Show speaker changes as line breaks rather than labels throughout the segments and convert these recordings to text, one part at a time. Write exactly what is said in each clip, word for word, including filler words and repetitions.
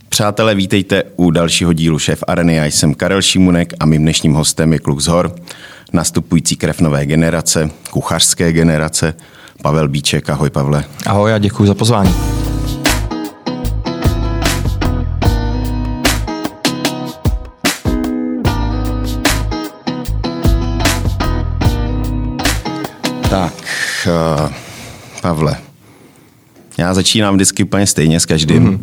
Přátelé, vítejte u dalšího dílu Šéf Areny. Já jsem Karel Šimunek a mým dnešním hostem je kluk z hor, nastupující krev nové generace, kuchařské generace, Pavel Bíček. Ahoj, Pavle.
Ahoj a děkuji za pozvání.
Tak, uh, Pavle, já začínám vždycky úplně stejně s každým. Mm-hmm.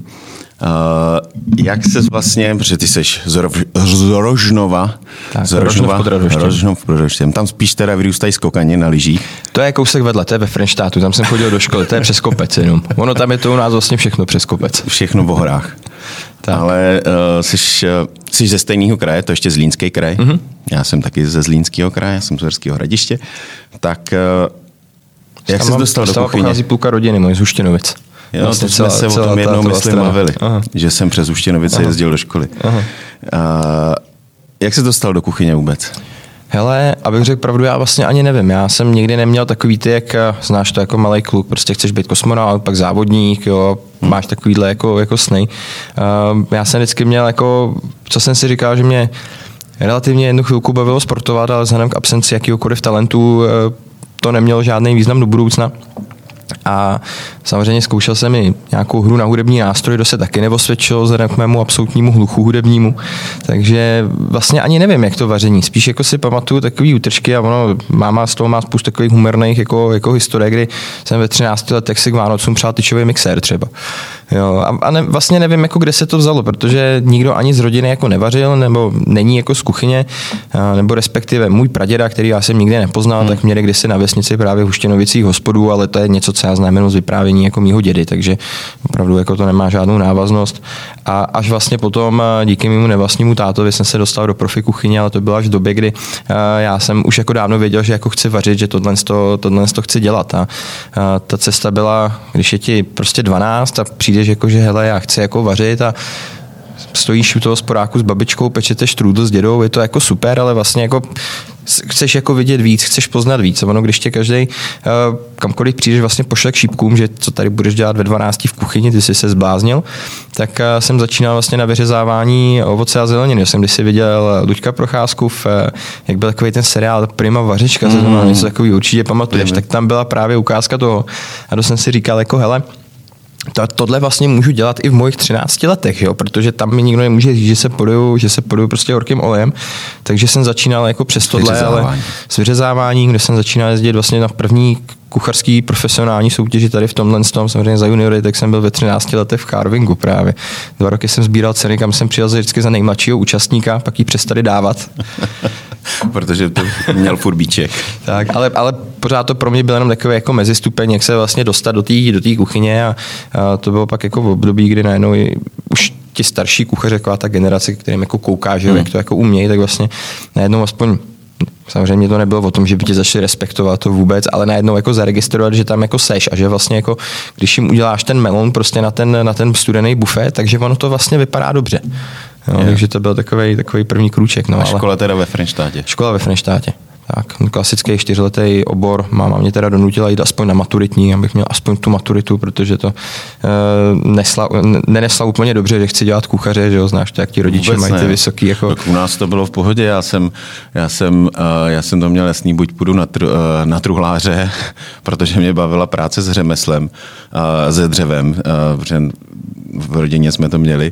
Uh, jak ses vlastně, protože ty seš z, Ro, z Rožnova,
tak,
z Rožnova,
Rožnov
pod Radhoštěm. Tam spíš teda vyrůstají skokani na lyžích.
To je kousek vedle, to je ve Frenštátu, tam jsem chodil do školy, to je přes kopec jenom. Ono tam je to u nás vlastně všechno přes kopec.
Všechno v horách. Tak. Ale uh, jsi, uh, jsi ze stejného kraje, to ještě Zlínský kraj. Mm-hmm. Já jsem taky ze Zlínského kraje, já jsem z Uherského Hradiště. Tak uh, jak jsi dostal do kuchyně?
Pochází půlka rodiny, můj z Huštěnovic.
Jo, vlastně to jsme se o tom jednou, myslím, bavili, že jsem přes Huštěnovice Aha. jezdil do školy. Aha. Uh, jak jsi dostal do kuchyně vůbec?
Hele, abych řekl pravdu, já vlastně ani nevím. Já jsem nikdy neměl takový ty, jak znáš to jako malej kluk, prostě chceš být kosmonaut, pak závodník, jo, hmm. máš takovýhle jako, jako sny. Uh, já jsem vždycky měl jako, co jsem si říkal, že mě relativně jednu chvilku bavilo sportovat, ale vzhledem k absenci jakýhokoliv talentu uh, to nemělo žádný význam do budoucna. A samozřejmě zkoušel jsem i nějakou hru na hudební nástroj, kdo se taky neosvědčil vzhledem k mému absolutnímu hluchu hudebnímu. Takže vlastně ani nevím, jak to vaření. Spíš jako si pamatuju takový útržky a ono, máma z toho má spoustu takových humorných jako, jako historie, kdy jsem ve třinácti letech si k Vánocům přál tyčový mixér třeba. Jo, a, a ne, vlastně nevím, jako kde se to vzalo, protože nikdo ani z rodiny jako nevařil, nebo není jako z kuchyně, a, nebo respektive můj praděda, který já jsem nikdy nepoznal, hmm. tak měli kdysi na vesnici právě v Huštěnovicích hospodu, ale to je něco, co já znám jenom z vyprávění jako mýho dědy, takže opravdu jako to nemá žádnou návaznost. A až vlastně potom díky mému nevlastnímu tátovi jsem se dostal do profi kuchyně, ale to bylo až v době, kdy já jsem už jako dávno věděl, že jako chci vařit, že tohle to, tohle to chci dělat. A, a ta cesta byla, když je ti prostě dvanáct a přijdeš jako, že hele, já chci jako vařit a stojíš u toho sporáku s babičkou, pečete štrůdl s dědou, je to jako super, ale vlastně jako chceš jako vidět víc, chceš poznat víc. A ono, když tě každý uh, kamkoliv přijdeš vlastně pošle k šípkům, že co tady budeš dělat ve dvanácti v kuchyni, ty jsi se zbláznil, tak uh, jsem začínal vlastně na vyřezávání ovoce a zeleniny. Já jsem když si viděl Luďka Procházku, v, uh, jak byl takový ten seriál Prima vařička, mm. to něco takový určitě pamatuješ, tak tam byla právě ukázka toho. A to jsem si říkal jako hele, To, tohle vlastně můžu dělat i v mojich třinácti letech, jo? Protože tam mi nikdo nemůže říct, že se poduju, že se poduju prostě horkým olejem. Takže jsem začínal jako přes tohle, ale s vyřezáváním, kde jsem začínal jezdit vlastně na první kuchařský profesionální soutěži tady v tomhle tom, samozřejmě za juniory, tak jsem byl ve třinácti letech v carvingu právě. Dva roky jsem sbíral ceny, kam jsem přijel vždycky za nejmladšího účastníka, pak ji přestali dávat.
Protože to měl furt Bíček.
Tak, ale, ale pořád to pro mě byl jenom takový jako mezistupeň, jak se vlastně dostat do té do té kuchyně a, a to bylo pak jako v období, kdy najednou už ti starší kuchaři, taková ta generace, kterým jako kouká, že hmm. jak to jako umějí, tak vlastně najednou aspoň samozřejmě to nebylo o tom, že by tě začali respektovat to vůbec, ale najednou jako zaregistrovat, že tam jako seš a že vlastně jako, když jim uděláš ten melon prostě na ten, na ten studený bufet, takže ono to vlastně vypadá dobře. Jo, takže to byl takový takový první krůček. No,
a škola
ale...
teda ve Frenštátě?
Škola ve Frenštátě. Tak, klasický čtyřletý obor. Máma mě teda donutila jít aspoň na maturitní, abych měl aspoň tu maturitu, protože to e, nesla, nenesla úplně dobře, že chci dělat kuchaře, že jo, znáš to, jak ti rodiče
Vůbec
mají
ne.
ty vysoký. Jako...
Tak u nás to bylo v pohodě, já jsem, já jsem, uh, já jsem to měl jasný, buď půjdu na, tru, uh, na truhláře, protože mě bavila práce s řemeslem, uh, se dřevem, uh, protože v rodině jsme to měli.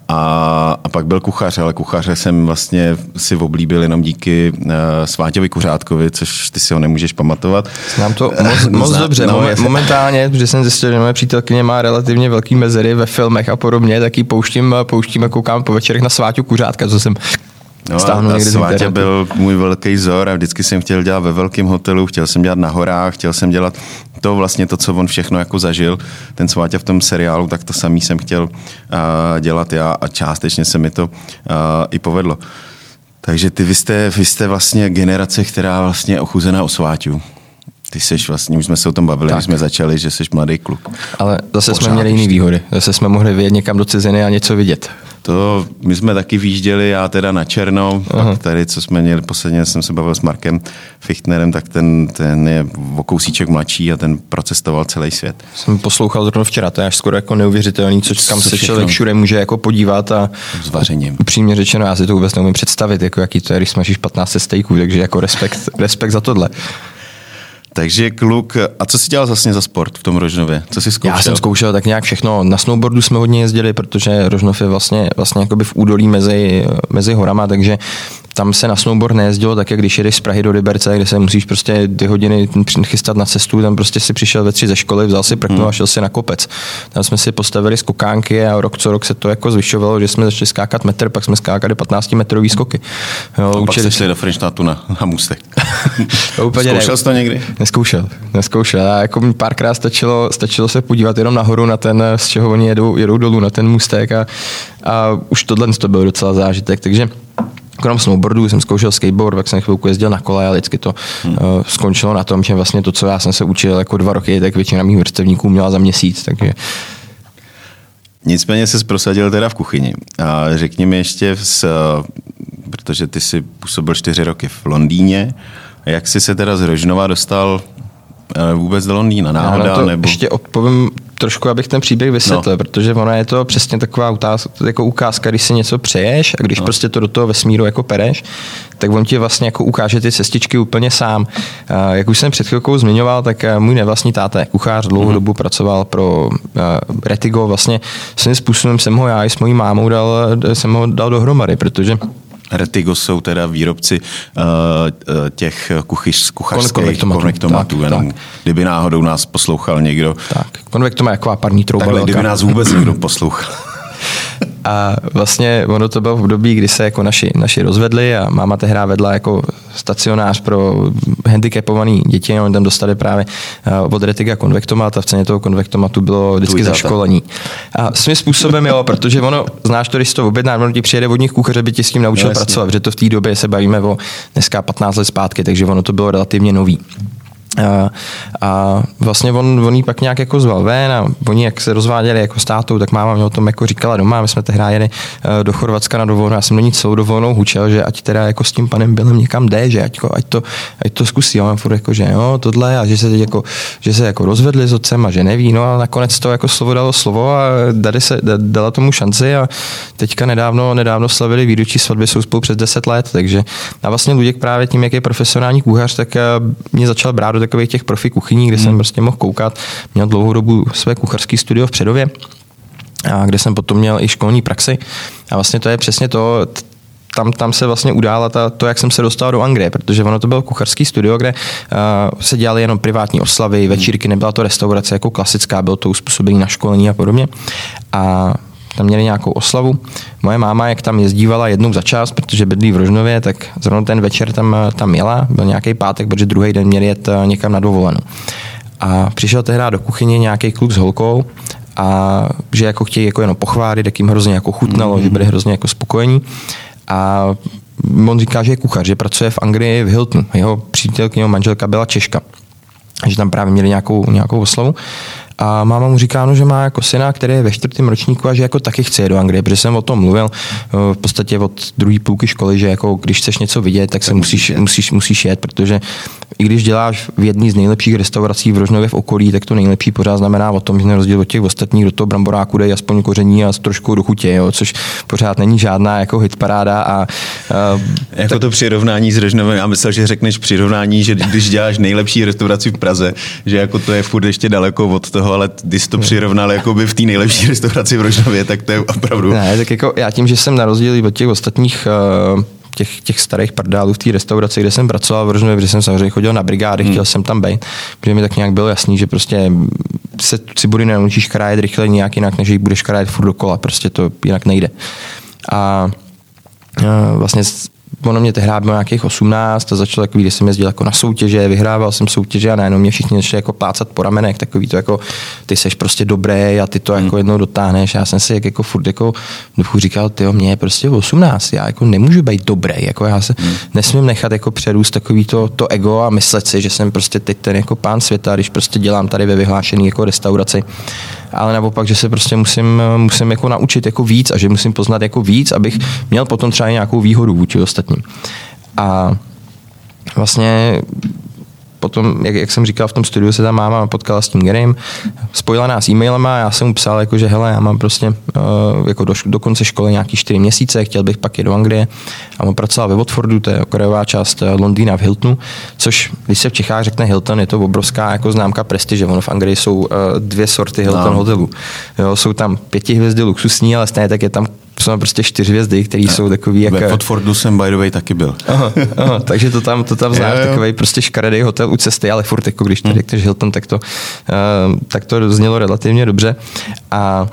A, a pak byl kuchař, ale kuchaře jsem vlastně si oblíbil jenom díky uh, Sváťovi Kuřátkovi, což ty si ho nemůžeš pamatovat.
Znám to moc, moc Zna, dobře. No, momentálně, protože jsem zjistil, že moje přítelkyně má relativně velký mezery ve filmech a podobně, tak ji pouštím, pouštím a koukám po večerech na Sváťu Kuřátka, co jsem
No a Sváťa byl můj velký vzor a vždycky jsem chtěl dělat ve velkém hotelu, chtěl jsem dělat na horách, chtěl jsem dělat to vlastně to, co on všechno jako zažil, ten Sváťa v tom seriálu, tak to samý jsem chtěl uh, dělat já a částečně se mi to uh, i povedlo. Takže ty, vy jste, vy jste vlastně generace, která vlastně je ochuzená o Sváťu. Ty seš vlastně, už jsme se o tom bavili, tak. Když jsme začali, že jsi mladý kluk.
Ale zase Pořád jsme měli jiné výhody. Zase jsme mohli vyjet někam do ciziny a něco vidět.
To my jsme taky výjížděli, já teda na černo, pak tady, co jsme měli posledně, jsem se bavil s Markem Fichtnerem, tak ten, ten je o kousíček mladší a ten procestoval celý svět.
Jsem poslouchal zrovna včera, to je až skoro jako neuvěřitelný, co, kam co se člověk všude může jako podívat a
s vařením.
Upřímně řečeno, já si to vůbec neumím představit, jako jaký to je, když smažíš patnáct steaků, takže jako respekt, respekt za tohle.
Takže kluk, a co jsi dělal vlastně za sport v tom Rožnově? Co jsi zkoušel?
Já jsem zkoušel tak nějak všechno. Na snowboardu jsme hodně jezdili, protože Rožnov je vlastně, vlastně jakoby v údolí mezi, mezi horama, takže tam se na snowboard nejezdilo tak, jak když jedeš z Prahy do Liberce, kde se musíš prostě dvě hodiny chystat na cestu, tam prostě si přišel ve tři ze školy, vzal si prkno hmm. a šel si na kopec. Tam jsme si postavili skokánky a rok co rok se to jako zvyšovalo, že jsme začali skákat metr, pak jsme skákali patnáctimetrový skoky.
Jo, a pak jste šli do Frenštatu na, na můstek. Zkoušel jsi to někdy?
Neskoušel, neskoušel. A jako párkrát stačilo, stačilo se podívat jenom nahoru na ten, z čeho oni jedou, jedou dolů na ten můstek a, a už tohle to byl docela zážitek, takže krom snowboardu jsem zkoušel skateboard, pak jsem chvilku jezdil na kole a vždycky to hmm. uh, skončilo na tom, že vlastně to, co já jsem se učil jako dva roky, tak většina mých vrstevníků měla za měsíc, takže...
Nicméně se prosadil teda v kuchyni. A řekni mi ještě, s, protože ty jsi působil čtyři roky v Londýně, jak jsi se teda z Rožnova dostal vůbec do Londýna? Náhoda,
já to
nebo...
ještě odpovím trošku, abych ten příběh vysvětlil, no. Protože ono je to přesně taková utáz, jako ukázka, když si něco přeješ a když no. prostě to do toho vesmíru jako pereš, tak on ti vlastně jako ukáže ty cestičky úplně sám. Jak už jsem před chvilkou zmiňoval, tak můj nevlastní táta je kuchař, dlouhou mm. dobu pracoval pro Retigo, vlastně svým způsobem jsem ho já i s mojí mámou dal, jsem ho dal dohromady, protože
Retigo jsou teda výrobci uh, těch kuchyř, kuchařských
konvektomatů,
konvektomatů. Tak, jenom, tak. Kdyby náhodou nás poslouchal někdo.
Tak, konvektoma je jako parní trouba.
Takhle, kdyby nás vůbec někdo poslouchal.
A vlastně ono to bylo v období, kdy se jako naši, naši rozvedli a máma tehdy vedla jako stacionář pro handicapovaný děti, oni tam dostali právě od Retiga konvektomat a v ceně toho konvektomatu bylo vždycky zaškolení. A svým způsobem jo, protože ono, znáš to, když to objedná, ono ti přijede vodních kuchař, aby ti s tím naučil no, pracovat, protože to v té době se bavíme o dneska patnáct let zpátky, takže ono to bylo relativně nový. A, a vlastně on, on jí pak nějak jako zval ven a oni jak se rozváděli jako s tátou, tak máma mě o tom jako říkala doma, my jsme tehdy jeli do Chorvatska na dovolenou, já jsem do ní celou dovolenou hučel, že ať teda jako s tím panem Billem někam jde, že ať, ať, to, ať to zkusí, a on furt jako, že jo, tohle a že se teď jako, že se jako rozvedli s otcem a že neví, no a nakonec to jako slovo dalo slovo a dali se, dala tomu šanci a teďka nedávno, nedávno slavili výročí svatby, jsou spolu přes deset let, takže a vlastně Luděk právě tím, jak je profesionální kuchař, tak mě začal brát do takových těch profi kuchyní, kde hmm. jsem prostě mohl koukat. Měl dlouhou dobu své kuchařské studio v Přerově, a kde jsem potom měl i školní praxi. A vlastně to je přesně to, tam, tam se vlastně udála ta, to, jak jsem se dostal do Anglie, protože ono to bylo kuchařský studio, kde uh, se dělaly jenom privátní oslavy, večírky, nebyla to restaurace jako klasická, bylo to uspůsobené na školení a podobně. A tam měli nějakou oslavu. Moje máma, jak tam jezdívala jednou za čas, protože bydlí v Rožnově, tak zrovna ten večer tam, tam jela, byl nějaký pátek, protože druhý den měli jet někam na dovolenou. A přišel tehdy do kuchyně nějaký kluk s holkou a že jako chtějí jako jenom pochválit, jak jim hrozně jako chutnalo, mm-hmm. že byli hrozně jako spokojení. A on říká, že je kuchař, že pracuje v Anglii v Hiltonu. Jeho přítelkyně, jeho manželka byla Češka. Že tam právě měli nějakou, nějakou oslavu. A máma mu říká, no, že má jako syna, který je ve čtvrtém ročníku a že jako taky chce jít do Anglie, protože jsem o tom mluvil v podstatě od druhé půlky školy, že jako když chceš něco vidět, tak se musíš, musíš, musíš jet, protože i když děláš v jedné z nejlepších restaurací v Rožnově v okolí, tak to nejlepší pořád znamená o tom, že na rozdíl od těch ostatních do toho bramboráku dají aspoň koření a trošku do chutě, jo, což pořád není žádná jako hitparáda. A, a
jako tak... to přirovnání s Rožnovem, já myslel, že řekneš přirovnání, že když děláš nejlepší restauraci v Praze, že jako to je furt ještě daleko od toho, ale když jsi to přirovnal jako by v té nejlepší restauraci v Rožnově, tak to je opravdu...
Ne, tak jako já tím, že jsem na rozdíl od těch ostatních uh, těch, těch starých prdálů v té restauraci, kde jsem pracoval v Rožnově, protože jsem samozřejmě chodil na brigády, hmm. chtěl jsem tam být, protože mi tak nějak bylo jasný, že prostě se cibury nenaučíš krájet rychle nějak jinak, než ji budeš krájet furt dokola, prostě to jinak nejde. A uh, vlastně ono mě tehdy bylo nějakých osmnáct a začalo takový, když jsem jezdil jako na soutěže, vyhrával jsem soutěže a najednou mě všichni začali jako plácat po ramenech, takový to jako ty seš prostě dobrý a ty to jako jednou dotáhneš. Já jsem si jak jako furt jako duchu říkal, tyjo, mě je prostě osmnáct, já jako nemůžu být dobrý, jako já se hmm. nesmím nechat jako přerůst takový to, to ego a myslet si, že jsem prostě teď ten jako pán světa, když prostě dělám tady ve vyhlášený jako restauraci. Ale naopak, že se prostě musím, musím jako naučit jako víc a že musím poznat jako víc, abych měl potom třeba nějakou výhodu vůči ostatním. A vlastně potom, jak, jak jsem říkal, v tom studiu se ta máma potkala s tím Garym, spojila nás e-mailama a já jsem mu psal, jako, že hele, já mám prostě uh, jako do, do konce školy nějaký čtyři měsíce, chtěl bych pak jít do Anglie a on pracoval ve Watfordu, to je okrajová část Londýna v Hiltonu, což když se v Čechách řekne Hilton, je to obrovská jako známka prestiže, ono v Anglii jsou uh, dvě sorty Hilton no. hotelů. Jo, jsou tam pěti hvězdy luxusní, ale stejně tak je tam jsou tam prostě čtyři hvězdy, které jsou takový jak...
Ve Watfordu jsem by the way taky byl.
Aha, aha, takže to tam, to tam znáš, takovej prostě škaredý hotel u cesty, ale furt jako když tady řekneš Hilton, tak to, uh, tak to znělo relativně dobře. A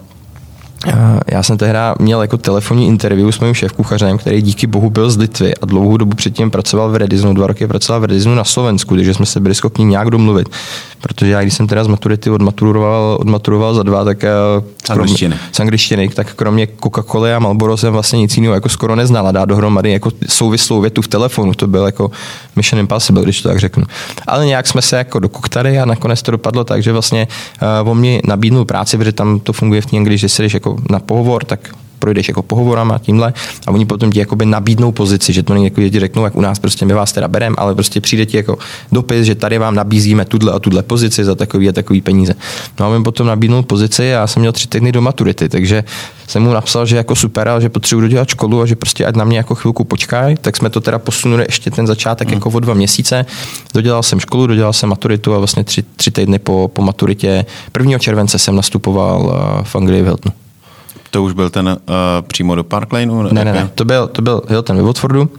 já jsem tehdy měl jako telefonní interview s mým šéfkuchařem, který díky bohu byl z Litvy a dlouhou dobu předtím pracoval v Redizonu, dva roky pracoval v Redizonu na Slovensku, takže jsme se byli schopni nějak domluvit. Protože já, když jsem teda z maturity odmaturoval, odmaturoval za dva, tak
z angličtiny.
z angličtiny, tak kromě Coca-Coly a Marlboro jsem vlastně nic jiného jako skoro neznal a dát dohromady jako souvislou větu v telefonu, to byl jako Mission Impossible, když to tak řeknu. Ale nějak jsme se jako dokoktali a nakonec to dopadlo tak, že vlastně uh, on mi nabídnul práci, protože tam to funguje v té Anglii, že si jdeš jako na pohovor, tak projdeš jako pohovorama tímhle a oni potom ti jakoby nabídnou pozici, že to není jako, že ti řeknou, jak u nás prostě my vás teda berem, ale prostě přijde ti jako dopis, že tady vám nabízíme tuhle a tuhle pozici za takový a takový peníze. No a on potom nabídnul pozici a já jsem měl tři týdny do maturity, takže jsem mu napsal, že jako super, ale že potřebuji dodělat školu a že prostě ať na mě jako chvilku počkaj, tak jsme to teda posunuli ještě ten začátek hmm. jako o dva měsíce. Dodělal jsem školu, dodělal jsem maturitu a vlastně tři, tři týdny po, po maturitě prvního července jsem nastupoval v Anglii v Hiltonu.
To už byl ten uh, přímo do Park Laneu?
Ne, ne, ne, to byl, to byl Hilton ve Watfordu, uh,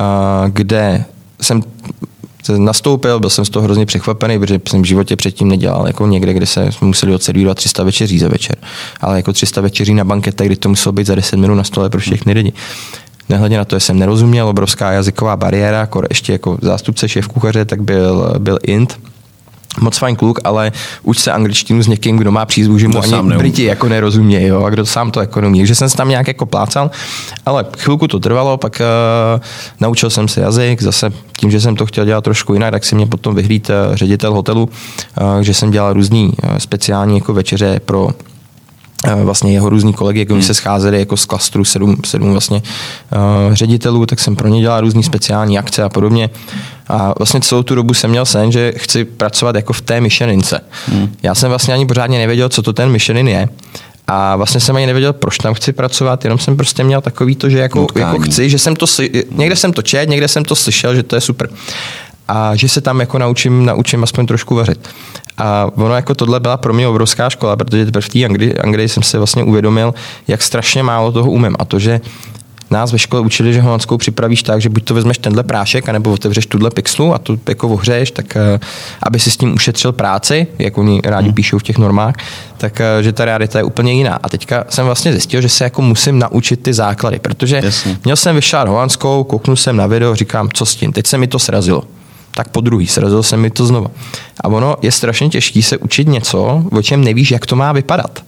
kde jsem nastoupil, byl jsem z toho hrozně překvapený, protože jsem v životě předtím nedělal jako někde, kde se museli odservírovat tři sta večeří za večer. Ale jako tři sta večeří na banketech, kdy to muselo být za deset minut na stole pro všechny lidi. Nehledě na to, že jsem nerozuměl, obrovská jazyková bariéra, jako ještě jako zástupce šéfkuchaře, tak byl, byl Int. Moc fajn kluk, ale uč se angličtinu s někým, kdo má přízvu, že mu
to
ani Briti jako nerozumějí, jo, a kdo sám to jako neumí. Takže jsem se tam nějak jako plácal, ale chvilku to trvalo, pak uh, naučil jsem se jazyk, zase tím, že jsem to chtěl dělat trošku jinak, tak si mě potom vyhlíd uh, ředitel hotelu, uh, že jsem dělal různý uh, speciální jako večeře pro vlastně jeho různý kolegy, jak oni hmm. se scházeli jako z klastru sedm, sedm vlastně uh, ředitelů, tak jsem pro ně dělal různý speciální akce a podobně. A vlastně celou tu dobu jsem měl sen, že chci pracovat jako v té Michelince. Hmm. Já jsem vlastně ani pořádně nevěděl, co to ten Michelin je. A vlastně jsem ani nevěděl, proč tam chci pracovat, jenom jsem prostě měl takový to, že jako, jako chci, že jsem to, někde jsem to čet, někde jsem to slyšel, že to je super. A že se tam jako naučím, naučím aspoň trošku vařit. A ono jako tohle byla pro mě obrovská škola, protože teprve v té Anglii, Anglii jsem se vlastně uvědomil, jak strašně málo toho umím. A to, že nás ve škole učili, že holandskou připravíš tak, že buď to vezmeš tenhle prášek, anebo otevřeš tuhle pixlu a tu jako ohřeješ, tak aby si s tím ušetřil práci, jak oni rádi píšou v těch normách, tak že ta realita je úplně jiná. A teďka jsem vlastně zjistil, že se jako musím naučit ty základy, protože Jasně. měl jsem vyšát holandskou, kouknul jsem na video, říkám, co s tím, teď se mi to srazilo. Tak po druhý, srazilo se mi to znova. A ono je strašně těžké se učit něco, o čem nevíš, jak to má vypadat.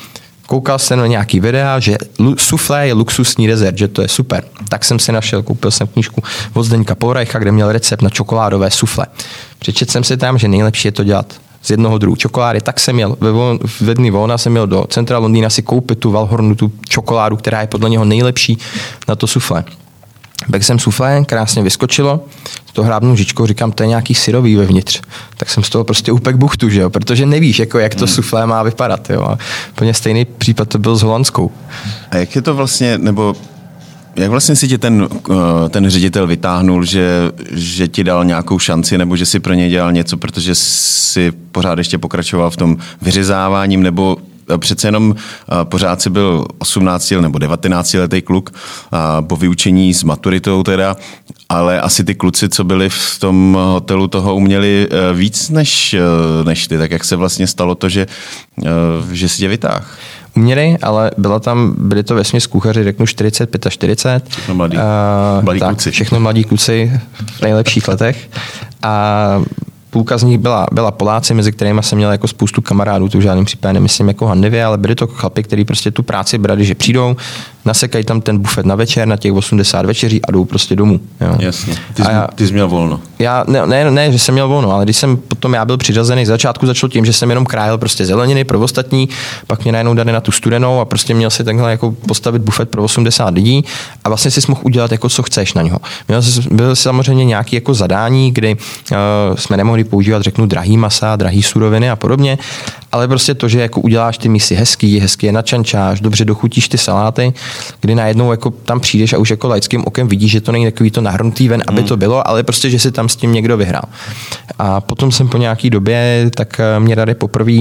Koukal jsem na nějaký videa, že suflé je luxusní dezert, že to je super. Tak jsem si našel, koupil jsem knížku od Zdeňka Polreicha, kde měl recept na čokoládové suflé. Přečetl jsem si tam, že nejlepší je to dělat z jednoho druhu čokolády. Tak jsem měl ve, vol, ve dny volna jsem měl do centra Londýna si koupit tu Valhornu, tu čokoládu, která je podle něho nejlepší na to suflé. Pak jsem suflé, krásně vyskočilo, to hrábnu žičkou, říkám, to je nějaký syrový vevnitř. Tak jsem z toho prostě upek buchtu, že jo, protože nevíš, jako, jak to hmm. suflé má vypadat, jo. A úplně stejný případ to byl s holandskou.
A jak je to vlastně, nebo jak vlastně si tě ten, ten ředitel vytáhnul, že, že ti dal nějakou šanci, nebo že si pro něj dělal něco, protože si pořád ještě pokračoval v tom vyřezáváním, nebo přece jenom pořád si byl osmnácti nebo devatenáctiletý kluk po vyučení s maturitou teda, ale asi ty kluci, co byli v tom hotelu, toho uměli víc než, než ty. Tak jak se vlastně stalo to, že, že si tě vytáhl?
průměry, ale byla tam, byly to vesměs kuchaři, řeknu čtyřicet, čtyřicet pět.
Všechno mladí, uh, mladí
tak,
kluci.
Všechno mladí kluci v nejlepších letech. A půlka z nich byla, byla Poláci, mezi kterými jsem měl jako spoustu kamarádů, to v žádným případě nemyslím jako handivě, ale byli to chlapi, kteří prostě tu práci brali, že přijdou, nasekají tam ten bufet na večer, na těch osmdesát večeří a jdou prostě domů. Jo.
Jasně. Ty jsi,
já,
ty jsi měl volno.
Já, ne, ne, ne, že jsem měl volno, ale když jsem potom já byl přiřazený, z začátku začal tím, že jsem jenom krájel prostě zeleniny pro ostatní, pak mě najednou dali na tu studenou a prostě měl si takhle jako postavit bufet pro osmdesát lidí a vlastně si mohl udělat jako co chceš na něho. Měl byl samozřejmě nějaký jako zadání, kdy uh, jsme nemohli používat, řeknu, drahý masa, drahý suroviny a podobně, ale prostě to, že jako uděláš ty mísy hezký, hezky je načančáš, dobře dochutíš ty saláty, kdy najednou jako tam přijdeš a už jako laickým okem vidíš, že to není takový to nahrnutý ven, aby to bylo, ale prostě, že si tam s tím někdo vyhrál. A potom jsem po nějaký době, tak mě dali poprvé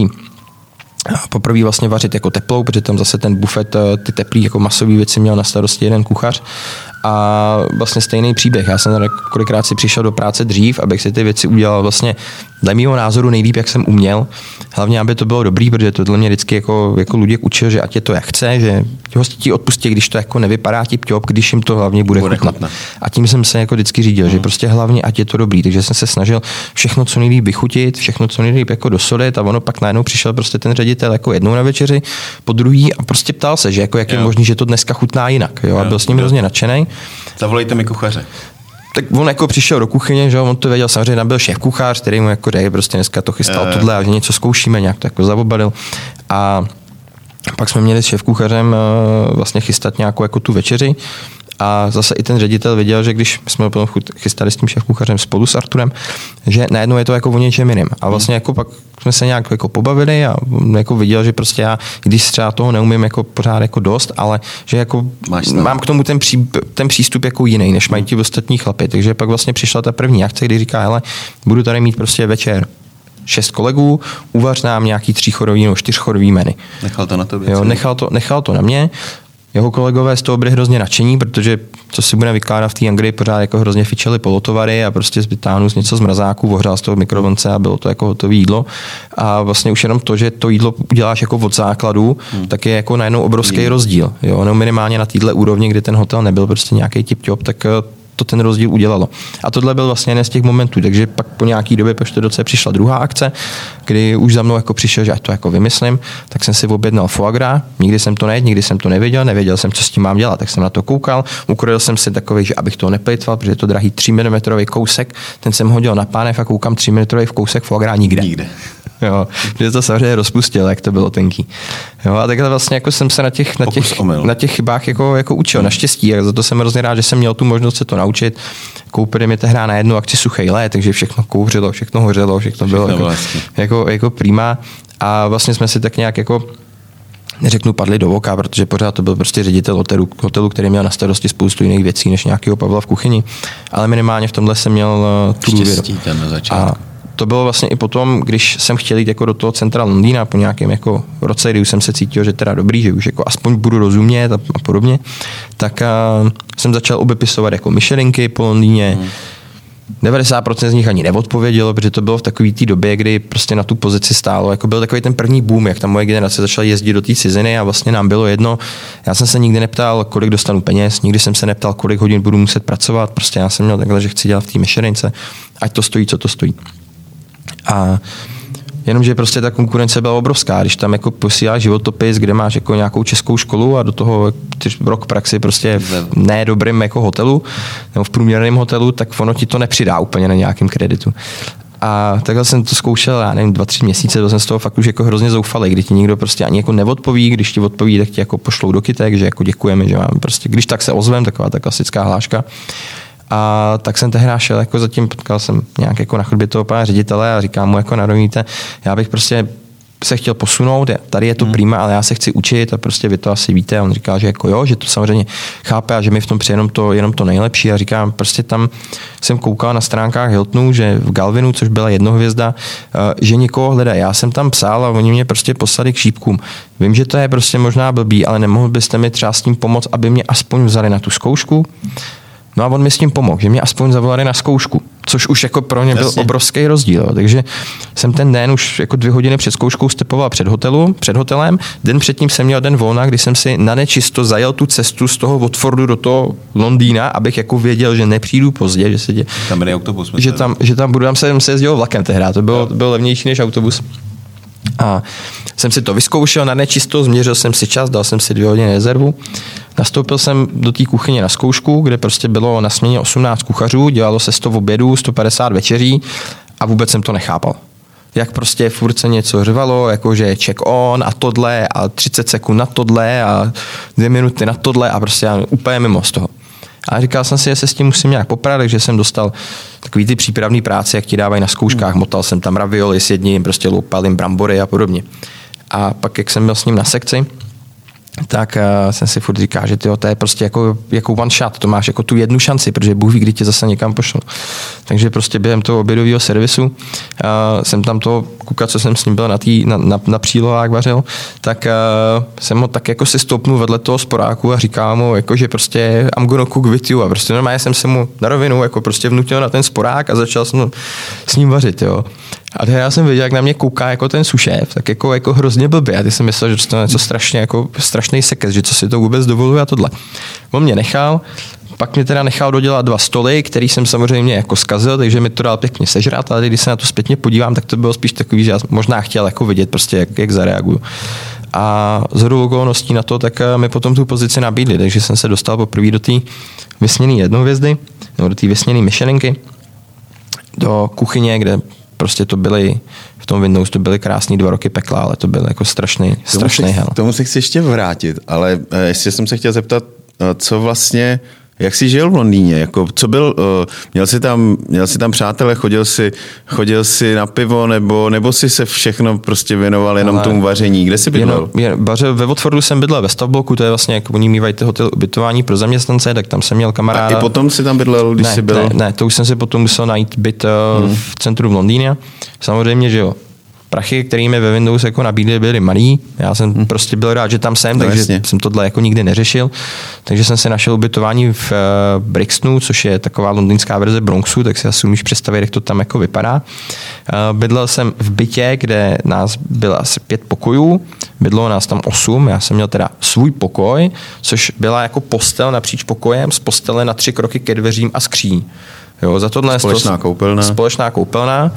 poprvé vlastně vařit jako teplou, protože tam zase ten bufet, ty teplý jako masový věci měl na starosti jeden kuchař. A vlastně stejný příběh. Já jsem kolikrát si přišel do práce dřív, abych si ty věci udělal vlastně dle mýho názoru nejlíp, jak jsem uměl. Hlavně, aby to bylo dobrý, protože tohle mě vždycky jako, jako Luděk učil, že ať je to jak chce, že hosti ti odpustí, když to jako nevypadá tip-top, když jim to hlavně bude, bude chutnat. A tím jsem se jako vždycky řídil, mm. že prostě hlavně ať je to dobrý. Takže jsem se snažil všechno co nejlíp vychutit, všechno co nejlíp jako dosolit a ono pak najednou přišel prostě ten ředitel jako jednou na večeři, po druhý a prostě ptal se, že jako jak jo. je možný, že to dneska chutná jinak. Jo? A byl s ním hrozně nadšenej.
Zavolejte mi kuchaře.
Tak on jako přišel do kuchyně, že on to věděl, samozřejmě tam byl šéf kuchař, který mu jako řekl, prostě dneska to chystal je. tohle a že něco zkoušíme, nějak to jako zavobalil. A pak jsme měli s šéf kuchařem vlastně chystat nějakou jako tu večeři. A zase i ten ředitel věděl, že když jsme potom chystali s tím šéfkuchařem spolu s Arturem, že najednou je to jako o něčem jiným. A vlastně jako pak jsme se nějak jako pobavili a jako viděl, že prostě já, když třeba toho neumím jako pořád jako dost, ale že jako mám k tomu ten, pří, ten přístup jako jiný, než mají ti ostatní chlapi. Takže pak vlastně přišla ta první akce, kdy říká, hele, budu tady mít prostě večer šest kolegů, uvař nám nějaký tříchorový nebo čtyřchorový menu.
Nechal to na tobě.
Jo, nechal to, nechal to na mě. Jeho kolegové z toho byli hrozně nadšení, protože co si bude vykládat v té Anglii, pořád jako hrozně fičeli polotovary a prostě vytáhnu z něco z mrazáku, ohřál z toho mikrovlnce a bylo to jako hotové jídlo. A vlastně už jenom to, že to jídlo uděláš jako od základu, hmm. tak je jako najednou obrovský hmm. rozdíl. Jo, no minimálně na této úrovni, kdy ten hotel nebyl prostě nějaký tip-top, tak to ten rozdíl udělalo. A tohle byl vlastně jeden z těch momentů, takže pak po nějaký době po čtvrtce přišla druhá akce, kdy už za mnou jako přišel, že ať to jako vymyslím, tak jsem si objednal foie gras, nikdy jsem to nejedl, nikdy jsem to nevěděl, nevěděl jsem, co s tím mám dělat, tak jsem na to koukal, ukrojil jsem si takový, že abych to neplejtval, protože je to drahý tři milimetrový kousek, ten jsem hodil na pánev a koukám tři milimetrový kousek foie gras nikde.
Nikde.
Jo, že to samozřejmě rozpustil, jak to bylo tenký. Jo, a takhle vlastně jako jsem se na těch, na těch, na těch chybách jako, jako učil, naštěstí. A za to jsem hrozně rád, že jsem měl tu možnost se to naučit. Koupili mi tehdy na jednu akci suchý led, takže všechno kouřilo, všechno hořelo, všechno, všechno bylo jako, jako, jako prima. A vlastně jsme si tak nějak jako neřeknu padli do voka, protože pořád to byl prostě ředitel hotelu, hotelu, který měl na starosti spoustu jiných věcí než nějakého Pavla v kuchyni. Ale minimálně v tomhle jsem měl tu důvěru. To bylo vlastně i potom, když jsem chtěl jít jako do toho centra Londýna po nějakém jako roce, kdy už jsem se cítil, že teda dobrý, že už jako aspoň budu rozumět a, a podobně, tak uh, jsem začal obepisovat jako myšelinky po Londýně. Hmm. devadesát procent z nich ani neodpovědělo, protože to bylo v takové té době, kdy prostě na tu pozici stálo. Jako byl takový ten první boom, jak ta moje generace začala jezdit do té ciziny a vlastně nám bylo jedno. Já jsem se nikdy neptal, kolik dostanu peněz, nikdy jsem se neptal, kolik hodin budu muset pracovat. Prostě já jsem měl takhle, že chci dělat v té myšelince, ať to stojí, co to stojí. A jenomže prostě ta konkurence byla obrovská, když tam jako posíláš životopis, kde máš jako nějakou českou školu a do toho rok praxi prostě v nedobrým jako hotelu nebo v průměrném hotelu, tak ono ti to nepřidá úplně na nějakém kreditu. A takhle jsem to zkoušel, já nevím, dva, tři měsíce, byl jsem z toho fakt už jako hrozně zoufalý, kdy ti nikdo prostě ani jako neodpoví, když ti odpoví, tak ti jako pošlou do kytek, že jako děkujeme, že mám prostě, když tak se ozvem, taková ta klasická hláška. A tak jsem tehdy šel, jako zatím potkal jsem nějak jako na chodbě toho pana ředitele a říkám mu jako narovníte, já bych prostě se chtěl posunout, tady je to hmm. prima, ale já se chci učit a prostě vy to asi víte. A on říká, že jako jo, že to samozřejmě chápe a že mi v tom přijde jenom to, jenom to nejlepší. A říkám, prostě tam jsem koukal na stránkách Hiltonu, že v Galvinu, což byla jednohvězda, že někoho hledají. Já jsem tam psal a oni mě prostě poslali k šípkům. Vím, že to je prostě možná blbý, ale nemohl byste mi třeba s tím pomoct, aby mě aspoň vzali na tu zkoušku. No a on mi s tím pomohl, že mě aspoň zavolali na zkoušku. Což už jako pro mě byl Jasně. obrovský rozdíl. Takže jsem ten den už jako dvě hodiny před zkouškou stepoval před hotelu, před hotelem. Den předtím jsem měl den volna, kdy jsem si na nečisto zajel tu cestu z toho Watfordu do toho Londýna, abych jako věděl, že nepřijdu pozdě, že se dě,
tam byl autobus.
Že tam, že tam budu, tam se, se jezdil vlakem tehdy, to bylo, to bylo levnější než autobus. A jsem si to vyzkoušel na nečisto, změřil jsem si čas, dal jsem si dvě hodiny rezervu. Nastoupil jsem do té kuchyně na zkoušku, kde prostě bylo na směně osmnáct kuchařů, dělalo se sto obědů, sto padesát večeří a vůbec jsem to nechápal. Jak prostě furt se něco řvalo, jakože check on a tohle a třicet sekund na tohle a dvě minuty na tohle a prostě já úplně mimo z toho. A říkal jsem si, že se s tím musím nějak poprat, takže jsem dostal takový ty přípravný práce, jak ti dávají na zkouškách. Motal jsem tam ravioli s jedním, prostě loupal jim brambory a podobně. A pak, jak jsem byl s ním na sekci, tak uh, jsem si furt říkal, že tyjo, to je prostě jako, jako one shot, to máš jako tu jednu šanci, protože Bůh ví, kdy tě zase někam pošlu. Takže prostě během toho obědového servisu uh, jsem tam toho kuka, co jsem s ním byl na, tý, na, na, na přílohách vařil, tak uh, jsem ho tak jako si stoupnul vedle toho sporáku a říkal mu, jako, že prostě I'm gonna cook with you a prostě normálně jsem se mu na rovinu jako prostě vnutil na ten sporák a začal jsem s ním vařit, jo. A já jsem viděl, jak na mě kouká jako ten sušéf, tak jako, jako hrozně blbě. A ty jsem myslel, že to je něco strašně jako strašný sekec, že co si to vůbec dovoluje a tohle. On mě nechal, pak mě teda nechal dodělat dva stoly, který jsem samozřejmě jako zkazil, takže mi to dal pěkně sežrat, ale když se na to zpětně podívám, tak to bylo spíš takový, že já možná chtěl jako vidět prostě, jak, jak zareaguju. A shodou okolností na to, tak mi potom tu pozici nabídli, takže jsem se dostal poprvé do té vysněné jednohvězdy, nebo do té vysněné Michelinky, do kuchyně, kde prostě to byly, v tom Windows to byly krásný dva roky pekla, ale to byl jako strašný, strašný hell.
K tomu se chci ještě vrátit, ale ještě jsem se chtěl zeptat, co vlastně, jak jsi žil v Londýně, jako co byl, měl jsi tam, měl jsi tam přátele, chodil jsi, chodil jsi na pivo, nebo, nebo jsi se všechno prostě věnoval jenom ale tomu vaření, kde jsi bydlel?
Jen, jen, ve Watfordu jsem bydlel ve stavbloku, to je vlastně, jako oni mývají ty hotel ubytování pro zaměstnance, tak tam jsem měl kamaráda.
A i potom si tam bydlel, když
ne,
jsi byl?
Ne, ne, to už jsem si potom musel najít byt hmm. v centru v Londýně, samozřejmě, že jo. Prachy, které mi ve Windows jako nabídly, byly malý. Já jsem hmm. prostě byl rád, že tam jsem, no, takže jasně. jsem tohle jako nikdy neřešil. Takže jsem si našel ubytování v uh, Brixtonu, což je taková londýnská verze Bronxu, tak si asi umíš představit, jak to tam jako vypadá. Uh, bydlel jsem v bytě, kde nás bylo asi pět pokojů, bydlo nás tam osm, já jsem měl teda svůj pokoj, což byla jako postel napříč pokojem, z postele na tři kroky ke dveřím a skříň. Jo, za tohle
společná koupelna.
Společná koupelna.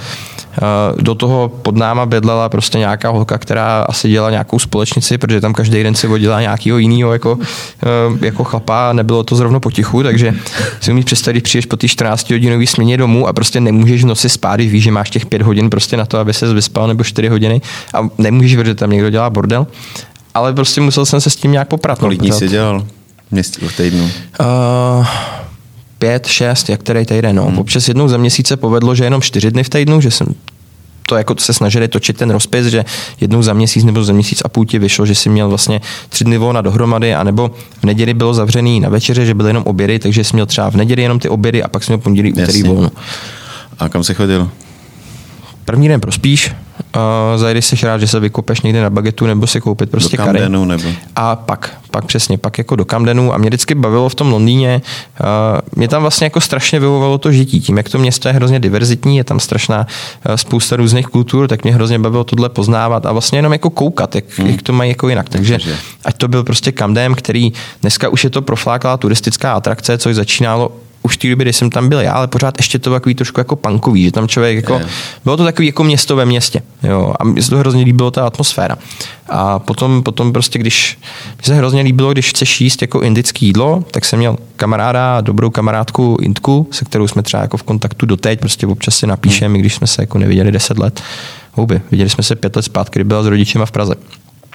Do toho pod náma bydlela prostě nějaká holka, která asi dělala nějakou společnici, protože tam každý den si vodila nějakého jiného jako, jako chlapa, nebylo to zrovna potichu, takže si umíš představit, když přijdeš po té čtrnáctihodinové směně domů a prostě nemůžeš v noci spát, když víš, že máš těch pět hodin prostě na to, aby ses vyspal, nebo čtyři hodiny a nemůžeš vědět, že tam někdo dělá bordel. Ale prostě musel jsem se s tím nějak poprat.
Kolik dní jsi dělal v týdnu?
Uh, pět, šest, jak který týden. No. Hmm. Občas jednou za měsíc se povedlo, že jenom čtyři dny v týdnu, že jsem to jako se snažili točit ten rozpis, že jednou za měsíc nebo za měsíc a půl ti vyšlo, že si měl vlastně tři dny volna dohromady, anebo v neděli bylo zavřený na večeře, že byly jenom obědy, takže jsi měl třeba v neděli jenom ty obědy a pak jsi měl pondělí, úterý volno.
A kam jsi chodil?
První den prospíš, uh, zajdeš si rád, že se vykopeš někde na bagetu nebo si koupit prostě
do
kary.
Camdenu nebo?
A pak, pak přesně, pak jako do Camdenu a mě vždycky bavilo v tom Londýně, uh, mě tam vlastně jako strašně vyhovovalo to žití, tím jak to město je hrozně diverzitní, je tam strašná uh, spousta různých kultur, tak mě hrozně bavilo tohle poznávat a vlastně jenom jako koukat, jak, hmm. jak to mají jako jinak. Takže ať to byl prostě Camden, který dneska už je to profláklá turistická atrakce, což začínalo už v té době, kdy jsem tam byl já, ale pořád ještě to takový trošku jako punkový, že tam člověk jako, je. Bylo to takový jako město ve městě, jo, a mi se to hrozně líbilo ta atmosféra. A potom, potom prostě, když mi se hrozně líbilo, když chceš jíst jako indické jídlo, tak jsem měl kamaráda, dobrou kamarádku Indku, se kterou jsme třeba jako v kontaktu doteď, prostě občas si napíšeme, hmm. když jsme se jako neviděli deset let. Houby, viděli jsme se pět let zpátky, kdy byla s rodičema v Praze.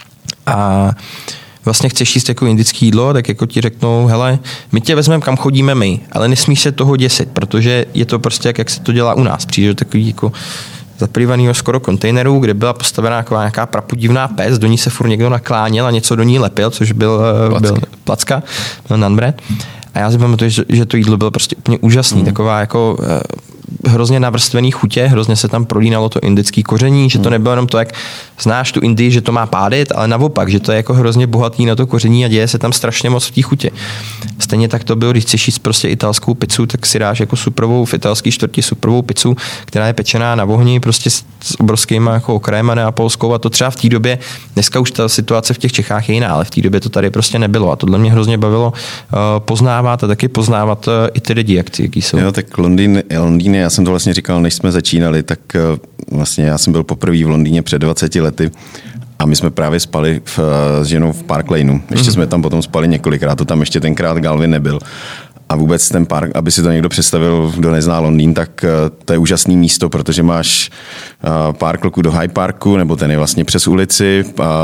A vlastně chceš jíst jako indické jídlo, tak jako ti řeknou, hele, my tě vezmeme, kam chodíme my, ale nesmíš se toho děsit, protože je to prostě jak, jak se to dělá u nás. Přijde do takový jako zaplivanýho skoro kontejnerů, kde byla postavená jako nějaká prapodivná pec, do ní se furt někdo nakláněl a něco do ní lepil, což byl, byl placka, byl nanbread. A já si pamatuju, že, že to jídlo bylo prostě úplně úžasný, mm. taková jako hrozně navrstvený chutě, hrozně se tam prolínalo to indický koření, že to nebylo jenom to, jak znáš tu Indii, že to má pádit, ale naopak, že to je jako hrozně bohatý na to koření a děje se tam strašně moc v té chutě. Stejně tak to bylo, když chceš jíst prostě italskou pizzu, tak si dáš jako suprovou v italský čtvrti suprovou pizzu, která je pečená na ohni, prostě s, s obrovskýma jako okrajema neapolskou a to třeba v té době, dneska už ta situace v těch Čechách je jiná, ale v té době to tady prostě nebylo a tohle mě hrozně bavilo uh, poznávat a taky poznávat uh, i ty lidi, jak, jaký jsou. Jo,
tak Londýn, Londýn, já jsem to vlastně říkal, než jsme začínali, tak uh, vlastně já jsem byl poprvé v Londýně před dvaceti lety a my jsme právě spali v, s ženou v Park Laneu. Ještě mm-hmm. jsme tam potom spali několikrát, to tam ještě tenkrát Galvin nebyl. A vůbec ten park, aby si to někdo představil, kdo nezná Londýn, tak to je úžasné místo, protože máš pár kloků do Hyde Parku, nebo ten je vlastně přes ulici,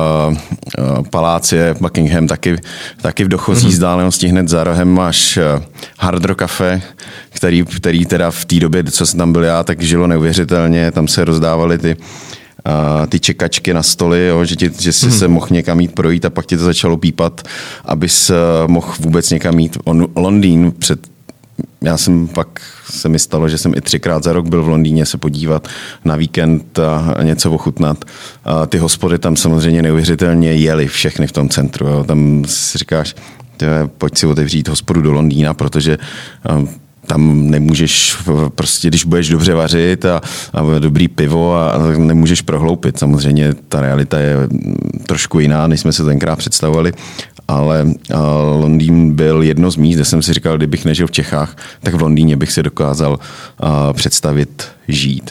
palác je Buckingham taky, taky v dochozí mm-hmm. vzdálenosti, hned za rohem máš Hard Rock Cafe, který, který teda v té době, co jsem tam byl já, tak žilo neuvěřitelně, tam se rozdávaly ty Uh, ty čekačky na stoly, jo, že, ti, že jsi hmm. se mohl někam jít projít a pak ti to začalo pípat, abys uh, mohl vůbec někam jít. On, Londýn před... Já jsem pak se mi stalo, že jsem i třikrát za rok byl v Londýně se podívat na víkend a, a něco ochutnat. Uh, ty hospody tam samozřejmě neuvěřitelně jeli všechny v tom centru. Jo. Tam si říkáš, tě, pojď si otevřít hospodu do Londýna, protože uh, tam nemůžeš, prostě když budeš dobře vařit a, a dobrý pivo a, a nemůžeš prohloupit. Samozřejmě ta realita je trošku jiná, než jsme se tenkrát představovali, ale a Londýn byl jedno z míst, kde jsem si říkal, kdybych nežil v Čechách, tak v Londýně bych si dokázal a, představit žít.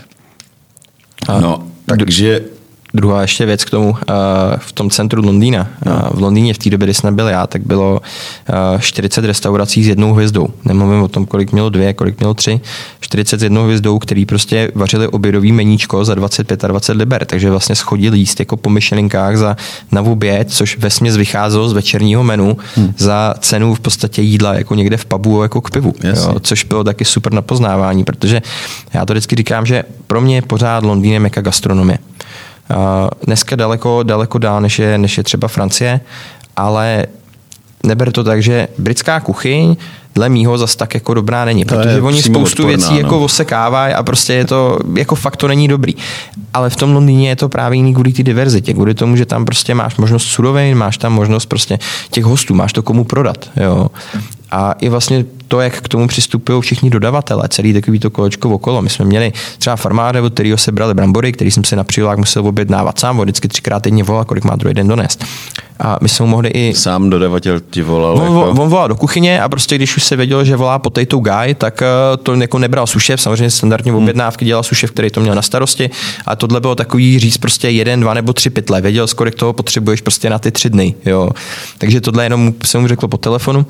A no, takže... Druhá ještě věc k tomu, v tom centru Londýna. No. V Londýně v té době, kdy jsme byli já, tak bylo čtyřicet restaurací s jednou hvězdou. Nemluvím o tom, kolik mělo dvě, kolik mělo tři. čtyřicet s jednou hvězdou, který prostě vařili obědový meníčko za dvacet pět a dvacet liber. Takže vlastně schodil jíst jako po myšelinkách za na oběd, což vesměs vycházelo z večerního menu hmm. za cenu v podstatě jídla jako někde v pubu jako k pivu. Jo, což bylo taky super na poznávání, protože já to vždycky říkám, že pro mě je pořád Londýn je meka gastronomie. Uh, dneska daleko, daleko dál, než je, než je třeba Francie, ale neber to tak, že britská kuchyň dle mýho zas tak jako dobrá není, to protože oni spoustu odporná, věcí no. jako osekávají a prostě je to, jako fakt to není dobrý. Ale v tom Londýně je to právě jiný kvůli té diverzitě, kvůli tomu, že tam prostě máš možnost surovin, máš tam možnost prostě těch hostů, máš to komu prodat, jo. A i vlastně to, jak k tomu přistupují všichni dodavatelé, celý takový to kolečko okolo. My jsme měli třeba farmáře, od kterého se brali brambory, který jsem si na přilák musel objednávat sám, on vždycky třikrát týdně volal, kolik má druhý den donést. A my jsme mohli i...
Sám dodavatel ti volal?
On,
jako...
on volal do kuchyně a prostě když už se věděl, že volá potato guy, tak to jako nebral sušef, samozřejmě standardně objednávky dělal sušef, který to měl na starosti. A tohle bylo takový říct prostě jeden, dva nebo tři pytle. Věděl, kolik toho potřebuješ prostě na ty tři dny. Jo. Takže tohle jenom jsem mu řekl po telefonu.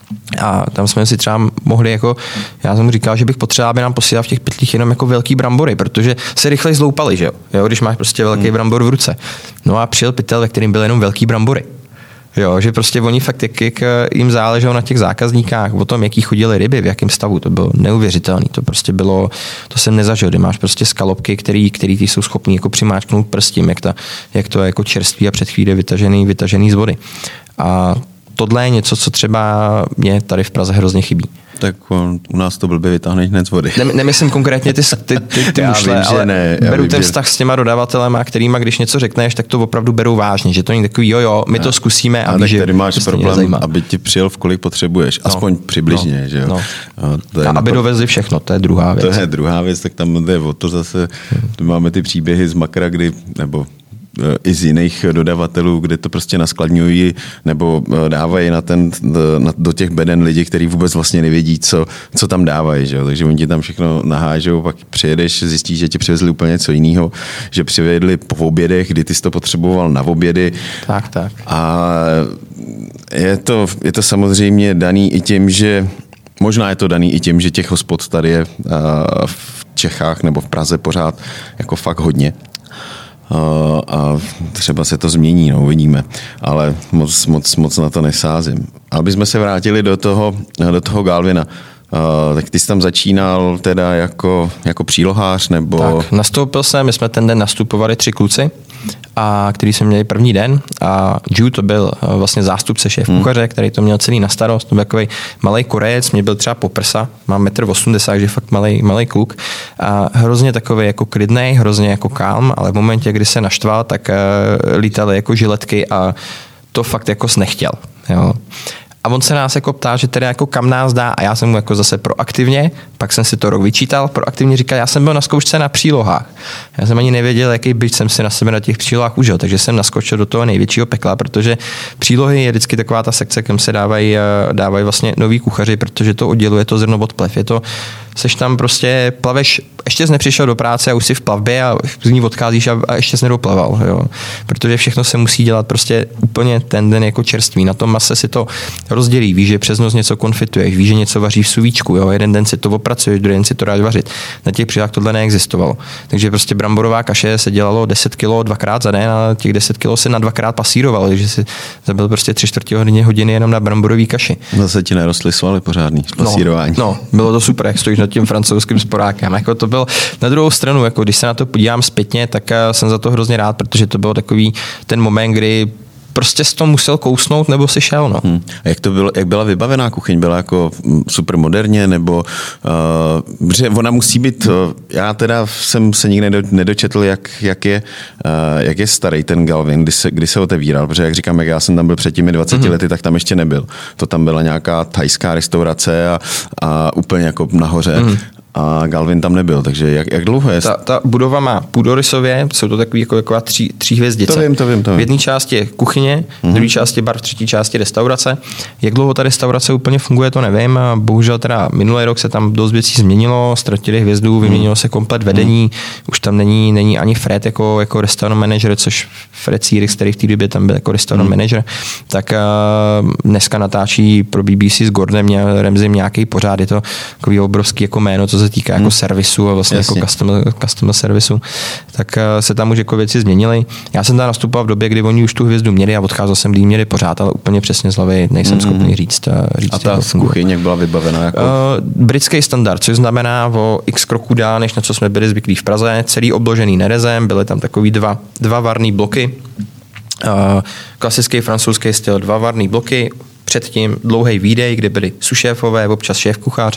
A tam jsme si třeba mohli jako, já jsem mu říkal, že bych potřeboval, aby nám posílal v těch pytlích jenom jako velký brambory, protože se rychle zloupaly, že jo? jo, když máš prostě velký hmm. brambor v ruce. No a přijel pytel, ve kterým byl jenom velký brambory. Jo, že prostě oni fakt, jak, jak jim záleželo na těch zákazníkách, o tom, jaký chodily ryby, v jakém stavu, to bylo neuvěřitelné. To prostě bylo, to jsem nezažil, kdy máš prostě skalopky, který, který ty jsou schopní jako přimáčknout prstím, jak, ta, jak to je jako čerství a před chvíli vytažený, vytažený z vody. A tohle je něco, co třeba mě tady v Praze hrozně chybí.
Tak u nás to blbě vytáhneš hned z vody.
Ne, nemyslím konkrétně ty, ty, ty, ty mušle, vím, ale ne, beru vím, ten vztah že... s těma dodavatelema, kterýma, když něco řekneš, tak to opravdu berou vážně, že to není takový, jo, jo, my a, to zkusíme. A, a víš, tady
máš problém, nezajímá. Aby ti přijel v kolik potřebuješ, no, aspoň přibližně. No, že jo? No. A, to je a aby dovezli všechno, to je druhá věc. To je druhá věc, tak tam jde o to zase, hmm. máme ty příběhy z Makra, kdy, nebo i z jiných dodavatelů, kde to prostě naskladňují nebo dávají na ten, na, do těch beden lidi, kteří vůbec vlastně nevědí, co, co tam dávají. Že? Takže oni ti tam všechno nahážou, pak přijedeš, zjistíš, že ti přivezli úplně něco jiného, že přivedli po obědech, kdy ty jsi to potřeboval na obědy.
Tak, tak.
A je to, je to samozřejmě daný i tím, že možná je to daný i tím, že těch hospod tady je v Čechách nebo v Praze pořád jako fakt hodně. A třeba se to změní, no, uvidíme, ale moc, moc, moc na to nesázím. Aby jsme se vrátili do toho, do toho Galvina. Uh, tak ty jsi tam začínal teda jako, jako přílohář, nebo...
Tak, nastoupil jsem, my jsme ten den nastupovali tři kluci, a který jsme měli první den a Ju to byl vlastně zástupce šéf kuchaře, hmm. který to měl celý na starost, to byl takový malej Korejec, mě byl třeba po prsa, mám metr osmdesát, takže fakt malej, malej kluk a hrozně takový jako klidnej, hrozně jako calm, ale v momentě, kdy se naštval, tak uh, lítaly jako žiletky a to fakt jako nechtěl. Jo. A on se nás jako ptá, že teda jako kam nás dá a já jsem mu jako zase proaktivně, pak jsem si to rok vyčítal, proaktivně říkal, já jsem byl na zkoušce na přílohách. Já jsem ani nevěděl, jaký byč jsem si na sebe na těch přílohách užil, takže jsem naskočil do toho největšího pekla, protože přílohy je vždycky taková ta sekce, kam se dávají, dávají vlastně noví kuchaři, protože to odděluje to zrno od plev. Je to, seš tam prostě, plaveš, ještě jsi nepřišel do práce a už jsi v plavbě a z ní odcházíš a, a ještě jsi nedoplaval, jo. Protože všechno se musí dělat prostě úplně ten den jako čerstvý. Na tom mase si to rozdělí, víš, že přes noc něco konfituješ, víš, že něco vaříš v suvíčku, jo. Jeden den si to opracuješ, druhý den si to dáš vařit. Na těch přílohách tohle neexistovalo. Takže prostě bramborová kaše se dělalo deset kilo dvakrát za den a těch deset kilo se na dvakrát pasírovalo, takže si zabil prostě tři čtvrtě hodiny, hodiny jenom na bramborový kaši.
Zase ti nerostly svaly pořádný z pasírování.
No, no, bylo to super, jak stojíš nad tím francouzským sporákem. Jako to byl na druhou stranu, jako když se na to podívám zpětně, tak jsem za to hrozně rád, protože to byl takový ten moment, kdy prostě jsi to musel kousnout, nebo si šel, no.
Hmm. A jak to bylo, jak byla vybavená kuchyň? Byla jako super moderně, nebo uh, protože ona musí být, uh, já teda jsem se nikdy nedočetl, jak, jak, je, uh, jak je starý ten Galvin, kdy se, kdy se otevíral, protože jak říkám, jak já jsem tam byl před těmi dvaceti mm-hmm. lety, tak tam ještě nebyl. To tam byla nějaká thajská restaurace a, a úplně jako nahoře. Mm-hmm. A Galvin tam nebyl, takže jak, jak dlouho je?
Ta, ta budova má půdorysově, jsou to takový jako, jako tří, tří hvězdice.
To vím, to vím, to vím.
V jedné části je kuchyně, mm-hmm. v druhé části bar, v třetí části restaurace. Jak dlouho ta restaurace úplně funguje, to nevím. A bohužel teda minulý rok se tam dost věcí změnilo, ztratili hvězdu, vyměnilo se komplet vedení, mm-hmm. už tam není, není ani Fred jako, jako restaurant manager, což Fred Sírix, který v té době tam byl jako restaurant mm-hmm. manager, tak uh, dneska natáčí pro B B C s Gordonem Ramsaym nějaký pořád, je to takový obrovský jako jméno, co se týká hmm. jako servisu a vlastně Jasně. jako customer, customer servisu, tak uh, se tam už jako věci změnily. Já jsem tam nastupoval v době, kdy oni už tu hvězdu měli a odcházel jsem, kdy ji měli pořád, ale úplně přesně z hlavy nejsem hmm. schopný říct. říct
a ta kuchyň jak byla vybavená? Jako? Uh,
britský standard, což znamená o x kroků dál, než na co jsme byli zvyklí v Praze, celý obložený nerezem, byly tam takový dva, dva varný bloky, uh, klasický francouzský styl, dva varný bloky, předtím dlouhý výdej, kde byli sušéfové, občas šéf-kuchař,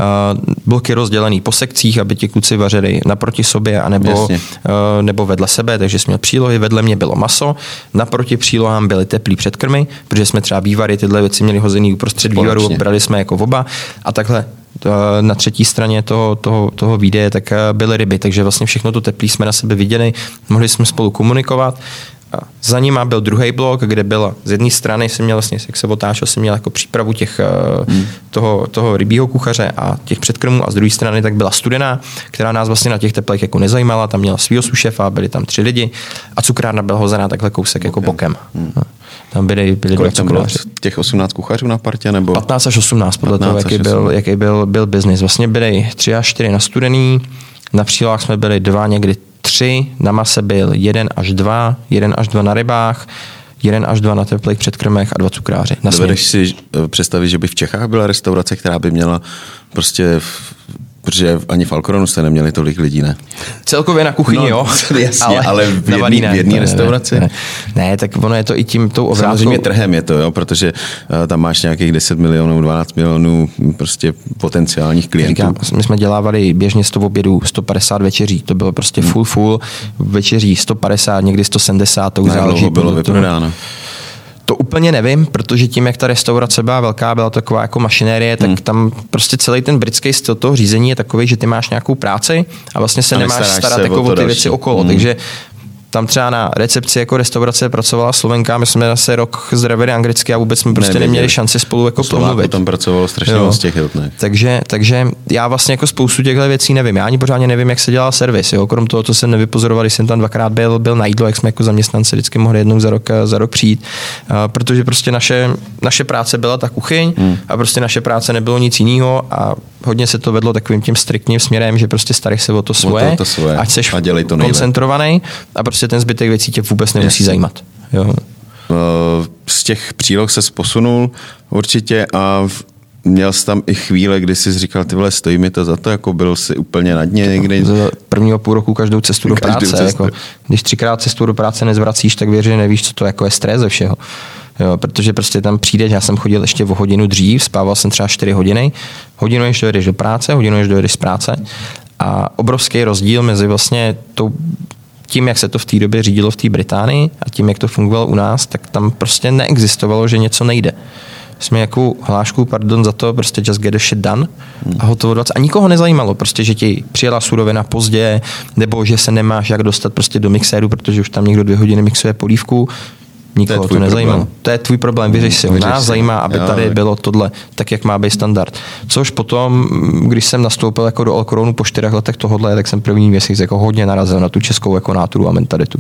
bloky rozdělený po sekcích, aby ti kluci vařili naproti sobě anebo, nebo vedle sebe, takže jsme měli přílohy, vedle mě bylo maso, naproti přílohám byly teplý předkrmy, protože jsme třeba vývary, tyhle věci měli hozený uprostřed vývaru, brali jsme jako oba a takhle na třetí straně toho, toho, toho výdeje tak byly ryby, takže vlastně všechno to teplý jsme na sebe viděli, mohli jsme spolu komunikovat. A za nima byl druhý blok, kde byla z jedné strany jsem měl vlastně, jak se otáčel, jsem měl jako přípravu těch, hmm. toho, toho rybího kuchaře a těch předkrmů a z druhé strany tak byla studená, která nás vlastně na těch teplech jako nezajímala, tam měla svýho sušefa, byli tam tři lidi a cukrárna byla hozená takhle kousek okay. jako bokem. Hmm. Tam byly, byly
Kolik tam bylo těch osmnáct kuchařů na partě? Nebo?
patnáct až osmnáct podle toho, jaký byl, jaký byl, byl biznis. Vlastně byly tři až čtyři na studený, na přílohách jsme byli dva, někdy tři, na mase byl jeden až dva, jeden až dva na rybách, jeden až dva na teplých předkrmech a dva cukráři.
Dovedeš si představit, že by v Čechách byla restaurace, která by měla prostě, protože ani v Alcoronu jste neměli tolik lidí, ne?
Celkově na kuchyni,
no,
jo.
Jasně, ale, ale v jedné jedný restauraci?
Ne, ne, ne, tak ono je to i tím tou obrázkou.
Samozřejmě trhem je to, jo, protože uh, tam máš nějakých deset milionů, dvanáct milionů prostě potenciálních klientů.
Říkám, my jsme dělávali běžně sto obědů, sto padesát večeří, to bylo prostě full full, večeří sto padesát, někdy sto sedmdesát, to už záleží.
Bylo vyprodáno.
To úplně nevím, protože tím, jak ta restaurace byla velká, byla taková jako mašinérie, tak hmm. tam prostě celý ten britský styl toho řízení je takový, že ty máš nějakou práci a vlastně se a nemáš starat jako o ty další věci okolo. Hmm. Takže tam třeba na recepci jako restaurace pracovala Slovenka, my jsme zase rok zdravili anglicky a vůbec jsme prostě Nevěděli. neměli šanci spolu jako promluvit.
Tam pracovalo strašně moc těch hiltných.
Takže, takže já vlastně jako spoustu těchto věcí nevím. Já ani pořádně nevím, jak se dělal servis. Jo? Krom toho, co jsem nevypozoroval, když jsem tam dvakrát byl, byl na jídlo, jak jsme jako zaměstnanci vždycky mohli jednou za rok, za rok přijít. Uh, protože prostě naše, naše práce byla ta kuchyň hmm. a prostě naše práce nebylo nic jiného a hodně se to vedlo takovým tím striktním směrem, že prostě starý se o to svoje, o to, to svoje. Ať seš koncentrovaný a prostě ten zbytek věcí tě vůbec nemusí Jasně. zajímat. Jo.
Z těch příloh se posunul určitě a měl jsi tam i chvíle, kdy jsi říkal, ty vole, stojí mi to za to, jako byl jsi úplně na dně někdy.
Z prvního půl roku každou cestu do
Každou
práce.
cestu.
Jako, když třikrát cestu do práce nezvracíš, tak věř, že nevíš, co to jako je stres ze všeho. Jo, protože prostě tam přijdeš, já jsem chodil ještě o hodinu dřív, spával jsem třeba čtyři hodiny, hodinu ještě dojedeš do práce, hodinu ještě dojedeš z práce a obrovský rozdíl mezi vlastně tou, tím, jak se to v té době řídilo v té Británii a tím, jak to fungovalo u nás, tak tam prostě neexistovalo, že něco nejde. Jsme jako hlášku, pardon za to, prostě just get the shit done a hotovo dvacet. A nikoho nezajímalo, prostě, že ti přijela surovina pozdě, nebo že se nemáš jak dostat prostě do mixéru, protože už tam někdo dvě hodiny mixuje polívku. Nikoho to, to nezajímalo. Problém. To je tvůj problém, vyřeš si.
Vyřeš
Nás
si.
zajímá, aby
jo,
tady
tak.
bylo tohle, tak jak má být standard. Což potom, když jsem nastoupil jako do Alcoronu po čtyřech letech tohodle, tak jsem první měsíc jako hodně narazil na tu českou jako náturu a mentalitu.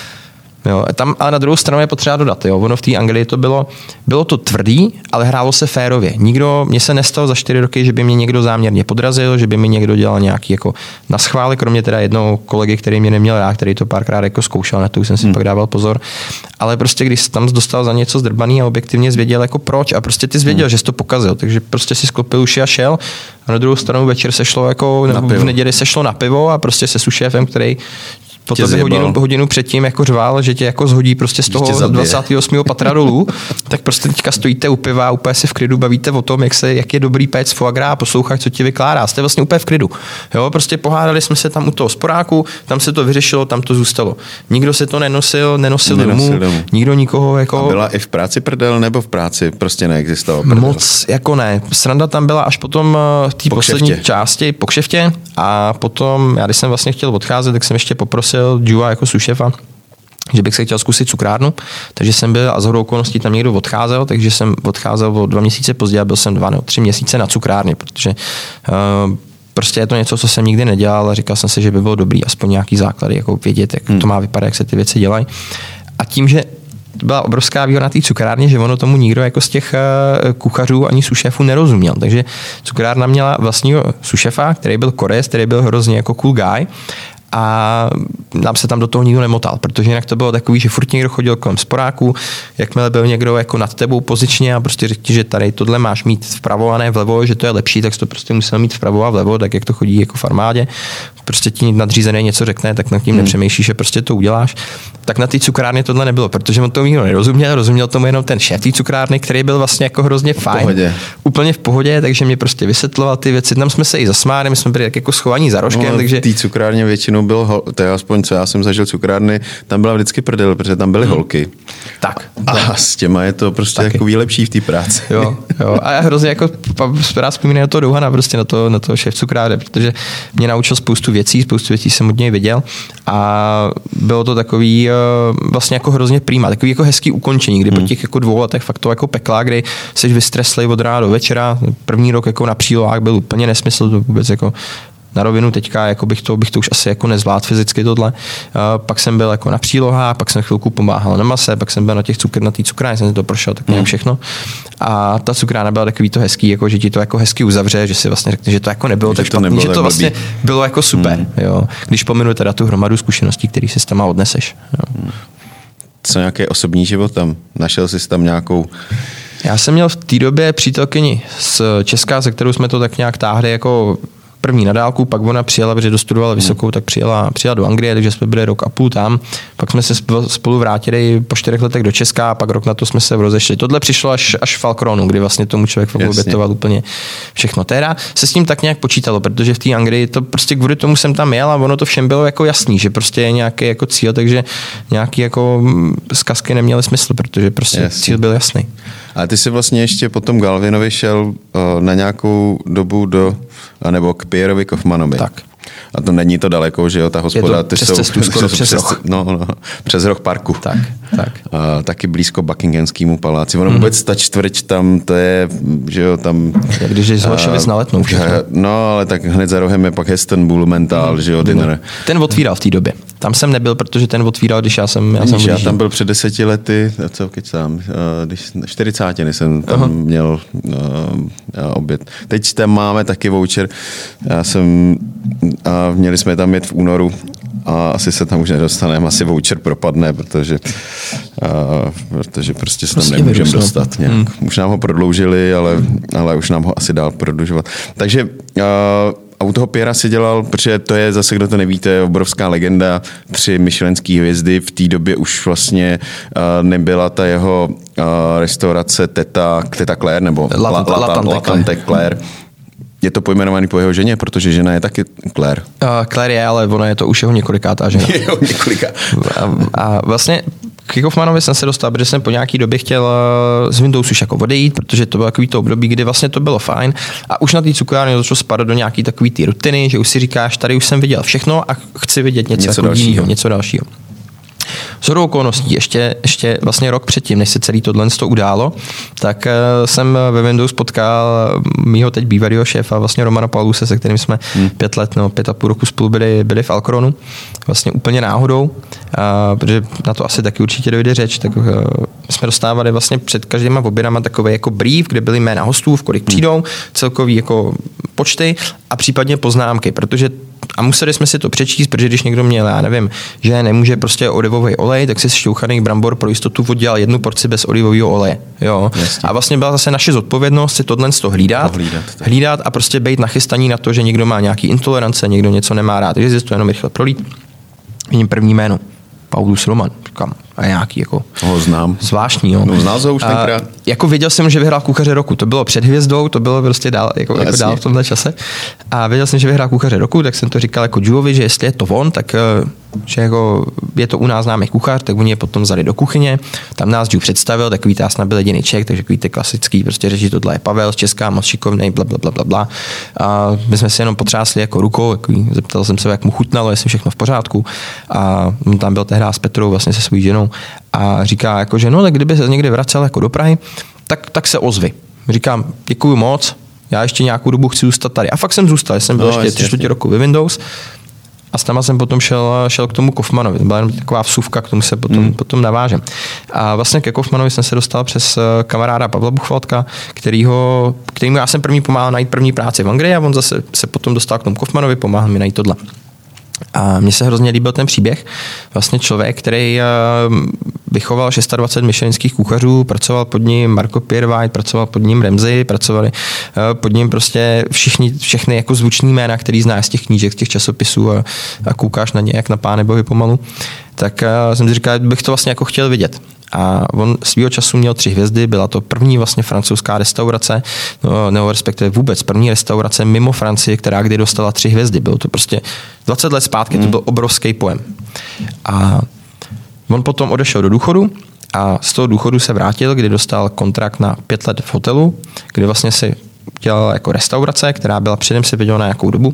Jo, tam, ale na druhou stranu je potřeba dodat. Jo. Ono v té Anglii to bylo, bylo to tvrdý, ale hrálo se férově. Nikdo, mně se nestalo za čtyři roky, že by mě někdo záměrně podrazil, že by mi někdo dělal nějaký jako naschvály, kromě teda jednoho kolegy, který mě neměl rád, který to párkrát jako zkoušel, na to už jsem si hmm. pak dával pozor. Ale prostě když tam dostal za něco zdrbaný a objektivně zvěděl jako proč a prostě ty zvěděl, hmm. že jsi to pokazil, takže prostě si sklopil uši a šel. A na druhou stranu večer se šlo jako, nebo v neděli se šlo na pivo a prostě se šéfem, který po tebe hodinu, hodinu předtím jako řval, že tě jako zhodí prostě z toho dvacátého osmého patra dolů, tak prostě teďka stojíte u piva, úplně si v klidu bavíte o tom, jak, se, jak je dobrý péct foie gras a posloucháš, co ti vykládá. Jste vlastně úplně v klidu. Jo, prostě pohádali jsme se tam u toho sporáku, tam se to vyřešilo, tam to zůstalo. Nikdo se to nenosil, nenosil, nenosil domů, domů, nikdo nikoho jako...
A byla i v práci prdel, nebo v práci prostě neexistoval prdel?
Moc jako ne. Sranda tam byla až potom v té poslední části po kšeftě a potom, já když jsem vlastně chtěl odcházet, tak jsem ještě poprosil Jua jako sušefa, že bych se chtěl zkusit cukrárnu, takže jsem byl a z hodou okolností tam někdo odcházel, takže jsem odcházel o dva měsíce později a byl jsem dva nebo tři měsíce na cukrárně, protože uh, prostě je to něco, co jsem nikdy nedělal a říkal jsem si, že by bylo dobrý aspoň nějaký základy, jako vědět, jak hmm. to má vypadat, jak se ty věci dělají. A tím, že to byla obrovská výhoda na té cukrárně, že ono tomu nikdo jako z těch uh, kuchařů ani sušefů nerozuměl. Takže cukrárna měla vlastního sušefa, který byl Korejec, který byl hrozně jako cool guy. A nám se tam do toho nikdo nemotal, protože jinak to bylo takový, že furt někdo chodil kolem sporáku, jakmile byl někdo jako nad tebou pozičně a prostě řekl ti, že tady tohle máš mít vpravo a ne vlevo, že to je lepší, tak jsi to prostě musel mít vpravo a vlevo, tak jak to chodí jako v armádě. Prostě ti nadřízený něco řekne, tak nad tím hmm. nepřemýšlíš, že prostě to uděláš. Tak na té cukrárně tohle nebylo, protože on to nikdo nerozuměl, rozuměl tomu jenom ten šéf té cukrárny, který byl vlastně jako hrozně fajn. Pohodě. Úplně v pohodě, takže mě prostě vysvětloval ty věci. Tam jsme se i zasmáli, my jsme byli jako schovaní za rožkem,
no,
takže
v té cukrárně většinou byl, to je aspoň co já jsem zažil cukrárny, tam byla vždycky prdel, protože tam byly hmm. holky.
Tak.
A tak. S těma je to prostě taky. Jako lepší v té práci.
Jo, jo. A já hrozně jako rád vzpomínám na toho Douhana, prostě na to, na toho šéf cukráře, protože mě naučil spoustu věcí, spoustu věcí jsem od něj viděl a bylo to takový vlastně jako hrozně prima, takový jako hezký ukončení, kdy hmm. po těch jako dvou letech fakt to jako pekla, kdy jsi vystreslej od rána do večera, první rok jako na přílohách byl úplně nesmysl, to vůbec jako na rovinu teďka, jako bych to, bych to už asi jako nezvládl fyzicky tohle. Uh, pak jsem byl jako na přílohách, pak jsem chvilku pomáhal na mase, pak jsem byl na těch cukr, na té cukrárně, jsem si to prošel tak nějak všechno. A ta cukrárna byla takový to hezký, jako že ti to jako hezky uzavře, že si vlastně řekne, že to jako nebylo že tak špatný, nebylo že to vlastně blbý. Bylo jako super. Hmm. Jo. Když pominu teda tu hromadu zkušeností, který si tam odneseš. Jo.
Co nějaký osobní život tam? Našel jsi tam nějakou...
Já jsem měl v té době přítelkyni z Česka, se kterou jsme to tak nějak táhli jako první na dálku, pak ona přijela, protože dostudovala vysokou, tak přijela, přijela do Anglie, takže jsme byli rok a půl tam. Pak jsme se spolu vrátili po čtyřech letech do Česka a pak rok na to jsme se rozešli. Tohle přišlo až, až v Falkronu, kdy vlastně tomu člověk obětoval úplně všechno. Teda se s tím tak nějak počítalo, protože v té Anglii to prostě kvůli tomu jsem tam jel a ono to všem bylo jako jasný, že prostě je nějaký jako cíl, takže nějaký jako zkazky neměly smysl, protože prostě jasný. Cíl byl jasný.
A ty jsi vlastně ještě potom Galvinovi šel o, na nějakou dobu do, nebo k Pierovi Kaufmanovi.
Tak.
A to není to daleko, že jo, ta hospoda.
Je to přes
ty
cestu,
jsou,
skoro přes roh.
No, no, přes roh parku.
Tak, tak.
A, taky blízko Buckinghamskému paláci. Ono mm. vůbec ta čtvrť tam, to je, že jo, tam...
Jak když jsi z Holešovic na Letnou všechno.
No, ale tak hned za rohem je pak Heston Bullmental, mm. že jo, dinner.
Ten otvíral v té době. Tam jsem nebyl, protože ten otvíral, když já jsem... Já,
Víš, jsem já tam byl před deseti lety, co kecám, když čtyřicátiny jsem tam Aha. měl uh, oběd. Teď tam máme taky voucher. Já jsem, a měli jsme tam jet v únoru a asi se tam už nedostaneme, asi voucher propadne, protože, uh, protože prostě se tam prostě nemůžeme dostat nějak. Hmm. Už nám ho prodloužili, ale, ale už nám ho asi dál prodlužovat. Takže uh, a u toho Pierra si dělal, protože to je zase, kdo to nevíte, obrovská legenda, tři michelinské hvězdy, v té době už vlastně uh, nebyla ta jeho uh, restaurace Teta, Teta Claire, nebo La, La, La, La, La Tante Claire. Je to pojmenovaný po jeho ženě, protože žena je taky Claire.
Uh, Claire je, ale ona je to už jeho několikátá žena.
jeho několikátá.
A, a vlastně k Kaufmanovi jsem se dostal, protože jsem po nějaký době chtěl z Windowsu už jako odejít, protože to bylo takový to období, kdy vlastně to bylo fajn a už na té cukrárně začalo spadat do nějaký takový ty rutiny, že už si říkáš, tady už jsem viděl všechno a chci vidět něco, něco jako dalšího. něco dalšího. Shodou okolností, ještě, ještě vlastně rok předtím, než se celý tohle to událo, tak uh, jsem ve Windows potkal mýho teď bývalého šéfa, vlastně Romana Pauluse, se kterým jsme hmm. pět let, no pět a půl roku spolu byli, byli v Alcronu, vlastně úplně náhodou, uh, protože na to asi taky určitě dojde řeč, tak uh, jsme dostávali vlastně před každýma obědama takový jako brief, kde byly jména hostů, v kolik přijdou, celkový jako počty a případně poznámky, protože a museli jsme si to přečíst, protože když někdo měl, já nevím, že nemůže prostě olivový olej, tak si šťouchaný brambor pro jistotu oddělal jednu porci bez olivového oleje. Jo. A vlastně byla zase naše zodpovědnost si tohle z toho hlídat, hlídat, hlídat a prostě být nachystaní na to, že někdo má nějaký intolerance, někdo něco nemá rád. Takže si to jenom rychle prolít. Vidím první jméno. Paulus Roman. Říkám, a nějaký jako
ho znám.
Zvláštní, jo.
No, znal ho už tenkrát.
Jako věděl jsem, že vyhrál kuchaře roku. To bylo před hvězdou, to bylo prostě dál, jako, no, jako dál v tomhle čase. A věděl jsem, že vyhrál kuchaře roku, tak jsem to říkal jako Juovi, že jestli je to on, tak že jako je to u nás známý kuchař, tak oni je potom vzali do kuchyně. Tam nás Ju představil, takový ta snad byl jediný Čech, takže takový ty klasický prostě řeči, tohle je Pavel z Česka, moc šikovnej, bla, bla, bla, bla, bla. A my jsme si jenom potřásli jako rukou, takový, zeptal jsem se, jak mu chutnalo, jestli všechno v pořádku. A tam byl tehdy s Petrou, vlastně se svou ženou. A říká, jako, že no, tak kdyby se někdy vracel jako do Prahy, tak, tak se ozvi. Říkám, děkuju moc, já ještě nějakou dobu chci zůstat tady. A fakt jsem zůstal, jsem byl no, ještě tři čtvrtě roku ve Windows. A s tam jsem potom šel, šel k tomu Kaufmanovi. Byla jenom taková vsuvka, k tomu se potom, hmm. potom navážem. A vlastně ke Kaufmanovi jsem se dostal přes kamaráda Pavla Buchvaltka, kterýho, kterýmu já jsem první pomáhal najít první práci v Anglii a on zase se potom dostal k tomu Kaufmanovi, pomáhal mi najít tohle. A mně se hrozně líbil ten příběh. Vlastně člověk, který vychoval dvacet šest michelinských kuchařů, pracoval pod ním Marco Pierre White, pracoval pod ním Ramsay, pracovali pod ním prostě všichni, všechny jako zvuční jména, který znáš z těch knížek, z těch časopisů a, a koukáš na ně jak na Pány bohy pomalu. Tak jsem si říkal, bych to vlastně jako chtěl vidět. A on svýho času měl tři hvězdy, byla to první vlastně francouzská restaurace, no, nebo respektive vůbec první restaurace mimo Francii, která kdy dostala tři hvězdy. Bylo to prostě dvacet let zpátky, mm. to byl obrovský pojem. A on potom odešel do důchodu a z toho důchodu se vrátil, kdy dostal kontrakt na pět let v hotelu, kdy vlastně si dělal jako restaurace, která byla předem si viděla na nějakou dobu.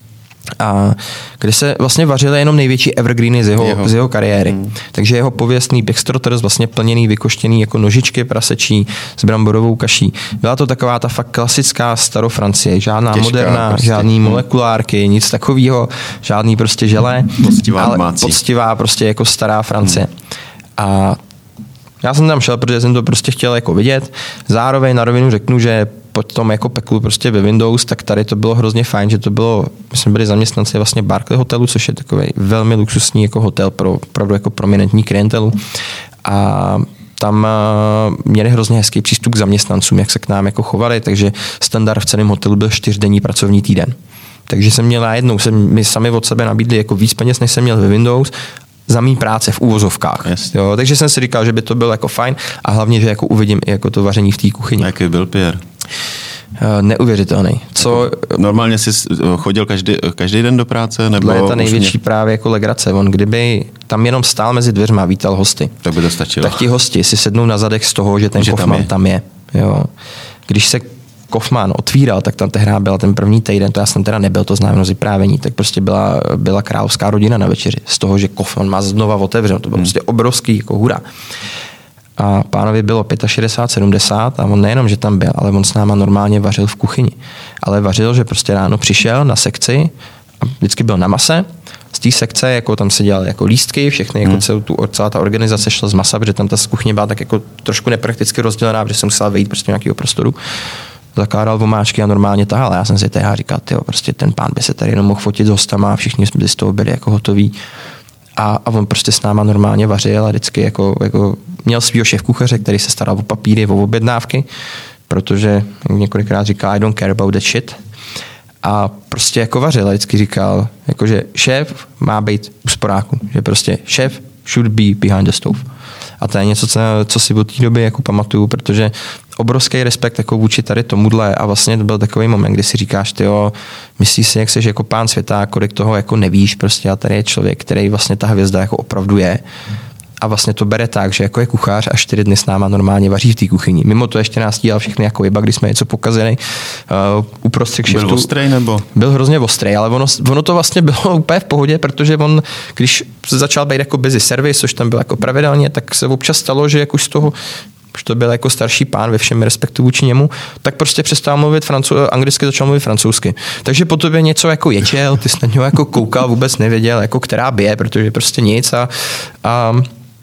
A kde se vlastně vařily jenom největší evergreeny z jeho, jeho. Z jeho kariéry. Hmm. Takže jeho pověstný bixtroters, vlastně plněný, vykoštěný jako nožičky prasečí s bramborovou kaší. Byla to taková ta fakt klasická starofrancie, žádná těžká, moderná, prostě. Žádný molekulárky, nic takového, žádný prostě želé,
poctivá,
ale poctivá prostě jako stará Francie. Hmm. A já jsem tam šel, protože jsem to prostě chtěl jako vidět. Zároveň na rovinu řeknu, že po tom jako peklu prostě ve Windows, tak tady to bylo hrozně fajn, že to bylo, my jsme byli zaměstnanci vlastně Barclay hotelu, což je takový velmi luxusní jako hotel pro opravdu jako prominentní klientelu. A tam měli hrozně hezký přístup k zaměstnancům, jak se k nám jako chovali, takže standard v celém hotelu byl čtyřdenní pracovní týden. Takže jsem měl najednou, jsem, my sami od sebe nabídli jako víc peněz, než jsem měl ve Windows, za mý práce v úvozovkách. Jo, takže jsem si říkal, že by to bylo jako fajn a hlavně, že jako uvidím i jako to vaření v té kuchyni.
Jaký byl Pierre?
Neuvěřitelný. Co,
normálně jsi chodil každý, každý den do práce? Nebo
je ta největší mě... právě jako legrace. On kdyby tam jenom stál mezi dveřma a vítal hosty.
Tak by to stačilo.
Tak ti hosti si sednou na zadek z toho, že ten že Kaufman tam je. Tam je. Jo. Když se Kaufman otvíral, tak tam tehdy byla ten první týden, to já jsem teda nebyl, to znám z vyprávění, tak prostě byla, byla královská rodina na večeři. Z toho, že Kaufman má znova otevřen, to bylo hmm. prostě obrovský jako hura. A pánovi bylo šedesát pět sedmdesát a on nejenom, že tam byl, ale on s náma normálně vařil v kuchyni. Ale vařil, že prostě ráno přišel na sekci a vždycky byl na mase. Z té sekce jako tam se dělaly jako lístky, všechny, jako celou tu, celá ta organizace šla z masa, protože tam ta kuchyně byla tak jako trošku neprakticky rozdělená, protože jsem musela vejít prostě do nějakého prostoru. zakládal vomáčky a normálně tahal. Já jsem si tehdy říkal, tyjo, prostě ten pán by se tady jenom mohl fotit s hostama a všichni jsme z toho byli jako hotoví. A, a on prostě s náma normálně vařil a vždycky jako, jako měl svýho šéfkuchaře, který se staral o papíry, o objednávky, protože několikrát říkal, I don't care about that shit. A prostě jako vařil a vždycky říkal, jako, že šéf má být u sporáku, že prostě šéf should be behind the stove. A to je něco, co, co si od té doby jako pamatuju, protože obrovský respekt jako vůči tady tomuhle a vlastně to byl takový moment, kdy si říkáš, tyjo, myslíš si, jak jsi jako pán světa, kolik toho jako nevíš prostě a tady je člověk, který vlastně ta hvězda jako opravdu je. A vlastně to bere tak, že jako je kuchař a čtyři dny s náma normálně vaří v té kuchyni. Mimo to ještě nás dělal všechny jako jeba, když jsme něco pokazili uh, uprostřed šiftu.
Byl ostrý nebo?
Byl hrozně ostrý, ale ono, ono to vlastně bylo úplně v pohodě, protože on, když začal být jako busy service, což tam byl jako pravidelně, tak se občas stalo, že jak už z toho už to byl jako starší pán ve všem respektu vůči němu, tak prostě přestal mluvit francou- anglicky, začal mluvit francouzsky. Takže po tobě něco jako ječel, ty jsi na něho jako koukal, vůbec nevěděl, jako která bije, protože prostě nic a, a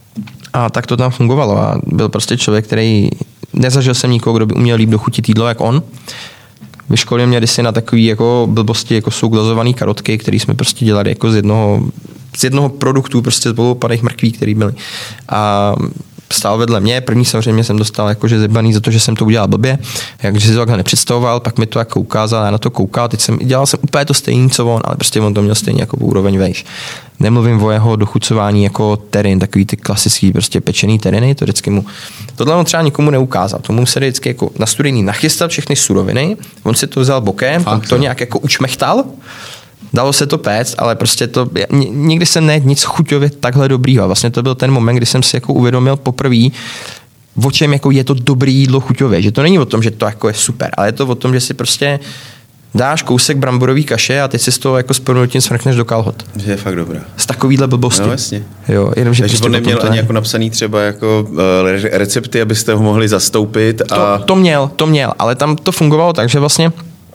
A tak to tam fungovalo a byl prostě člověk, který nezažil jsem nikoho, kdo by uměl líp dochutit jídlo, jak on. Vyškolil mě kdysi na takový jako blbosti, jako jsou glazovaný karotky, které jsme prostě dělali jako z jednoho, z jednoho produktu, prostě z polopaných mrkví, který byly. A stál vedle mě, první samozřejmě jsem dostal jakože zebaný za to, že jsem to udělal blbě, takže si to takhle nepředstavoval, pak mi to jako ukázal, já na to koukal, teď jsem dělal jsem úplně to stejný, co on, ale prostě on to měl stejně jako úroveň vejš. Nemluvím o jeho dochucování jako terin, takový ty klasický prostě pečený teriny, to vždycky mu, tohle on třeba nikomu neukázal, tomu se vždycky jako na studený nachystat všechny suroviny, on si to vzal bokem, on to nějak jako učmechtal, dalo se to péct, ale prostě to, nikdy jsem ne nic chuťově takhle dobrýho. Vlastně to byl ten moment, kdy jsem si jako uvědomil poprvé, o čem jako je to dobrý jídlo chuťově. Že to není o tom, že to jako je super, ale je to o tom, že si prostě dáš kousek bramborový kaše a teď si z toho jako s prominutím svrkneš do kalhot.
Že je fakt dobrá.
Z takovýhle blbosti.
No jasně.
Jo, jenom, že
takže
prostě
on neměl ani jako napsaný třeba jako uh, recepty, abyste ho mohli zastoupit. A...
To, to měl, to měl, ale tam to fungovalo tak, že vlastně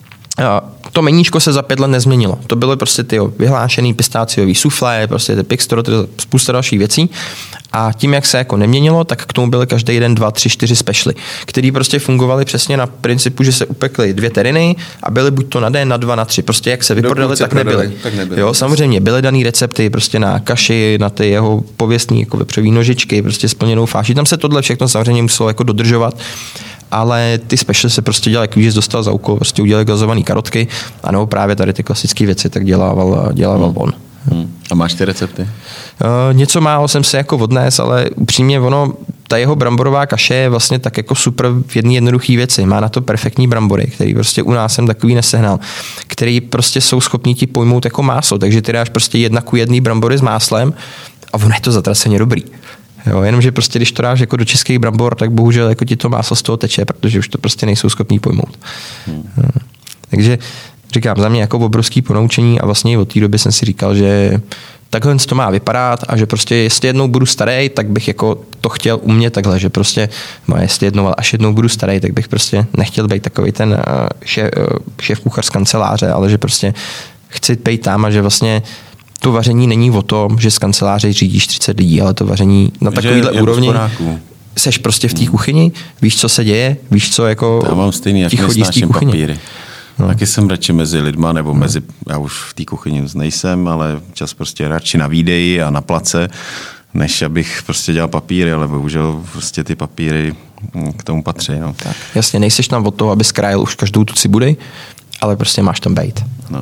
to meníčko se za pět let nezměnilo. To byly prostě ty vyhlášený pistáciový suflé, prostě ty pixtro, spousta dalších věcí. A tím, jak se jako neměnilo, tak k tomu byly každý jeden, dva, tři, čtyři specialy, který prostě fungovaly přesně na principu, že se upekly dvě teriny a byly buď to na den, na dva, na tři. Prostě jak se vyprodali, tak nebyly.
Tak nebyly.
Jo, samozřejmě byly daný recepty prostě na kaši, na ty jeho pověstní jako vepřový nožičky, prostě splněnou fáši. Tam se tohle všechno samozřejmě muselo jako dodržovat. Ale ty special se prostě dělal, jak víš, dostal za úkol, prostě udělali glazované karotky a no právě tady ty klasické věci tak dělával, dělával hmm. on.
Hmm. A máš ty recepty?
Uh, něco málo jsem se jako odnes, ale upřímně ono, ta jeho bramborová kaše je vlastně tak jako super v jedné jednoduché věci. Má na to perfektní brambory, který prostě u nás jsem takový nesehnal, který prostě jsou schopní ti pojmout jako máslo, takže ty dáš prostě jedna ku jedný brambory s máslem a ono je to zatraceně dobrý. Jo, jenomže prostě, když to dáš jako do českých brambor, tak bohužel jako ti to máslo z toho teče, protože už to prostě nejsou schopní pojmout. Hmm. Takže říkám, za mě jako obrovský ponaučení a vlastně od té doby jsem si říkal, že takhle to má vypadat a že prostě jestli jednou budu starý, tak bych jako to chtěl umět takhle, že prostě, no jestli jednou, až jednou budu starý, tak bych prostě nechtěl být takový ten šéf, šéf kuchař z kanceláře, ale že prostě chci být tam a že vlastně to vaření není o tom, že z kanceláře řídíš třicet lidí, ale to vaření na takovýhle úrovni seš prostě v té kuchyni, víš, co se děje, víš, co jako
já mám stejný, jak nesnáším papíry. No. Taky jsem radši mezi lidma, nebo no. mezi, já už v té kuchyni nejsem, ale čas prostě radši na výdeji a na place, než abych prostě dělal papíry, ale bohužel prostě ty papíry k tomu patří. No.
Tak, jasně, nejseš tam od toho, aby skrájel už každou tu cibuli, ale prostě máš tam bejt.
No.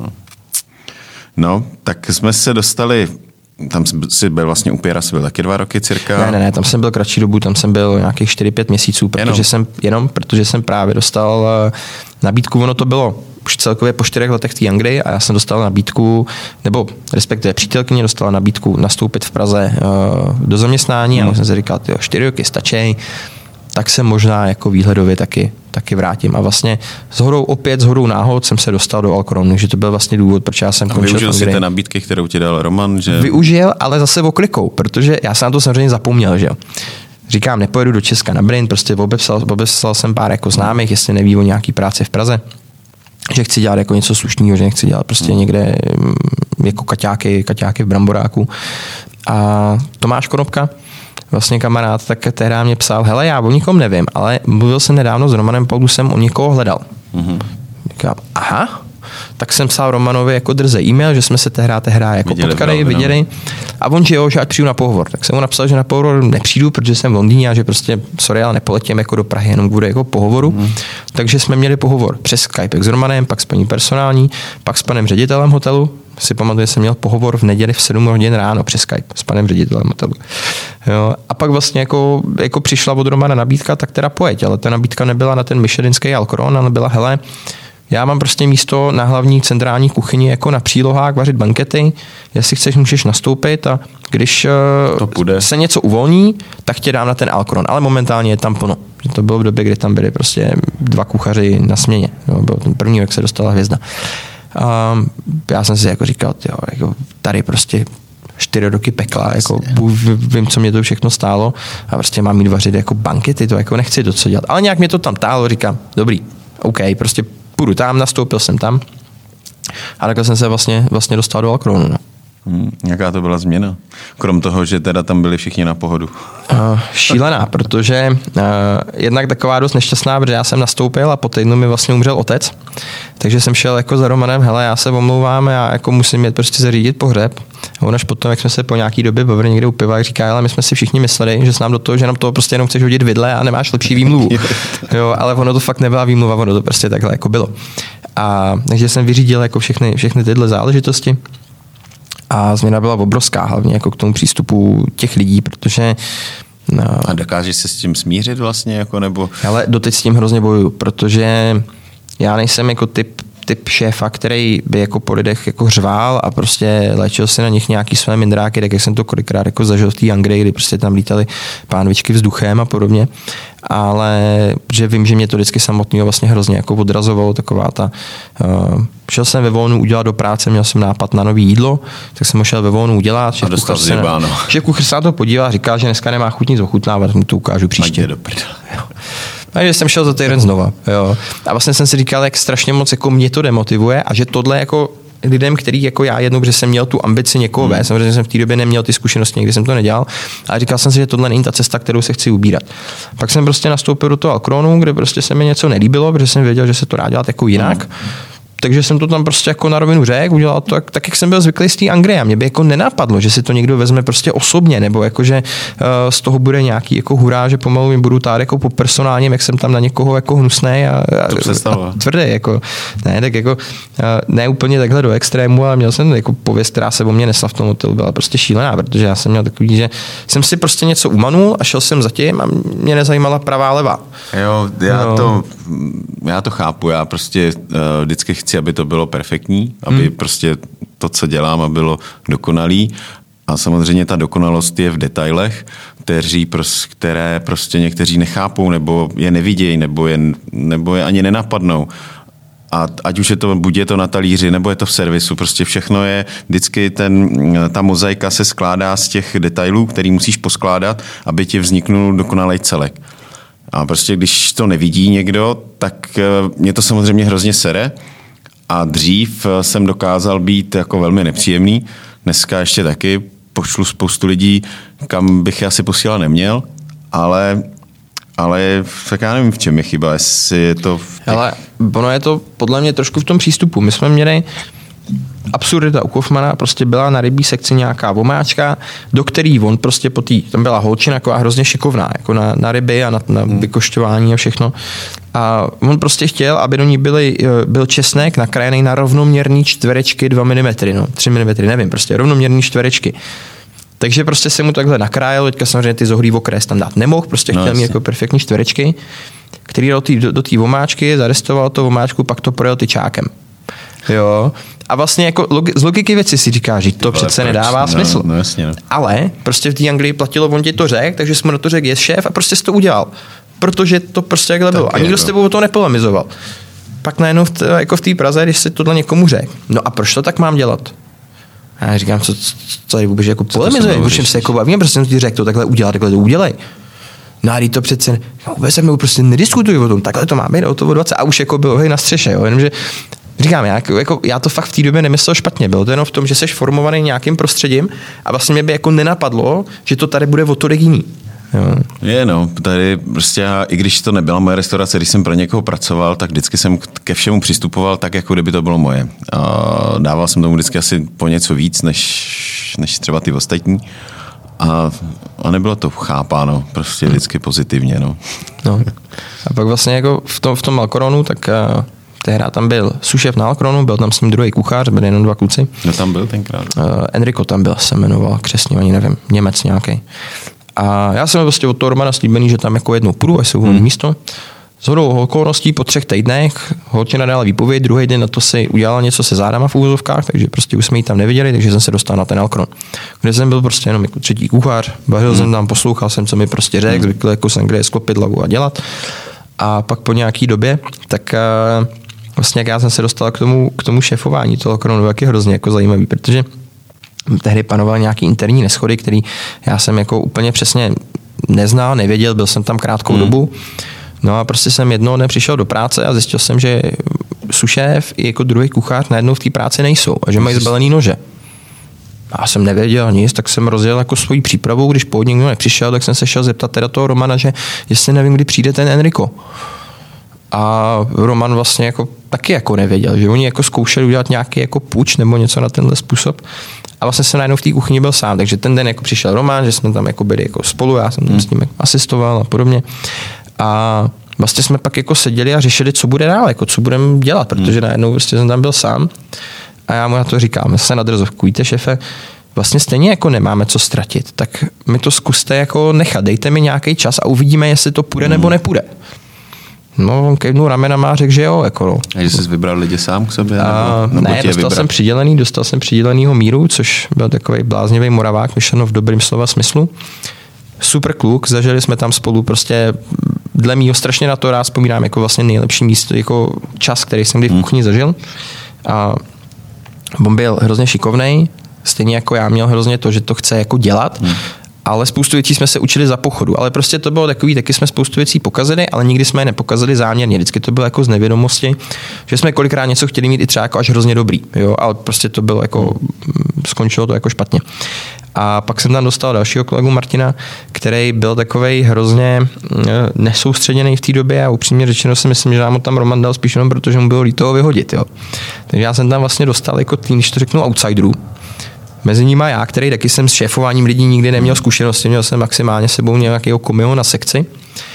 No, tak jsme se dostali, tam si byl vlastně u Pěra, byl taky dva roky cirka.
Ne, ne, ne, tam jsem byl kratší dobu, tam jsem byl nějakých čtyři pět měsíců, protože jenom. jsem, jenom protože jsem právě dostal nabídku, ono to bylo už celkově po čtyřech letech v té Anglii a já jsem dostal nabídku, nebo respektive přítelkyně dostala nabídku nastoupit v Praze uh, do zaměstnání hmm. a jsem si říkal, tyjo, čtyři roky stačí, tak se možná jako výhledově taky, taky vrátím. A vlastně shodou opět, shodou náhod jsem se dostal do Alcronu, že to byl vlastně důvod, proč já jsem
a
končil.
Využil jsi ty nabídky, kterou ti dal Roman? Že...
Využil, ale zase oklikou, protože já jsem na to samozřejmě zapomněl, že jo. Říkám, nepojedu do Česka na Bryn, prostě obepsal, obepsal jsem pár jako známých, jestli neví o nějaký práci v Praze, že chci dělat jako něco slušného, že nechci dělat prostě hmm. někde jako kaťáky, kaťáky v bramboráku. A Tomáš Konopka, vlastně kamarád, tak tehdy mě psal, hele, já o nikom nevím, ale mluvil jsem nedávno s Romanem Paudusem, o někoho hledal. Mm-hmm. Říkám, aha, tak jsem psal Romanovi jako drze e-mail, že jsme se tehdy tehdy jako viděli, potkali, no, viděli. A on, že jo, že ať přijdu na pohovor. Tak jsem mu napsal, že na pohovor nepřijdu, protože jsem v Londýně a že prostě, sorry, ale nepoletím jako do Prahy jenom kvůli jako pohovoru. Mm. Takže jsme měli pohovor přes Skype s Romanem, pak s paní personální, pak s panem ředitelem hotelu. Si pamatuju, že jsem měl pohovor v neděli v sedm hodin ráno přes Skype s panem ředitelem hotelu. Jo. A pak vlastně jako, jako přišla od Romana nabídka, tak teda pojeď, ale ta nabídka nebyla na ten michelinský Alcron, ale byla, hele, já mám prostě místo na hlavní centrální kuchyni jako na přílohách vařit bankety, jestli chceš, můžeš nastoupit a když to se něco uvolní, tak tě dám na ten Alcron, ale momentálně je tam plno. To bylo v době, kdy tam byli prostě dva kuchaři na směně. Jo, byl ten první, jak se dostala hvězda. A já jsem si jako říkal, tyjo, jako tady prostě čtyři roky pekla, jako vím, co mě to všechno stálo a prostě mám jít vařit jako bankety, to jako nechci to co dělat. Ale nějak mě to tam tálo, říkám, dobrý, OK, prostě půjdu tam, nastoupil jsem tam a takhle jsem se vlastně, vlastně dostal do Alcronu. No.
Hmm, jaká to byla změna? Krom toho, že teda tam byli všichni na pohodu.
Uh, šílená, protože uh, jednak taková dost nešťastná, protože já jsem nastoupil a po týdnu mi vlastně umřel otec. Takže jsem šel jako za Romanem, hele, já se omlouvám, já jako musím jít prostě zařídit pohřeb. A on až potom, jak jsme se po nějaký době bavili někde u piva, říká, ale my jsme si všichni mysleli, že s nám do toho, že nám toho prostě jenom chceš hodit vidle a nemáš lepší výmluvu. Jo, ale ono to fakt nebyla výmluva, ono to prostě takhle jako bylo. A takže jsem vyřídil jako všechny, všechny tyhle záležitosti. A změna byla obrovská, hlavně jako k tomu přístupu těch lidí, protože...
No, a dokážeš se s tím smířit vlastně, jako nebo...
Ale doteď s tím hrozně bojuju, protože já nejsem jako typ, typ šéfa, který by jako po lidech jako řvál a prostě léčil si na nich nějaký své mindráky, tak jak jsem to kolikrát jako zažil v té Anglii, kdy prostě tam lítali pánvičky vzduchem a podobně. Ale že vím, že mě to vždycky samotného vlastně hrozně jako odrazovalo, taková ta... Uh, šel jsem ve volnu udělat do práce, měl jsem nápad na nový jídlo, tak jsem ho šel ve volnu udělat. Šéf kuchař se, na, kuchař se na to podívá, říká, že dneska nemá chuť nic ochutnávat, mu to ukážu příště. Takže jsem šel za týden znova. Jo. A vlastně jsem si říkal, jak strašně moc jako mě to demotivuje a že tohle jako lidem, který jako já jednou, protože jsem měl tu ambici někoho vést, samozřejmě jsem v té době neměl ty zkušenosti, nikdy jsem to nedělal, ale říkal jsem si, že tohle není ta cesta, kterou se chci ubírat. Pak jsem prostě nastoupil do toho Alcronu, kde prostě se mi něco nelíbilo, protože jsem věděl, že se to dá dělat jako jinak. Takže jsem to tam prostě jako na rovinu řekl, udělal to tak, tak jak jsem byl zvyklý z té Anglie. Mě by jako nenapadlo, že si to někdo vezme prostě osobně, nebo jako, že uh, z toho bude nějaký jako hurá, že pomalu mi budu tát jako po personálním, jak jsem tam na někoho jako hnusnej a, a, a tvrdý. Jako, ne, tak jako, uh, ne úplně takhle do extrému, ale měl jsem jako pověst, která se o mě nesla v tom hotelu, byla prostě šílená, protože já jsem měl takový, že jsem si prostě něco umanul a šel jsem za tím a mě nezajímala pravá leva.
Jo, já, no. to, já to chápu, já prostě uh, vždycky chci, aby to bylo perfektní, aby hmm. prostě to, co dělám, a bylo dokonalý. A samozřejmě ta dokonalost je v detailech, kteří, které prostě někteří nechápou, nebo je nevidějí, nebo je, nebo je ani nenapadnou. A ať už je to, buď je to na talíři, nebo je to v servisu, prostě všechno je, vždycky ten, ta mozaika se skládá z těch detailů, který musíš poskládat, aby ti vzniknul dokonalý celek. A prostě když to nevidí někdo, tak mě to samozřejmě hrozně sere. A dřív jsem dokázal být jako velmi nepříjemný. Dneska ještě taky pošlu spoustu lidí, kam bych je asi posílat neměl, ale, ale tak já nevím, v čem je chyba, jestli je to... V těch...
Ale ono je to podle mě trošku v tom přístupu. My jsme měli absurdita u Kaufmana, prostě byla na rybí sekci nějaká vomáčka, do který on prostě po tý, tam byla holčina taková hrozně šikovná, jako na, na ryby a na, na vykošťování a všechno. A on prostě chtěl, aby do ní byly, byl česnek nakrájený na rovnoměrný čtverečky dva milimetry, no, tři milimetry, nevím, prostě rovnoměrný čtverečky. Takže prostě se mu takhle nakrájel, teďka samozřejmě ty zohlý okres tam dát nemohl, prostě chtěl no, mít jako perfektní čtverečky, který dal do, do té vomáčky, zarestoval to vomáčku, pak to projel tyčákem. Jo. A vlastně jako logi- z logiky věci si říká, že to přece proč? Nedává no, smysl.
No, jasně, no.
Ale prostě v té Anglii platilo, on ti to řekl, takže jsme na to řekl, je šéf a prostě jsi to udělal. Protože to prostě takhle tak bylo. A nikdo s tebou o to nepolemizoval. Pak najednou v t- jako v té Praze, když si tohle někomu řekl, no a proč to tak mám dělat? A já říkám, co, co tady vůbec jako polemizuje, o čem se jako bavím, prostě jsem ti řekl, to takhle udělat, takhle to udělej. No a to přece, no, vůbec se mnou prostě nediskutuji o tom, takhle to máme, do toho dvacet a už jako bylo hej na střeše, jo, jenomže říkám, já, jako, já to fakt v té době nemyslel špatně, bylo to jenom v tom, že jsi formovaný nějakým prostředím a vlastně mě by jako nenapadlo, že to tady bude o to jiný. Jo.
Je no, tady prostě já, i když to nebyla moje restaurace, když jsem pro někoho pracoval, tak vždycky jsem ke všemu přistupoval tak, jako kdyby to bylo moje. A dával jsem tomu vždycky asi po něco víc, než, než třeba ty ostatní. A, a nebylo to chápáno prostě vždycky pozitivně. No.
No. A pak vlastně jako v tom, v tom Alcoronu, tak uh, tehdy tam byl sušef na Alcoronu, byl tam s ním druhý kuchař, byli jenom dva kluci.
Kdo tam byl tenkrát?
Uh, Enrico tam byl, se jmenoval, křesně, ani nevím, Němec nějaký. A já jsem prostě od toho Romana slíbený, že tam jako jednou půjdu, až se uvolní hmm. místo. Shodou okolností po třech týdnech holčina dala výpověď, druhý den na to si udělala něco se zádama v úvozovkách, takže prostě už jsme ji tam neviděli, takže jsem se dostal na ten Alcoron, kde jsem byl prostě jenom jako třetí kuchař, vařil hmm. jsem tam, poslouchal jsem, co mi prostě řekl, hmm. zvykl jako jsem kde sklopit hlavu a dělat. A pak po nějaký době, tak uh, vlastně jak já jsem se dostal k tomu, k tomu šéfování toho Alcoronu, jak je hrozně jako zajímavý, protože tehdy panoval nějaký interní neschody, který já jsem jako úplně přesně neznal, nevěděl, byl jsem tam krátkou hmm. dobu. No a prostě jsem jednoho dne přišel do práce a zjistil jsem, že sušéf i jako druhý kuchař najednou v té práci nejsou a že mají zbalený nože. A já jsem nevěděl nic, tak jsem rozjel jako svoji přípravu, když po někdo nepřišel, tak jsem se šel zeptat teda toho Romana, že jestli nevím, kdy přijde ten Enrico. A Roman vlastně jako taky jako nevěděl, že oni jako zkoušeli udělat nějaký jako puč nebo něco na tenhle způsob. A vlastně jsem najednou v té kuchyni byl sám, takže ten den jako přišel Roman, že jsme tam jako byli jako spolu, já jsem tam hmm. s ním jako asistoval a podobně. A vlastně jsme pak jako seděli a řešili, co bude dál, jako co budeme dělat, protože najednou vlastně jsem tam byl sám a já mu na to říkám, se na drzovku, víte šéfe, vlastně stejně jako nemáme co ztratit, tak mi to zkuste jako nechat, dejte mi nějaký čas a uvidíme, jestli to půjde nebo nepůjde. No, on kejvnul ramenama a řekl, že jo. Jako no.
A že jsi vybral lidi sám k sobě?
A,
nebo, nebo
ne, dostal vybrat? jsem přidělený, dostal jsem přidělenýho Míru, což byl takový bláznivý Moravák, myšleno v dobrým slova smyslu. Super kluk, zažili jsme tam spolu prostě dle mýho strašně na to rád vzpomínám jako vlastně nejlepší místo, jako čas, který jsem kdy v kuchyni zažil. A on byl hrozně šikovnej, stejně jako já měl hrozně to, že to chce jako dělat, hmm. ale spoustu věcí jsme se učili za pochodu, ale prostě to bylo takový, taky jsme spoustu věcí pokazili, ale nikdy jsme je nepokazili záměrně, vždycky to bylo jako z nevědomosti, že jsme kolikrát něco chtěli mít i třeba jako až hrozně dobrý, jo, ale prostě to bylo jako, skončilo to jako špatně. A pak jsem tam dostal dalšího kolegu Martina, který byl takovej hrozně nesoustředěný v té době a upřímně řečeno si myslím, že nám ho tam Roman dal spíš jenom, protože mu bylo líto ho vyhodit. Jo. Takže já jsem tam vlastně dostal jako tým, když to řeknu, outsiderů. Mezi nimi já, který taky jsem s šéfováním lidí nikdy neměl zkušenosti, měl jsem maximálně sebou nějakého komio na sekci.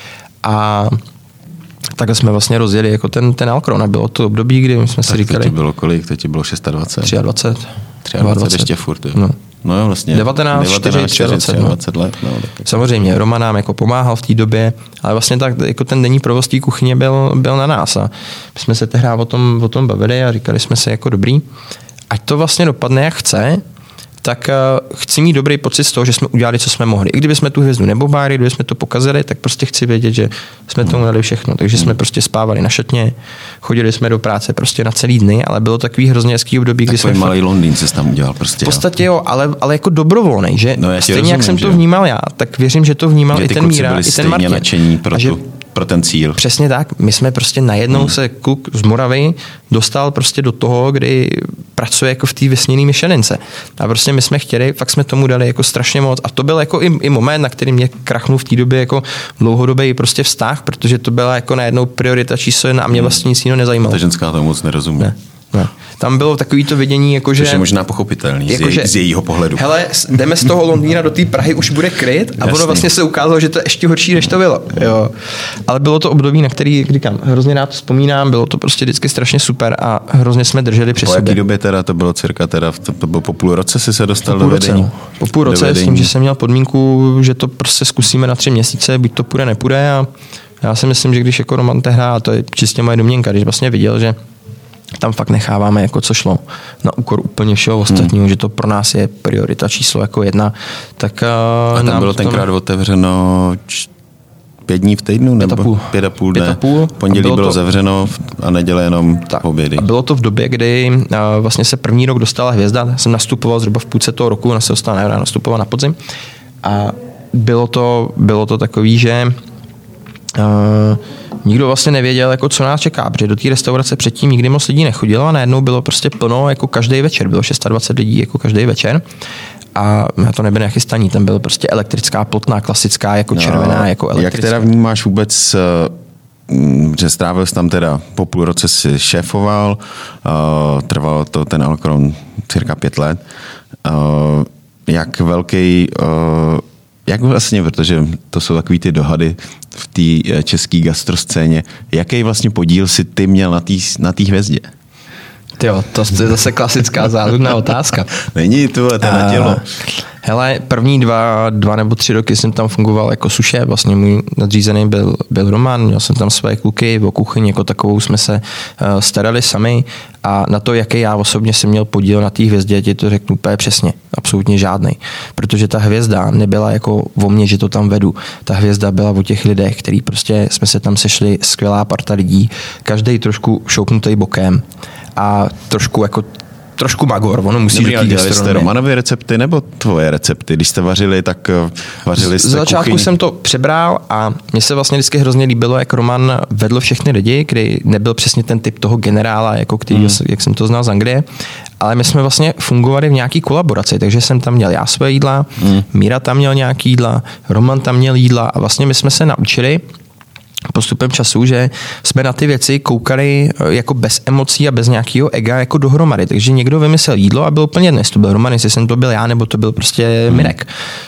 A takhle jsme vlastně rozjeli jako ten, ten Alcoron a bylo to období, kdy jsme si říkali...
To bylo kolik? To ti bylo dvacet šest?
dvacet tři.
dvacet ještě furt, jo.
No.
No jo, vlastně.
devatenáct, čtyři, dvacet,
dvacet let. No,
samozřejmě, Roman nám jako pomáhal v té době, ale vlastně tak jako ten denní provoz té kuchyně byl, byl na nás a my jsme se tehdy o tom, o tom bavili a říkali jsme si jako dobrý, ať to vlastně dopadne jak chce, tak uh, chci mít dobrý pocit z toho, že jsme udělali, co jsme mohli. I kdyby jsme tu hvězdu nebobáli, kdyby jsme to pokazili, tak prostě chci vědět, že jsme tomu dali všechno. Takže jsme prostě spávali na šatně, chodili jsme do práce prostě na celý dny, ale bylo takový hrozně hezký období, kdy
jsme...
Takový
malý Londýn se tam udělal prostě.
V podstatě jo, ale, ale jako dobrovolnej, že
no,
stejně
rozumím,
jak jsem to
že?
vnímal já, tak věřím, že to vnímal
že
i ten Míra, i ten Martin.
Nadšení pro, tu, pro ten cíl.
Přesně tak. My jsme prostě najednou hmm. se kluk z Moravy dostal prostě do toho, kdy pracuje jako v té vysněné myšelince. A prostě my jsme chtěli, fakt jsme tomu dali jako strašně moc. A to byl jako i, i moment, na který mě krachnul v té době jako dlouhodobý prostě vztah, protože to byla jako najednou priorita číslo jedna a mě vlastně nic jiného nezajímalo.
Ta ženská to moc nerozumí.
Ne. Ne. Tam bylo takový to vidění, jako že...
To je možná pochopitelný jako z, jej, z jejího pohledu.
Hele, jdeme z toho Londýna do té Prahy, už bude kryt a ono vlastně se ukázalo, že to je ještě horší, než to bylo. Jo. Ale bylo to období, na který, jak říkám, hrozně rád vzpomínám, bylo to prostě vždycky strašně super a hrozně jsme drželi při
po
sobě.
Po jaký době teda to bylo cirka, teda, to bylo po půl roce si se dostal
po
do vedení?
Roce, po půl roce s tím, že jsem měl podmínku, že to prostě zkusíme na tři měsíce, buď to půjde, nepůjde a já si myslím, že když jako Roman tehra, a to je čistě moje domněnka, když vlastně viděl, že tam fakt necháváme, jako co šlo na úkor úplně všeho ostatního, hmm. že to pro nás je priorita číslo jako jedna. Tak,
a tam bylo tenkrát tom... otevřeno č... pět dní v týdnu? Nebo
pět a půl.
Pět a půl,
pět a půl.
Pondělí bylo, bylo to... zavřeno a neděle jenom tak. obědy.
A bylo to v době, kdy uh, vlastně se první rok dostala hvězda. Já jsem nastupoval zhruba v půlce toho roku, ona se dostala na nastupoval na podzim. A bylo to, bylo to takový, že Uh, nikdo vlastně nevěděl, jako co nás čeká, protože do té restaurace předtím nikdy moc lidí nechodilo a najednou bylo prostě plno, jako každý večer, bylo dvacet šest lidí jako každý večer a to nebylo nějaké staní, tam byl prostě elektrická plotná, klasická, jako červená, no, jako elektrická.
Jak teda vnímáš vůbec, že strávil jsi tam teda po půl roce si šéfoval, uh, trvalo to ten Alcron cirka pět let. Uh, jak velký, uh, jak vlastně, protože to jsou takový ty dohady v té české gastroscéně, jaký vlastně podíl si ty měl na té na té hvězdě?
Jo, to je zase klasická záludná otázka.
Není to, to je na tělo.
Hele, první dva, dva nebo tři roky jsem tam fungoval jako suše, vlastně můj nadřízený byl, byl Roman, měl jsem tam své kluky, o kuchyni jako takovou jsme se uh, starali sami a na to, jaký já osobně jsem měl podíl na té hvězdě, ti to řeknu úplně přesně, absolutně žádnej, protože ta hvězda nebyla jako o mně, že to tam vedu, ta hvězda byla o těch lidech, který prostě jsme se tam sešli, skvělá parta lidí, každej trošku šoupnutý bokem a trošku jako trošku magor, ono musí
říkat. Dělali jste Romanovy recepty nebo tvoje recepty? Když jste vařili, tak vařili jste
Z začátku
kuchyni?
Jsem to přebral a mně se vlastně vždycky hrozně líbilo, jak Roman vedl všechny lidi, kdy nebyl přesně ten typ toho generála, jako který, hmm. jak jsem to znal z Anglie, ale my jsme vlastně fungovali v nějaký kolaboraci, takže jsem tam měl já své jídla, hmm. Míra tam měl nějaký jídla, Roman tam měl jídla a vlastně my jsme se naučili postupem času, že jsme na ty věci koukali jako bez emocí a bez nějakého ega jako dohromady. Takže někdo vymyslel jídlo a byl úplně jedno, jestli to byl Roman, jestli jsem to byl já, nebo to byl prostě hmm. Mirek.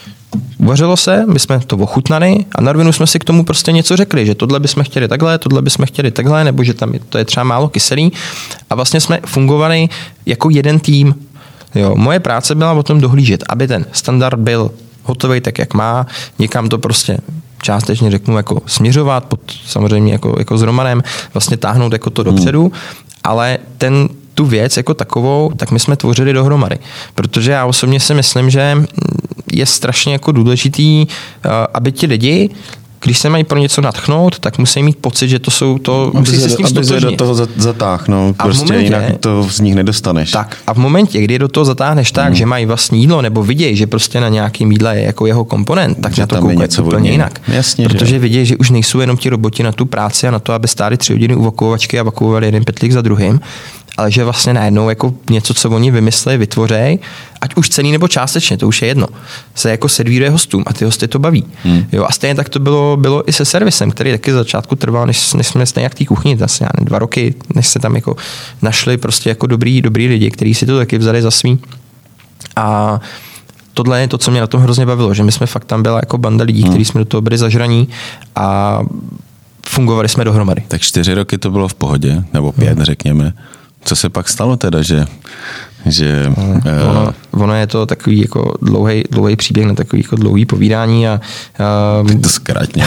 Uvařilo se, my jsme to ochutnali a na rovinu jsme si k tomu prostě něco řekli, že tohle bychom chtěli takhle, tohle bychom chtěli takhle, nebo že tam je, to je třeba málo kyselý. A vlastně jsme fungovali jako jeden tým. Jo, moje práce byla o tom dohlížet, aby ten standard byl hotový tak, jak má, někam to prostě částečně řeknu jako směřovat, pod, samozřejmě jako, jako s Romanem, vlastně táhnout jako to dopředu, hmm. ale ten, tu věc jako takovou, tak my jsme tvořili dohromady. Protože já osobně si myslím, že je strašně jako důležitý, aby ti lidi, když se mají pro něco natchnout, tak musí mít pocit, že to jsou to, musí se s tím
stotožnit. Aby se do toho zatáhnout, a prostě momentě, jinak to z nich nedostaneš.
Tak a v momentě, kdy do toho zatáhneš tak, hmm. že mají vlastní jídlo, nebo vidějí, že prostě na nějakým jídle je jako jeho komponent, tak že na to koukají úplně jinak.
Jasně,
protože
že?
Vidějí, že už nejsou jenom ti roboti na tu práci a na to, aby stáli tři hodiny u vakuovačky a vakuovali jeden pytlík za druhým, ale že vlastně najednou jako něco, co oni vymysleli, vytvořejí, ať už cený nebo částečně, to už je jedno, se jako servíruje hostům a ty hosty to baví. Hmm. Jo, a stejně tak to bylo, bylo i se servisem, který taky z začátku trval, než, než jsme stejně jak v té kuchyni, asi dva roky, než se tam jako našli prostě jako dobrý, dobrý lidi, kteří si to taky vzali za svý. A tohle je to, co mě na tom hrozně bavilo, že my jsme fakt tam byla jako banda lidí, hmm. kteří jsme do toho byli zažraní a fungovali jsme dohromady.
Tak čtyři roky to bylo v pohodě, nebo pět, hmm. řekněme. Co se pak stalo teda, že... že
ono, uh, ono je to takový jako dlouhý, dlouhý příběh na takový jako dlouhý povídání a... Uh,
to zkrátně.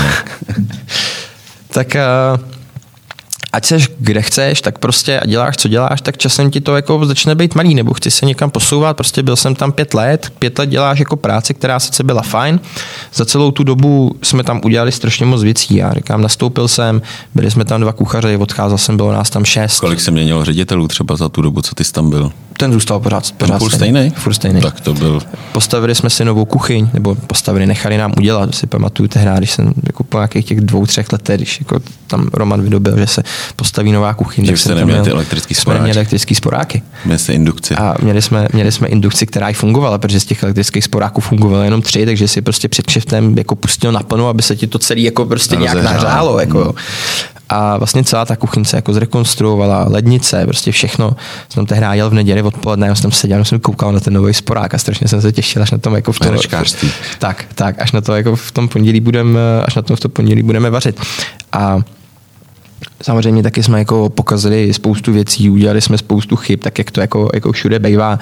tak uh, ať seš kde chceš, tak prostě a děláš, co děláš, tak časem ti to jako začne být malý, nebo chci se někam posouvat, prostě byl jsem tam pět let, pět let děláš jako práci, která sice byla fajn, za celou tu dobu jsme tam udělali strašně moc věcí, já říkám, nastoupil jsem, byli jsme tam dva kuchaře, odcházel jsem, bylo nás tam šest.
Kolik se měnilo ředitelů třeba za tu dobu, co ty jsi tam byl?
Ten zůstal pořád, pořád
furt stejný.
Furt stejný.
Tak to byl.
Postavili jsme si novou kuchyň, nebo postavili, nechali nám udělat, si pamatuju tehdy, když jsem jako po nějakých těch dvou, třech letech, když jako tam Roman vydobil, že se postaví nová kuchyň.
Že jste neměli ty elektrický sporáky.
Jsme elektrický sporáky.
Měli jste indukci.
A měli jsme, měli jsme indukci, která i fungovala, protože z těch elektrických sporáků fungovalo jenom tři, takže si prostě před kšeftem jako pustil na plno, aby se ti to celý jako prostě nějak nahřálo. Jako. A vlastně celá ta kuchyň se jako zrekonstruovala, lednice, prostě všechno. Jsem tehdy jel v neděli odpoledne, já jsem seděl, jsem koukal na ten nový sporák a strašně jsem se těšil, až na tom jako v tom, tak, tak, až na to jako v tom pondělí budeme, až na to v tom pondělí budeme vařit. A samozřejmě taky jsme jako pokazili spoustu věcí, udělali jsme spoustu chyb, tak jak to jako, jako všude bývá.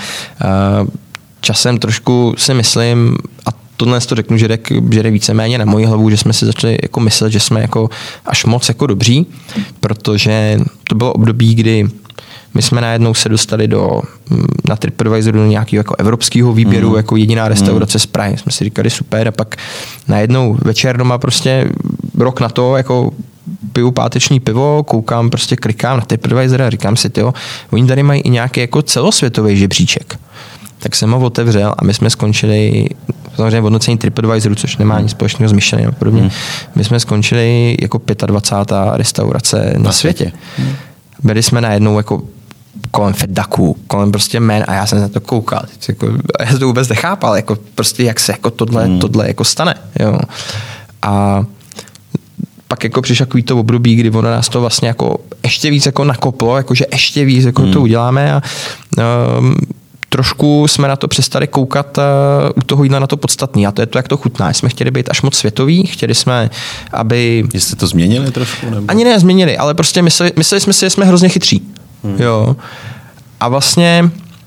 Časem trošku si myslím, a tohle to řeknu, že jde, že jde víceméně na moji hlavu, že jsme si začali jako myslet, že jsme jako až moc jako dobří, protože to bylo období, kdy my jsme najednou se dostali do, na TripAdvisoru do nějakého jako evropského výběru, mm. jako jediná restaurace mm. z Prahy. Jsme si říkali super a pak najednou večer doma prostě rok na to jako piju páteční pivo, koukám, prostě klikám na TripAdvisor a říkám si, tyjo, oni tady mají i nějaký jako celosvětový žebříček. Tak jsem ho otevřel a my jsme skončili samozřejmě v hodnocení TripAdvisoru, což nemá nic společného s Michelinem a podobně. Hmm. My jsme skončili jako dvacátá pátá restaurace na světě. Hmm. Byli jsme najednou jako kolem feedbacků, kolem prostě men a já jsem na to koukal. Jako, já jsem to vůbec nechápal, jako prostě jak se jako tohle, hmm. tohle jako stane. Jo. A pak jako přišlo takový to období, kdy ono nás to vlastně jako ještě víc jako nakoplo, jakože ještě víc jako hmm. to uděláme a um, trošku jsme na to přestali koukat uh, u toho jídla na to podstatný a to je to, jak to chutná. Jsme chtěli být až moc světoví, chtěli jsme, aby...
Jste to změnili trošku? Nebo?
Ani ne změnili, ale prostě mysleli, mysleli jsme si, že jsme hrozně chytří. Hmm. Jo. A vlastně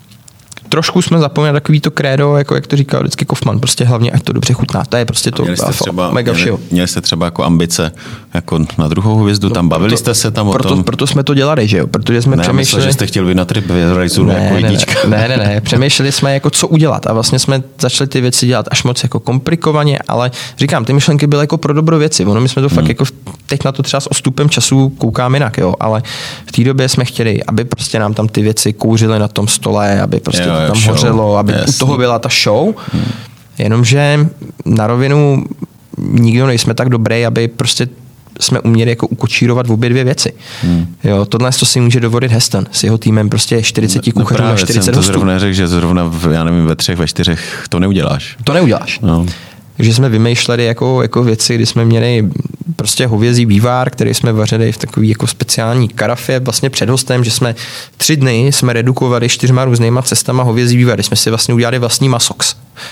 trošku jsme zapomněli takový to krédo, jako jak to říkal vždycky Kaufman, prostě hlavně, ať to dobře chutná. To je prostě to
měli jste třeba,
mega
měli,
všeho.
Měli jste třeba jako ambice jako na druhou hvězdu, tam bavili proto, jste se tam
proto,
o tom?
Proto jsme to dělali, že jo? Protože jsme
ne,
přemýšleli...
Myslel, že jste chtěli být na TripAdvisoru jako
ne,
jednička.
Ne, ne, ne, ne, přemýšleli jsme jako co udělat a vlastně jsme začali ty věci dělat až moc jako komplikovaně, ale říkám, ty myšlenky byly jako pro dobro věci. Ono my jsme to hmm. fakt jako teď na to třeba s odstupem času koukáme jinak, jo, ale v té době jsme chtěli, aby prostě nám tam ty věci kouřily na tom stole, aby prostě jo, to tam show. hořelo, aby yes. u toho byla ta show. Hmm. Jenomže na rovinu nikdo nejsme tak dobrý, aby prostě jsme uměli jako ukočírovat v obě dvě věci. Hmm. Jo, tohle to si může dovolit Heston s jeho týmem prostě čtyřicet
no,
kuchařů na čtyřicet
hostů.
To
zrovna řekl, že zrovna v, já nevím, ve třech, ve čtyřech to neuděláš.
To neuděláš.
No.
Takže jsme vymýšleli jako, jako věci, kdy jsme měli prostě hovězí vývar, který jsme vařili v takový jako speciální karafě vlastně před hostem, že jsme tři dny jsme redukovali čtyřma různýma cestama hovězí vývar, kdy jsme si vlastně udělali vlastní masox.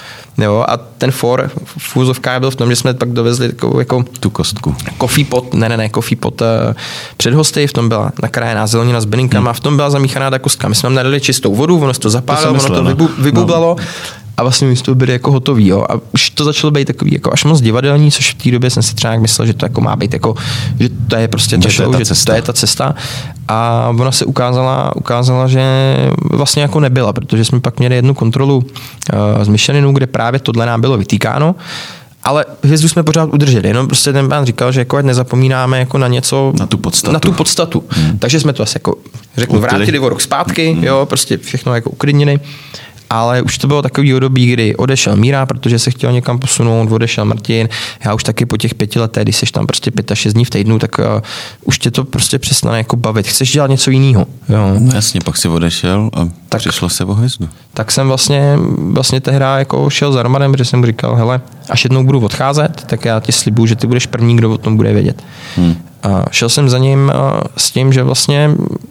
Jo, a ten for v úzovkách byl v tom, že jsme pak dovezli takovou jako
tu kostku.
Coffee pot, ne, ne, ne, coffee pot uh, před hosty, v tom byla nakrájená zelenina s bylinkama, hmm. v tom byla zamíchaná ta kostka. My jsme tam nadali čistou vodu, ono to zapálilo, to ono to vybu, vybublalo. No. A vlastně my jsme to byli jako hotový, jo. A už to začalo být takový jako až moc divadelní, což v té době jsem si třeba myslel, že to jako má být jako, že to je prostě to, show, že to je ta cesta. A ona se ukázala, ukázala, že vlastně jako nebyla, protože jsme pak měli jednu kontrolu uh, z Michelinu, kde právě tohle nám bylo vytýkáno. Ale hvězdu jsme pořád udrželi, jenom prostě ten pán říkal, že jako ať nezapomínáme jako na něco,
na tu podstatu.
Na tu podstatu. Hmm. Takže jsme to asi jako řeknu, vrátili o rok zpátky, hmm. jo, prostě všechno jako uklidnili. Ale už to bylo takový období, kdy odešel Míra, protože se chtěl někam posunout, odešel Martin. Já už taky po těch pěti letech, když jsi tam prostě pět a šest dní v týdnu, tak uh, už tě to prostě přestane jako bavit. Chceš dělat něco jiného. Jo.
No jasně, pak si odešel a tak, přišlo se o hvězdu.
Tak jsem vlastně, vlastně tehdy jako šel za Romanem, protože jsem mu říkal, hele, až jednou budu odcházet, tak já ti slibuju, že ty budeš první, kdo o tom bude vědět. Hmm. A šel jsem za ním uh, s tím, že vlastně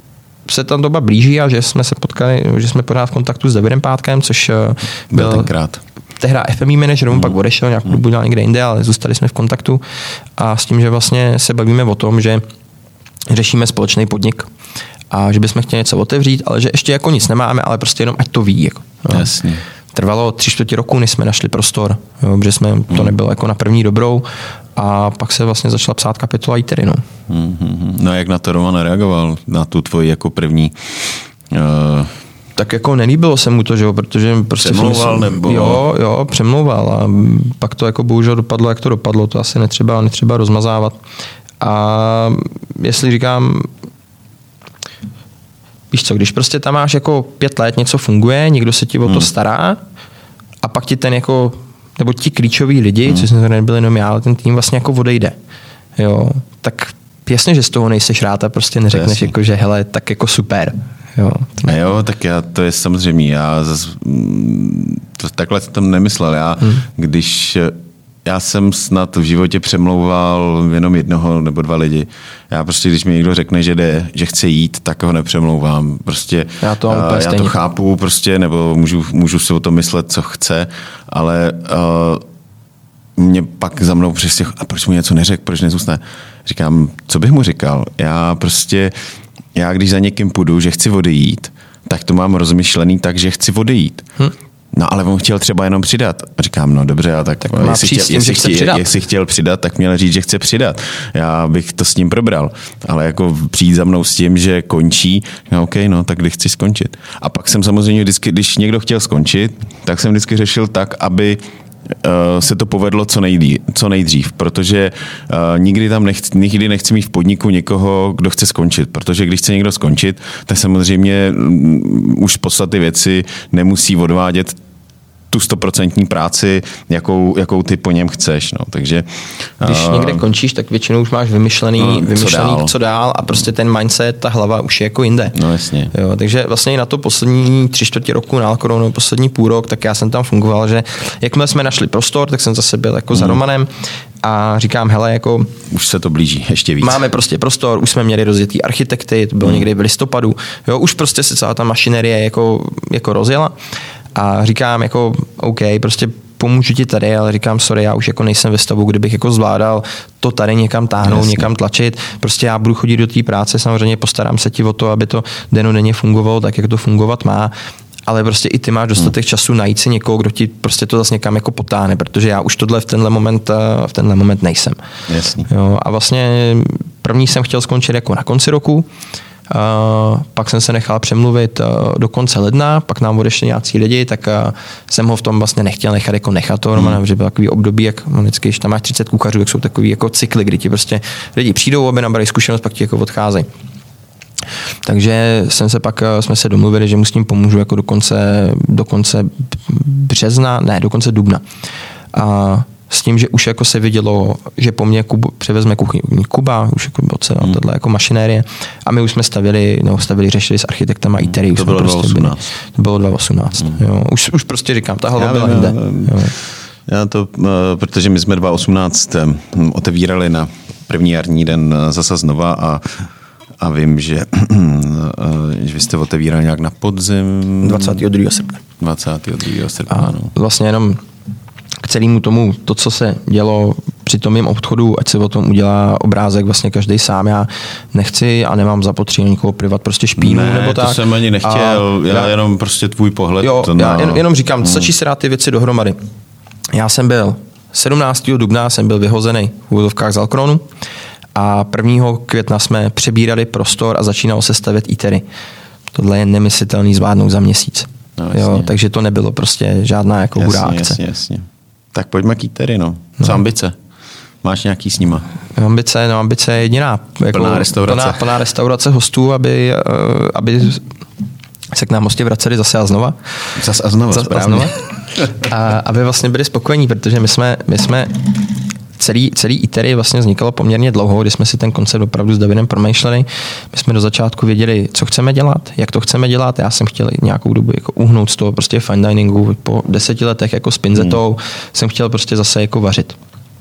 se ta doba blíží a že jsme se potkali, že jsme pořád v kontaktu s Davidem Pátkem, což byl, byl
tenkrát.
Tehda F M I manažer, on mm. pak odešel, nějakou dobu dělal někde jinde, ale zůstali jsme v kontaktu a s tím, že vlastně se bavíme o tom, že řešíme společný podnik a že bychom chtěli něco otevřít, ale že ještě jako nic nemáme, ale prostě jenom ať to ví. Jako, no.
Jasně.
Trvalo tři čtvrtě roku, než jsme našli prostor, jo, protože jsme, to mm. nebylo jako na první dobrou a pak se vlastně začala psát kapitola Eatery. No.
Mm-hmm. No a jak na to Roman reagoval, na tu tvoji jako první? Uh...
Tak jako nelíbilo se mu to, že jo, protože prostě...
Přemlouval nebo...
Jo, jo, přemlouval a pak to jako bohužel dopadlo, jak to dopadlo, to asi netřeba, netřeba rozmazávat. A jestli říkám, víš co, když prostě tam máš jako pět let, něco funguje, někdo se ti o to hmm. stará a pak ti ten jako, nebo ti klíčoví lidi, hmm. co jsme nebyli jenom já, ale ten tým vlastně jako odejde, jo, tak jasně, že z toho nejseš rád a prostě neřekneš jako, že hele, tak jako super. Jo,
a jo, tak já, to je samozřejmě, já zase, to, takhle jsem tam nemyslel, já, hmm. když, já jsem snad v životě přemlouval jenom jednoho nebo dva lidi, já prostě, když mi někdo řekne, že jde, že chce jít, tak ho nepřemlouvám, prostě,
já to,
já, já to chápu, prostě, nebo můžu, můžu si o tom myslet, co chce, ale uh, mě pak za mnou přesně, a proč mu něco neřekl, proč nezůstane, říkám, co bych mu říkal, já prostě já když za někým půjdu, že chci odejít, tak to mám rozmyšlený tak, že chci odejít. Hm? No ale on chtěl třeba jenom přidat. Říkám, no dobře, a tak, tak jestli, chtěl, tím, jestli, chtěl, jestli chtěl přidat, tak měl říct, že chce přidat. Já bych to s ním probral. Ale jako přijít za mnou s tím, že končí, no OK, no tak kdy chci skončit. A pak jsem samozřejmě vždycky, když někdo chtěl skončit, tak jsem vždycky řešil tak, aby se to povedlo co, nejdí, co nejdřív, protože uh, nikdy tam nechci, nikdy nechci mít v podniku někoho, kdo chce skončit, protože když chce někdo skončit, tak samozřejmě um, už z podstaty věci nemusí odvádět tu stoprocentní práci, jakou, jakou ty po něm chceš. No. Takže,
když uh, někde končíš, tak většinou už máš vymyšlený, no, vymyšlený co, dál. co dál a prostě ten mindset, ta hlava už je jako jinde.
No jasně.
Jo, takže vlastně i na to poslední tři čtvrtě roku na Alcoronu, poslední půl rok, tak já jsem tam fungoval, že jakmile jsme našli prostor, tak jsem zase byl jako hmm. za Romanem a říkám, hele, jako...
Už se to blíží ještě víc.
Máme prostě prostor, už jsme měli rozjetý architekty, to bylo hmm. někdy v listopadu, jo, už prostě se celá ta mašinerie jako, jako rozjela a říkám jako, OK, prostě pomůžu ti tady, ale říkám, sorry, já už jako nejsem ve stavu, kdybych jako zvládal to tady někam táhnout, Jasně. někam tlačit, prostě já budu chodit do té práce, samozřejmě postarám se ti o to, aby to dennodenně fungovalo tak, jak to fungovat má, ale prostě i ty máš dostatek času najít si někoho, kdo ti prostě to zase někam jako potáhne, protože já už tohle v tenhle moment, v tenhle moment nejsem.
Jasně.
Jo, a vlastně první jsem chtěl skončit jako na konci roku, Uh, pak jsem se nechal přemluvit uh, do konce ledna, pak nám odešli nějací lidi, tak uh, jsem ho v tom vlastně nechtěl nechat jako nechat to, hmm. že byl takový období, jak no, vždycky, když tam máš třicet kuchařů, jak jsou takový jako cykly, kdy ti prostě lidi přijdou, aby nabrali zkušenost, pak ti jako odcházejí. Takže jsem se pak, jsme se domluvili, že mu s ním pomůžu jako do konce, do konce března, ne, do konce dubna. A s tím, že už jako se vidělo, že po mně Kubu, převezme kuchyň Kuba, už jako bylo celá hmm. tato jako mašinérie a my už jsme stavili, no, stavili, řešili s architektem a I T R I.
To bylo
prostě
dva tisíce osmnáct.
Byli, to bylo dva tisíce osmnáct. Hmm. Jo. Už, už prostě říkám, ta hlava byla jinde.
Já to, protože my jsme dva tisíce osmnáct otevírali na první jarní den zase znova a a vím, že, že vy jste otevírali nějak na podzim.
dvacátého druhého srpna.
dvacátého druhého srpna,
a
no.
Vlastně jenom k celému tomu, to, co se dělo při tom mým obchodu, ať se o tom udělá obrázek vlastně každý sám. Já nechci a nemám zapotřebí nikoho privat prostě špínu
ne,
nebo tak.
to jsem ani nechtěl, já, já jenom prostě tvůj pohled.
Jo,
na...
já jen, jenom říkám, hmm. stačí se dát ty věci dohromady. Já jsem byl sedmnáctého dubna jsem byl vyhozený v úvodovkách z Alcoronu a prvního května jsme přebírali prostor a začínalo se stavět I T R I. Tohle je nemyslitelný zvládnout za měsíc. No, jo, takže to nebylo prostě žádná jako hurá akce.
Jasně, jasně. Tak pojďme k I T R I, no. Co no. ambice? Máš nějaký s nima?
Ambice, no ambice je jediná. Jako
plná restaurace.
Plná, plná restaurace hostů, aby, aby se k nám hosti vraceli zase a znova.
Zase a znova,
zase a znova. A aby vlastně byli spokojení, protože my jsme, my jsme celý, celý I T R I vlastně vznikalo poměrně dlouho, kdy jsme si ten koncept opravdu s Davidem promýšleli. My jsme do začátku věděli, co chceme dělat, jak to chceme dělat. Já jsem chtěl nějakou dobu jako uhnout z toho prostě fine diningu. Po deseti letech jako s pinzetou hmm. jsem chtěl prostě zase jako vařit.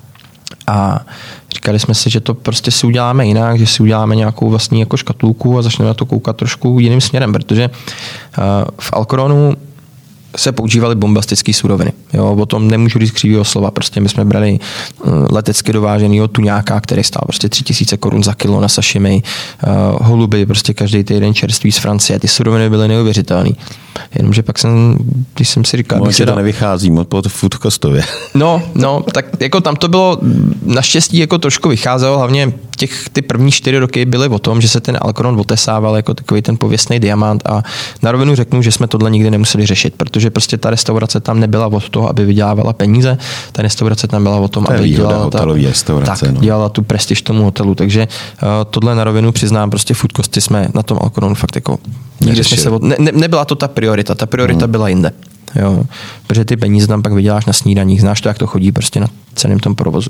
A říkali jsme si, že to prostě si uděláme jinak, že si uděláme nějakou vlastní jako škatulku a začneme na to koukat trošku jiným směrem, protože uh, v Alcoronu se používaly bombastické suroviny. Jo, o tom nemůžu říct křivýho slova. Prostě my jsme brali letecky dováženýho tuňáka, který stál prostě tři tisíce korun za kilo na sashimi, uh, holuby, prostě každý týden čerství z Francie. Ty suroviny byly neuvěřitelné. Jenomže pak jsem, když jsem si říkal...
Když se to nevychází moc po food costově.
No, no, tak jako tam to bylo, naštěstí jako trošku vycházelo, hlavně těch, ty první čtyři roky byly o tom, že se ten Alcoron otesával jako takový ten pověstný diamant a na rovinu řeknu, že jsme tohle nikdy nemuseli řešit, protože prostě ta restaurace tam nebyla od toho, aby vydělávala peníze, ta restaurace tam byla o tom,
to
aby dělala, ta,
restaurace,
tak,
no.
dělala tu prestiž tomu hotelu, takže uh, tohle na rovinu přiznám, prostě food costy jsme na tom Alcoronu fakt jako nikdy jsme se, ne, ne, nebyla to ta priorita, ta priorita hmm. byla jinde. Jo, protože ty peníze tam pak vyděláš na snídaních, znáš to, jak to chodí prostě na celém tom provozu.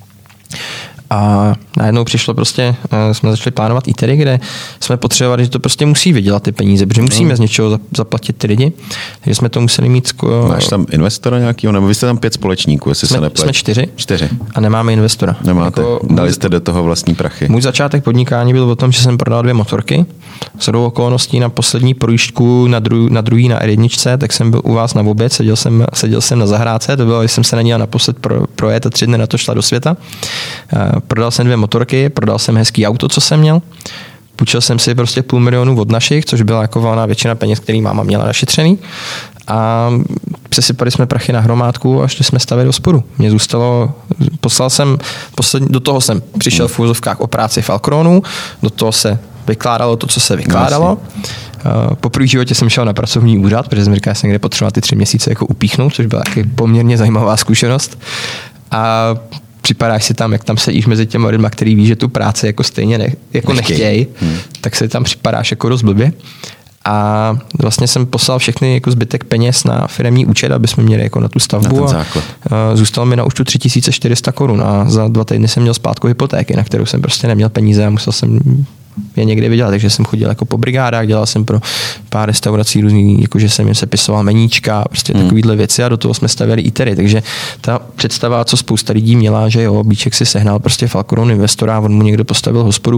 A najednou přišlo prostě, jsme začali plánovat I T R I, kde jsme potřebovali, že to prostě musí vydělat ty peníze, protože musíme mm. z něčeho zaplatit ty lidi, takže jsme to museli mít... Sko...
Máš tam investora nějakého, nebo vy jste tam pět společníků, jestli
jsme,
se nepleť?
Jsme čtyři.
Čtyři.
A nemáme investora.
Nemáte, jako, dali jste do toho vlastní prachy.
Můj začátek podnikání byl o tom, že jsem prodal dvě motorky, shodou okolností na poslední projížďku na, dru, na druhý na R jedna, tak jsem byl u vás na oběd, seděl jsem, seděl jsem na zahrádce, to bylo, když jsem se na ní naposled pro, projet a tři dny na to šla do světa. Uh, prodal jsem dvě motorky, prodal jsem hezký auto, co jsem měl. Půjčil jsem si prostě půl milionu od našich, což byla jako valná většina peněz, který máma měla našetřený. A přesypali jsme prachy na hromádku a šli jsme stavět hospodu. Mně zůstalo, poslal jsem, poslední, do toho jsem přišel v úvozovkách o práci v Alcoronu, do toho se vykládalo to, co se vykládalo. Uh, po první životě jsem šel na pracovní úřad, protože jsem říkal, že jsem někde potřeboval ty tři měsíce jako upíchnout, což byla taky poměrně zajímavá zkušenost. A připadáš si tam, jak tam sedíš mezi těmi lidmi, který ví, že tu práci jako stejně ne, jako nechtějí, hmm. tak se tam připadáš jako dost blbě. A vlastně jsem poslal všechny jako zbytek peněz na firemní účet, aby jsme měli jako na tu stavbu.
Na ten základ.
A zůstalo mi na účtu tři tisíce čtyři sta korun a za dva týdny jsem měl splátku hypotéky, na kterou jsem prostě neměl peníze a musel jsem je někde vydělat, takže jsem chodil jako po brigádách, dělal jsem pro pár restaurací různý, jakože jsem jim sepisoval meníčka, prostě hmm. takovýhle věci a do toho jsme stavěli itery, takže ta představa, co spousta lidí měla, že jo, Bíček si sehnal prostě Falcoronu investora, on mu někdo postavil hospodu,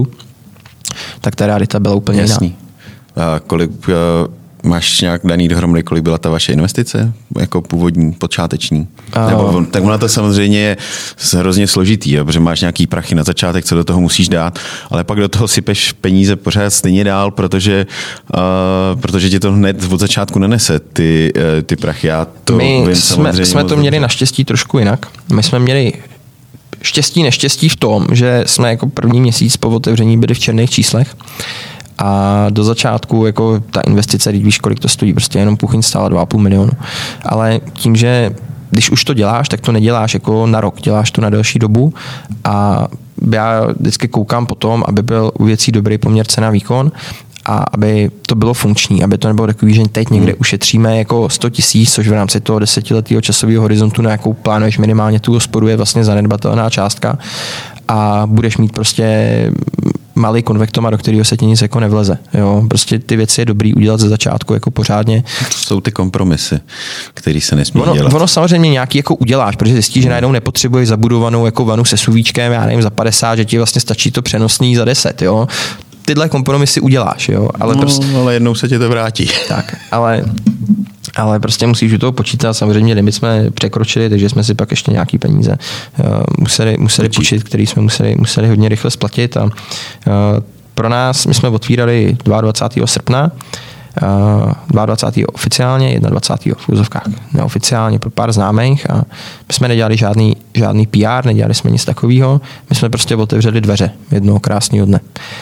tak ta realita byla úplně
Jasný.
jiná.
A kolik máš nějak daný dohromady, kolik byla ta vaše investice? Jako původní, počáteční? A... Nebo, tak ona to samozřejmě je hrozně složitý, jo, protože máš nějaký prachy na začátek, co do toho musíš dát, ale pak do toho sypeš peníze pořád stejně dál, protože, uh, protože ti to hned od začátku nenese, ty, uh, ty prachy. Já to
My
vím
jsme, jsme to měli naštěstí trošku jinak. My jsme měli štěstí, neštěstí v tom, že jsme jako první měsíc po otevření byli v černých číslech. A do začátku jako ta investice, když víš, kolik to stojí, prostě jenom kuchyň stála dva a půl milionu. Ale tím, že když už to děláš, tak to neděláš jako na rok, děláš to na delší dobu a já vždycky koukám po tom, aby byl u věcí dobrý poměr cena výkon a aby to bylo funkční, aby to nebylo takový, že teď někde ušetříme jako sto tisíc, což v rámci toho desetiletého časového horizontu, na jakou plánuješ minimálně tu hospodu, je vlastně zanedbatelná částka a budeš mít prostě malý konvektoma, do kterého se ti nic jako nevleze. Jo? Prostě ty věci je dobrý udělat ze začátku jako pořádně.
To jsou ty kompromisy, které se nesmí
ono,
dělat.
Ono samozřejmě nějaký jako uděláš, protože zjistíš, že najednou nepotřebuješ zabudovanou jako vanu se suvíčkem, já nevím, za padesát, že ti vlastně stačí to přenosný za deset. Jo? Tyhle kompromisy uděláš, jo? Ale,
no,
prostě,
ale jednou se ti to vrátí.
Tak, ale ale prostě musíš u toho počítat, samozřejmě limit jsme překročili, takže jsme si pak ještě nějaký peníze uh, museli, museli počít, který jsme museli, museli hodně rychle splatit a uh, pro nás, my jsme otvírali dvacátého druhého srpna, uh, dvacátého druhého oficiálně, dvacátého prvního v úzovkách neoficiálně pro pár známých a my jsme nedělali žádný, žádný P R, nedělali jsme nic takového, my jsme prostě otevřeli dveře jednoho krásného dne.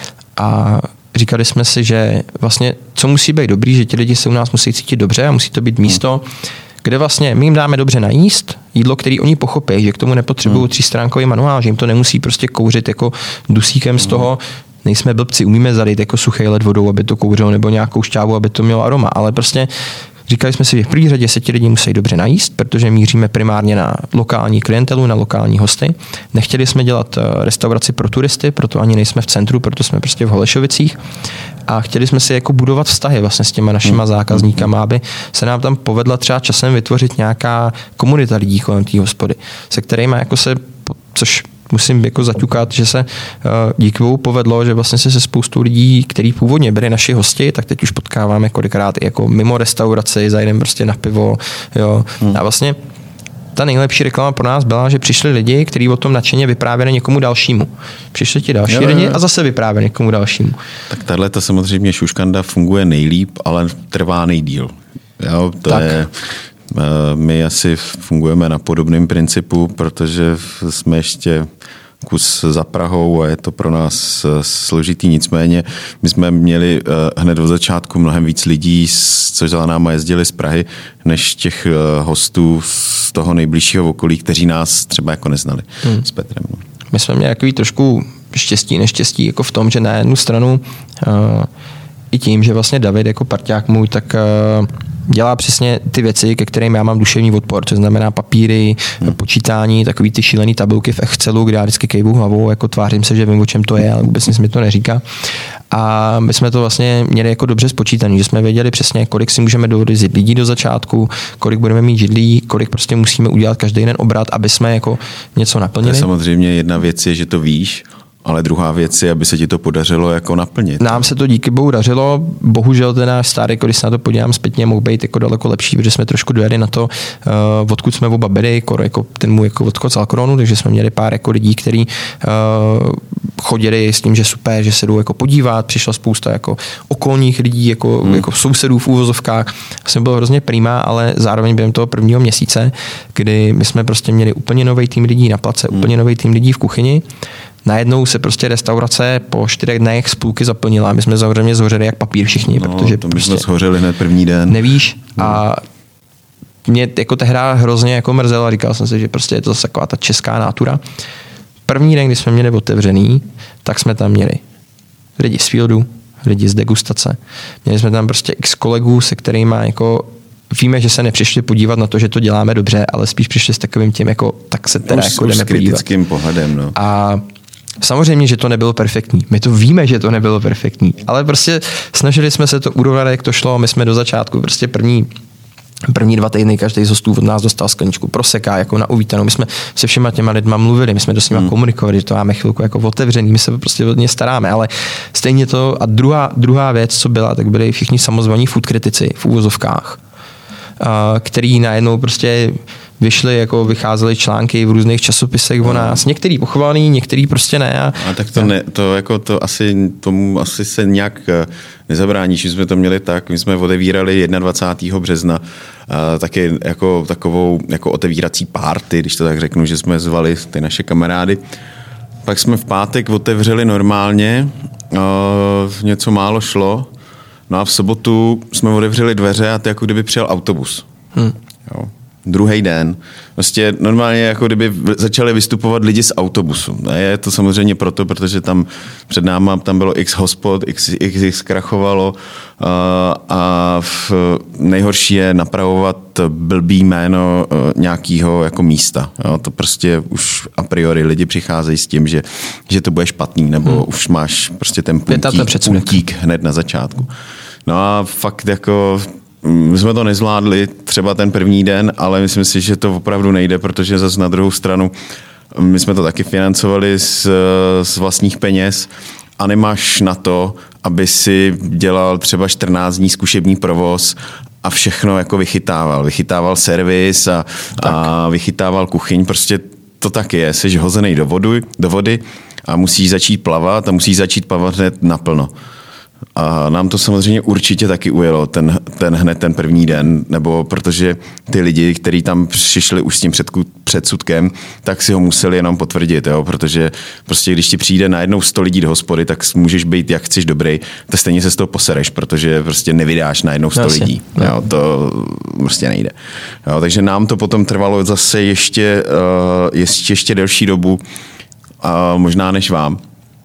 A říkali jsme si, že vlastně co musí být dobrý, že ti lidi se u nás musí cítit dobře a musí to být místo, kde vlastně my jim dáme dobře najíst, jídlo, který oni pochopí, že k tomu nepotřebují hmm. třístránkový manuál, že jim to nemusí prostě kouřit jako dusíkem hmm. z toho, nejsme blbci, umíme zalít jako suchý led vodou, aby to kouřilo, nebo nějakou šťávu, aby to mělo aroma, ale prostě říkali jsme si, že v první řadě se ti lidi musí dobře najíst, protože míříme primárně na lokální klientelu, na lokální hosty. Nechtěli jsme dělat restauraci pro turisty, proto ani nejsme v centru, proto jsme prostě v Holešovicích. A chtěli jsme si jako budovat vztahy vlastně s těma našima zákazníkama, aby se nám tam povedla třeba časem vytvořit nějaká komunita lidí kolem té hospody, se kterými jako se, což musím jako zaťukat, že se uh, díky bohu povedlo, že vlastně se se spoustou lidí, kteří původně byli naši hosti, tak teď už potkáváme kolikrát i jako mimo restauraci, zajdeme prostě na pivo, jo. Hmm. A vlastně ta nejlepší reklama pro nás byla, že přišli lidi, kteří o tom nadšeně vyprávěli někomu dalšímu. Přišli ti další jo, lidi jo. a zase vyprávěli někomu dalšímu.
Tak tahle to samozřejmě šuškanda funguje nejlíp, ale trvá nejdýl. Jo, to tak. je... My asi fungujeme na podobném principu, protože jsme ještě kus za Prahou a je to pro nás složitý. Nicméně my jsme měli hned od začátku mnohem víc lidí, což za náma jezdili z Prahy, než těch hostů z toho nejbližšího okolí, kteří nás třeba jako neznali hmm. s Petrem.
My jsme měli takový trošku štěstí, neštěstí jako v tom, že na jednu stranu uh, i tím, že vlastně David jako parťák můj, tak uh, dělá přesně ty věci, ke kterým já mám duševní odpor, to znamená papíry, hmm. počítání, takový ty šílený tabulky v Excelu, kde já vždycky kejvu hlavou, jako tvářím se, že vím, o čem to je, ale vůbec nic mi to neříká. A my jsme to vlastně měli jako dobře spočítaný, že jsme věděli přesně, kolik si můžeme dovolit lidí do začátku, kolik budeme mít židlí, kolik prostě musíme udělat každý den obrat, aby jsme jako něco naplnili.
To je samozřejmě jedna věc je, že to víš, ale druhá věc je, aby se ti to podařilo jako naplnit.
Nám se to díky bohu dařilo. Bohužel ten náš stát, jako když se na to podívám zpětně, mohl být jako daleko lepší, protože jsme trošku dojeli na to, uh, odkud jsme oba byli, jako, jako ten můj jako odchod z Alcoronu, takže jsme měli pár jako lidí, kteří uh, chodili s tím, že super, že se jdou jako podívat, přišla spousta jako okolních lidí, jako, hmm. jako sousedů v úvozovkách. Jsem byl hrozně prima, ale zároveň během toho prvního měsíce, kdy my jsme prostě měli úplně nový tým lidí na place, hmm. úplně nový tým lidí v kuchyni. Najednou se prostě restaurace po čtyřech dnech z půlky zaplnila. My jsme samozřejmě zhořeli jak papír všichni,
no,
protože
to my
prostě
jsme zhořeli hned první den.
Nevíš a mě jako tehda hrozně jako mrzelo a říkal jsem si, že prostě je to taková ta česká nátura. První den, kdy jsme měli otevřený, tak jsme tam měli lidi z Fieldu, lidi z degustace. Měli jsme tam prostě x kolegů, se kterými jako víme, že se nepřišli podívat na to, že to děláme dobře, ale spíš přišli s takovým tím, jako tak se teda
už,
jako
už
jdeme
s kritickým podívat. pohledem. No.
A samozřejmě, že to nebylo perfektní. My to víme, že to nebylo perfektní, ale prostě snažili jsme se to urovnat, jak to šlo. My jsme do začátku prostě první První dva týdny každý z hostů od nás dostal skleničku proseka jako na uvítanou. My jsme se všema těma lidma mluvili, my jsme s nimi hmm. komunikovali, že to máme chvilku jako otevřený, my se prostě od ně staráme, ale stejně to. A druhá, druhá věc, co byla, tak byli všichni samozvaní food kritici v úvozovkách, který najednou prostě vyšly, jako vycházely články v různých časopisech o nás. Některý pochválný, některý prostě ne. A,
a tak to, ne, to, jako to asi, tomu asi se nějak nezabrání, že jsme to měli tak. My jsme otevírali dvacátého prvního března a taky jako takovou jako otevírací party, když to tak řeknu, že jsme zvali ty naše kamarády. Pak jsme v pátek otevřeli normálně, něco málo šlo, no a v sobotu jsme otevřeli dveře a to jako kdyby přijel autobus. Hmm. Jo. Druhý den. Prostě normálně jako kdyby začali vystupovat lidi z autobusu. A je to samozřejmě proto, protože tam před náma tam bylo x hospod, x, x, x krachovalo a, a v, nejhorší je napravovat blbý jméno nějakého jako místa. Jo, to prostě už a priori lidi přicházejí s tím, že, že to bude špatný, nebo hmm. už máš prostě ten puntík, puntík hned na začátku. No a fakt jako my jsme to nezvládli třeba ten první den, ale myslím si, že to opravdu nejde, protože zase na druhou stranu my jsme to taky financovali z, z vlastních peněz a nemáš na to, aby si dělal třeba čtrnáct dní zkušební provoz a všechno jako vychytával. Vychytával servis a, a vychytával kuchyň. Prostě to tak je. Jsi hozený do vody, do vody a musíš začít plavat a musíš začít plavat hned naplno. A nám to samozřejmě určitě taky ujelo ten, ten hned ten první den, nebo protože ty lidi, kteří tam přišli už s tím předsudkem, tak si ho museli jenom potvrdit, jo? Protože prostě když ti přijde najednou sto lidí do hospody, tak můžeš být jak chceš dobrý, tak stejně se z toho posereš, protože prostě nevydáš najednou sto Jasně. lidí. Jo? To prostě nejde. Jo? Takže nám to potom trvalo zase ještě, uh, ještě, ještě delší dobu, uh, možná než vám,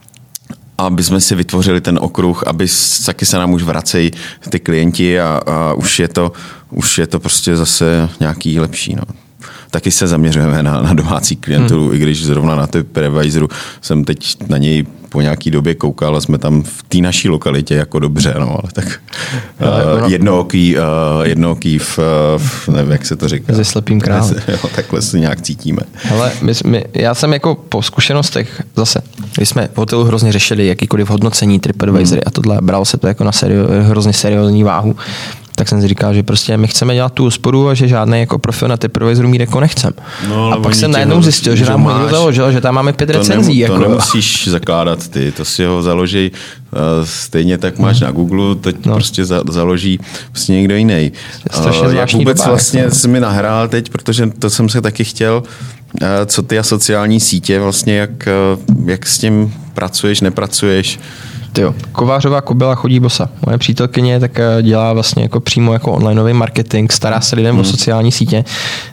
aby jsme si vytvořili ten okruh, aby taky se nám už vracejí ty klienti a, a už, je to, už je to prostě zase nějaký lepší. No. Taky se zaměřujeme na, na domácí klientelu, hmm. i když zrovna na TripAdvisoru jsem teď na něj po nějaký době koukal a jsme tam v té naší lokalitě jako dobře, no, ale tak ale uh, jednooký, uh, jednooký v, v, nevím, jak se to říká.
Se slepým králem.
Jo, takhle se nějak cítíme.
Ale my, my, já jsem jako po zkušenostech zase, když jsme v hotelu hrozně řešili jakýkoliv hodnocení TripAdvisory hmm. a tohle, bral se to jako na serio, hrozně seriózní váhu, tak jsem si říkal, že prostě my chceme dělat tu hospodu a že žádný jako profil na TripAdvisoru mít jako nechcem. No, a pak jsem najednou zjistil, že nám někdo založil, že tam máme pět
to
recenzí.
Ne, to
jako.
nemusíš zakládat ty, to si ho založí, stejně tak máš hmm. na Google, teď no. prostě za, založí prostě někdo jiný. Jak vůbec doba, vlastně jako. Jsi mi nahrál teď, protože to jsem se taky chtěl, co ty a sociální sítě, vlastně jak, jak s tím pracuješ, nepracuješ.
Jo. Kovářová kobyla chodí bosa. Moje přítelkyně tak dělá vlastně jako přímo jako onlineový marketing, stará se lidem hmm. o sociální sítě.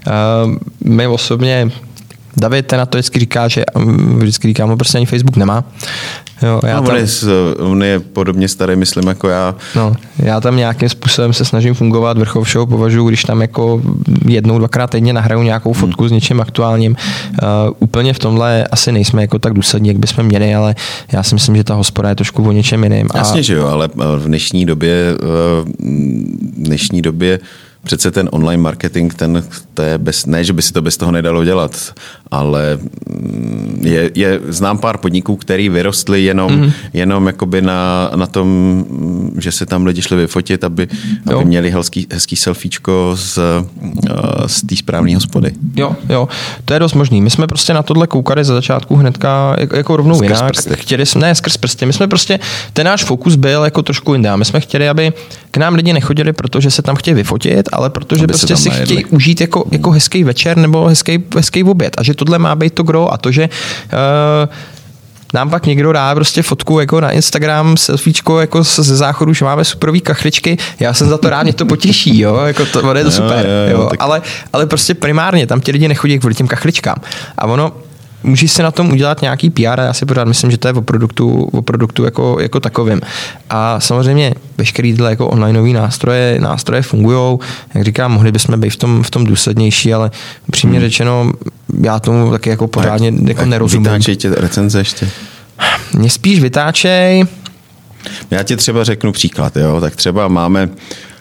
My osobně, David ten na to vždycky říká, že vždycky říká, že prostě ani Facebook nemá. Jo, já
no,
tam,
on, je, on je podobně starý, myslím, jako já.
No, já tam nějakým způsobem se snažím fungovat, vrchol všeho považuji, když tam jako jednou, dvakrát týdně nahraju nějakou fotku hmm. s něčím aktuálním. Uh, úplně v tomhle asi nejsme jako tak důslední, jak bychom měli, ale já si myslím, že ta hospoda je trošku o něčem jiným.
Jasně, a... že jo, ale v dnešní době, v dnešní době přece ten online marketing, ten, to je bez, ne, že by si to bez toho nedalo dělat, ale je, je, znám pár podniků, který vyrostly jenom, mm. jenom jakoby na, na tom, že se tam lidi šli vyfotit, aby, aby měli hezký, hezký selfiečko z, z té správné hospody.
Jo, jo, to je dost možný. My jsme prostě na tohle koukali za začátku hnedka jako, jako rovnou skrz jinak. Prsty. Chtěli jsme, ne skrz prsty, my jsme prostě, ten náš fokus byl jako trošku jinde. My jsme chtěli, aby k nám lidi nechodili, protože se tam chtějí vyfotit, ale protože aby prostě si chtějí užít jako, jako hezký večer nebo hezký, hezký oběd. A že tohle má být to gro a to, že uh, nám pak někdo dá prostě fotku jako na Instagram, selfiečko jako ze záchodu, že máme superový kachličky. Já jsem za to rád, mě to potěší, jo, jako to, je to super, jo, jo, jo, jo. Ale, ale prostě primárně tam ti lidi nechodí kvůli těm kachličkám. A ono můžeš si na tom udělat nějaký P R a já si pořád myslím, že to je o produktu, o produktu jako, jako takovým. A samozřejmě veškerý tyhle jako onlineový nástroje, nástroje fungujou. Jak říkám, mohli bychom být v tom, v tom důslednější, ale upřímně hmm. řečeno, já tomu taky jako pořádně jak, jako nerozumím.
Vytáčej tě recenze ještě.
Mě spíš vytáčej.
Já ti třeba řeknu příklad, jo, tak třeba máme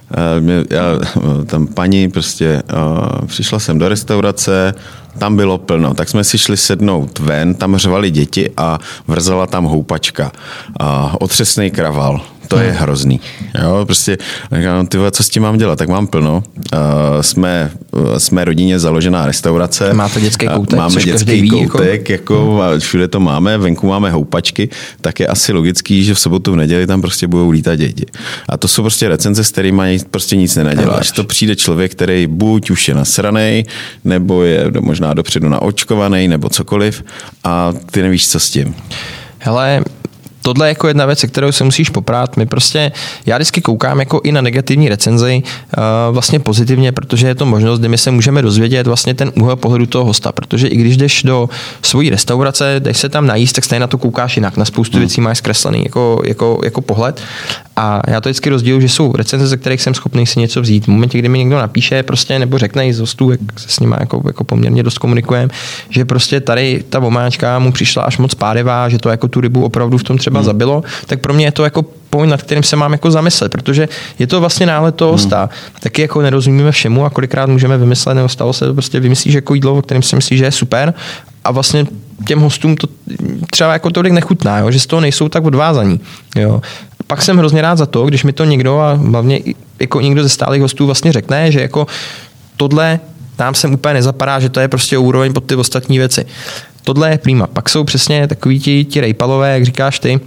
já, tam paní prostě uh, přišla jsem do restaurace, tam bylo plno, tak jsme si šli sednout ven, tam řvali děti a vrzala tam houpačka. Uh, otřesnej kraval. To je hrozný. Jo, prostě, ty co s tím mám dělat? Tak mám plno. Uh, jsme, uh, jsme rodině založená restaurace.
Máte dětský koutek?
Máme dětský koutek, jako, jako a všude to máme, venku máme houpačky, tak je asi logický, že v sobotu, v neděli tam prostě budou lítat děti. A to jsou prostě recenze, s kterými prostě nic nenaděláš. To přijde člověk, který buď už je nasranej, nebo je možná dopředu naočkovaný, nebo cokoliv a ty nevíš, co s tím.
Hele, tohle je jako jedna věc, se kterou se musíš poprát. My prostě, já vždycky koukám jako i na negativní recenzi uh, vlastně pozitivně, protože je to možnost, kdy my se můžeme dozvědět vlastně ten úhel pohledu toho hosta, protože i když jdeš do svojí restaurace, jdeš se tam najíst, tak stejně na to koukáš jinak, na spoustu věcí máš zkreslený jako, jako, jako pohled. A já to vždycky rozdílu, že jsou recenze, ze kterých jsem schopný si něco vzít. V momentě, kdy mi někdo napíše prostě, nebo řekne i z hostů, jak se s nimi jako, jako poměrně dost komunikujeme, že prostě tady ta omáčka mu přišla až moc pádivá, že to jako tu rybu opravdu v tom třeba hmm. zabilo, tak pro mě je to jako point, nad kterým se mám jako zamyslet, protože je to vlastně náhled toho hosta. Hmm. Taky jako nerozumíme všemu a kolikrát můžeme vymyslet, nebo stalo se, prostě vymyslíš jako jídlo, o kterém si myslíš, že je super a vlastně těm hostům to třeba jako tolik nechutná, jo? Že z toho nejsou tak odvázaní. Jo? Pak jsem hrozně rád za to, když mi to někdo a hlavně jako někdo ze stálých hostů vlastně řekne, že jako tohle nám sem úplně nezapadá, že to je prostě úroveň pod ty ostatní věci. Tohle je prima. Pak jsou přesně takový ti, ti rejpalové, jak říkáš ty,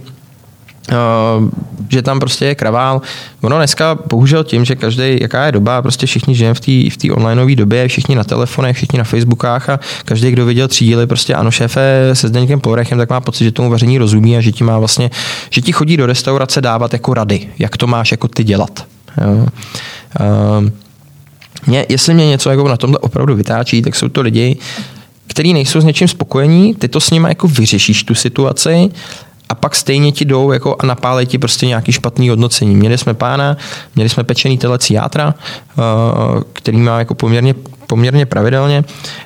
Uh, že tam prostě je kravál. Ono dneska bohužel tím, že každý, jaká je doba, prostě všichni žijeme v té v té onlineové době, všichni na telefonech, všichni na Facebookách a každý, kdo viděl tři díly prostě Ano šéfe se Zdeňkem Polrechem, tak má pocit, že tomu vaření rozumí a že ti má vlastně, že ti chodí do restaurace dávat jako rady, jak to máš jako ty dělat. Jo. Uh, mě, jestli mě něco jako na tomhle opravdu vytáčí, tak jsou to lidi, kteří nejsou s něčím spokojení, ty to s nimi jako vyřešíš tu situaci, a pak stejně ti jdou jako a napálej ti prostě nějaký špatný hodnocení. Měli jsme pána, měli jsme pečený telecí játra, který má jako poměrně, poměrně pravidelně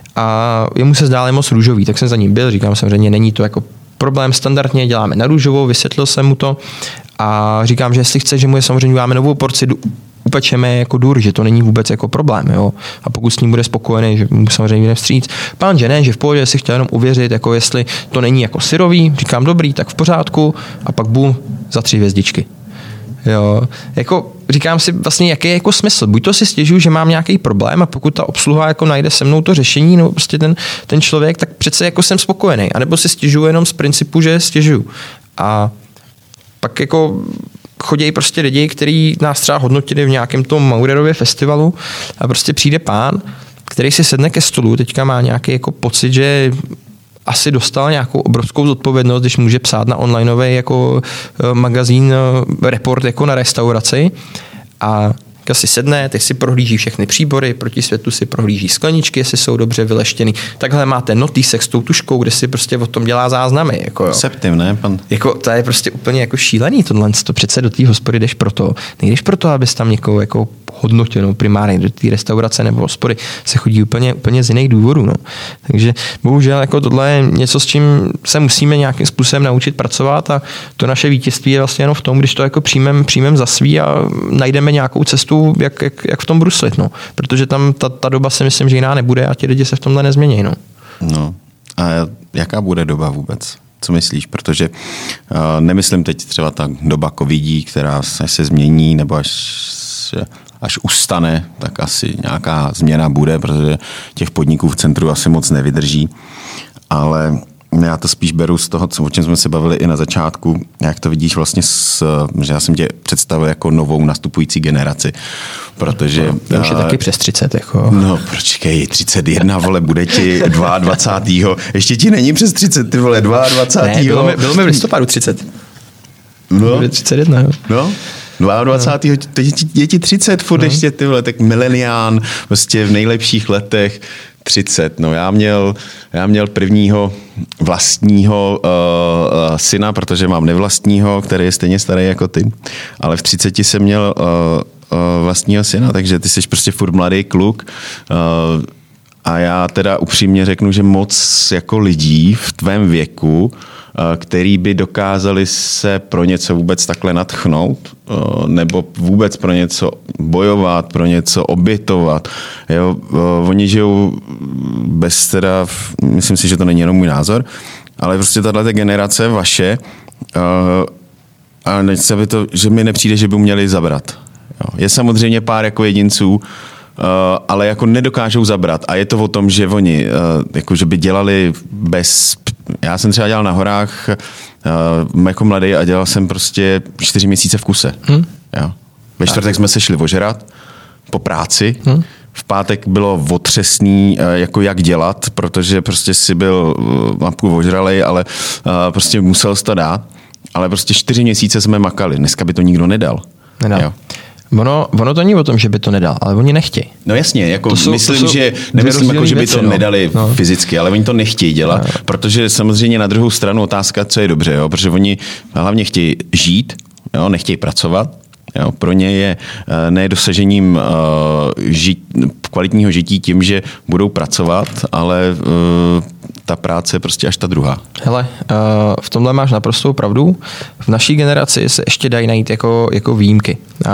a jemu se zdále moc růžový, tak jsem za ním byl, říkám samozřejmě, není to jako problém, standardně děláme na růžovou, vysvětlil jsem mu to a říkám, že jestli chce, že mu je samozřejmě uděláme novou porci, upečeme jako dur, že to není vůbec jako problém, jo. A pokud s ním bude spokojený, že mu samozřejmě jdeme vstříc. Pán, že ne, že v pohodě, si chtěl jenom uvěřit, jako jestli to není jako syrový, říkám dobrý, tak v pořádku a pak bum, za tři hvězdičky. Jo, jako říkám si vlastně, jaký je jako smysl. Buď to si stěžuju, že mám nějaký problém a pokud ta obsluha jako najde se mnou to řešení, no prostě ten, ten člověk, tak přece jako jsem spokojený. A nebo si stěžuju jenom z principu, že stěžuju. A pak jako chodí prostě lidi, kteří nás třeba hodnotili v nějakém tom Maurerově festivalu a prostě přijde pán, který si sedne ke stolu, teďka má nějaký jako pocit, že asi dostal nějakou obrovskou zodpovědnost, když může psát na onlineový jako magazín report jako na restauraci a si sedne, teď si prohlíží všechny příbory, proti světlu si prohlíží skleničky, jestli jsou dobře vyleštěný. Takhle máte notýsek s tou tuškou, kde si prostě o tom dělá záznamy. Jako,
Septim, ne? Pan...
Jako, to je prostě úplně jako šílený tohle. To přece do té hospody jdeš proto. Nejdeš proto, abys tam někoho jako hodnotil, no, primárně do té restaurace nebo hospody se chodí úplně, úplně z jiných důvodů. No. Takže bohužel jako tohle je něco, s čím se musíme nějakým způsobem naučit pracovat a to naše vítězství je vlastně jenom v tom, když to jako přijmem, přijmem za svý a najdeme nějakou cestu, jak, jak, jak v tom bruslit. No. Protože tam ta, ta doba si myslím, že jiná nebude a ti lidi se v tomhle nezmění. No.
No. A jaká bude doba vůbec? Co myslíš? Protože uh, nemyslím teď třeba ta doba covidí, která se změní nebo až až ustane, tak asi nějaká změna bude, protože těch podniků v centru asi moc nevydrží. Ale já to spíš beru z toho, o čem jsme se bavili i na začátku, jak to vidíš vlastně, s, že já jsem tě představil jako novou nastupující generaci, protože...
No, už je taky přes třicet, jako...
No, počkej, třicet jedna, vole, bude ti dvacátého druhého Ještě ti není přes třicet, ty vole, dvacátého druhého
Ne, bylo mi, bylo mi v listopadu třicet.
No.
Bude třicet jedna, jo.
No. dvacátého No. Je ti třicet, furt no. ještě tyhle, tak milenián, prostě v nejlepších letech třicet. No já měl, já měl prvního vlastního uh, uh, syna, protože mám nevlastního, který je stejně starý jako ty, ale v třiceti jsem měl uh, uh, vlastního syna, takže ty jsi prostě furt mladý kluk. Uh, a já teda upřímně řeknu, že moc jako lidí v tvém věku, který by dokázali se pro něco vůbec takhle nadchnout, nebo vůbec pro něco bojovat, pro něco obětovat. Jo, oni žijou bez teda, myslím si, že to není jenom můj názor, ale prostě tato generace vaše, a nechci, by to, že mi nepřijde, že by měli zabrat. Jo. Je samozřejmě pár jako jedinců, Uh, ale jako nedokážou zabrat. A je to o tom, že oni uh, jako, že by dělali bez... Já jsem třeba dělal na horách uh, jako mladý a dělal jsem prostě čtyři měsíce v kuse. Hmm. Jo. Ve čtvrtek jsme se šli ožerat po práci. Hmm. V pátek bylo otřesný, uh, jako jak dělat, protože prostě si byl uh, mapku ožralej, ale uh, prostě musel to dát. Ale prostě čtyři měsíce jsme makali. Dneska by to nikdo nedal.
Nedal. Jo. Ono, ono to není o tom, že by to nedal, ale oni nechtějí.
No jasně, jako jsou, myslím, že nemyslím, jako, že by to věci, nedali no. fyzicky, ale oni to nechtějí dělat, no. protože samozřejmě na druhou stranu otázka, co je dobře, jo? Protože oni hlavně chtějí žít, jo? Nechtějí pracovat. Jo? Pro ně je ne dosažením uh, žít, kvalitního žití tím, že budou pracovat, ale uh, ta práce je prostě až ta druhá.
Hele, uh, v tomhle máš naprostou pravdu. V naší generaci se ještě dají najít jako, jako výjimky. Uh,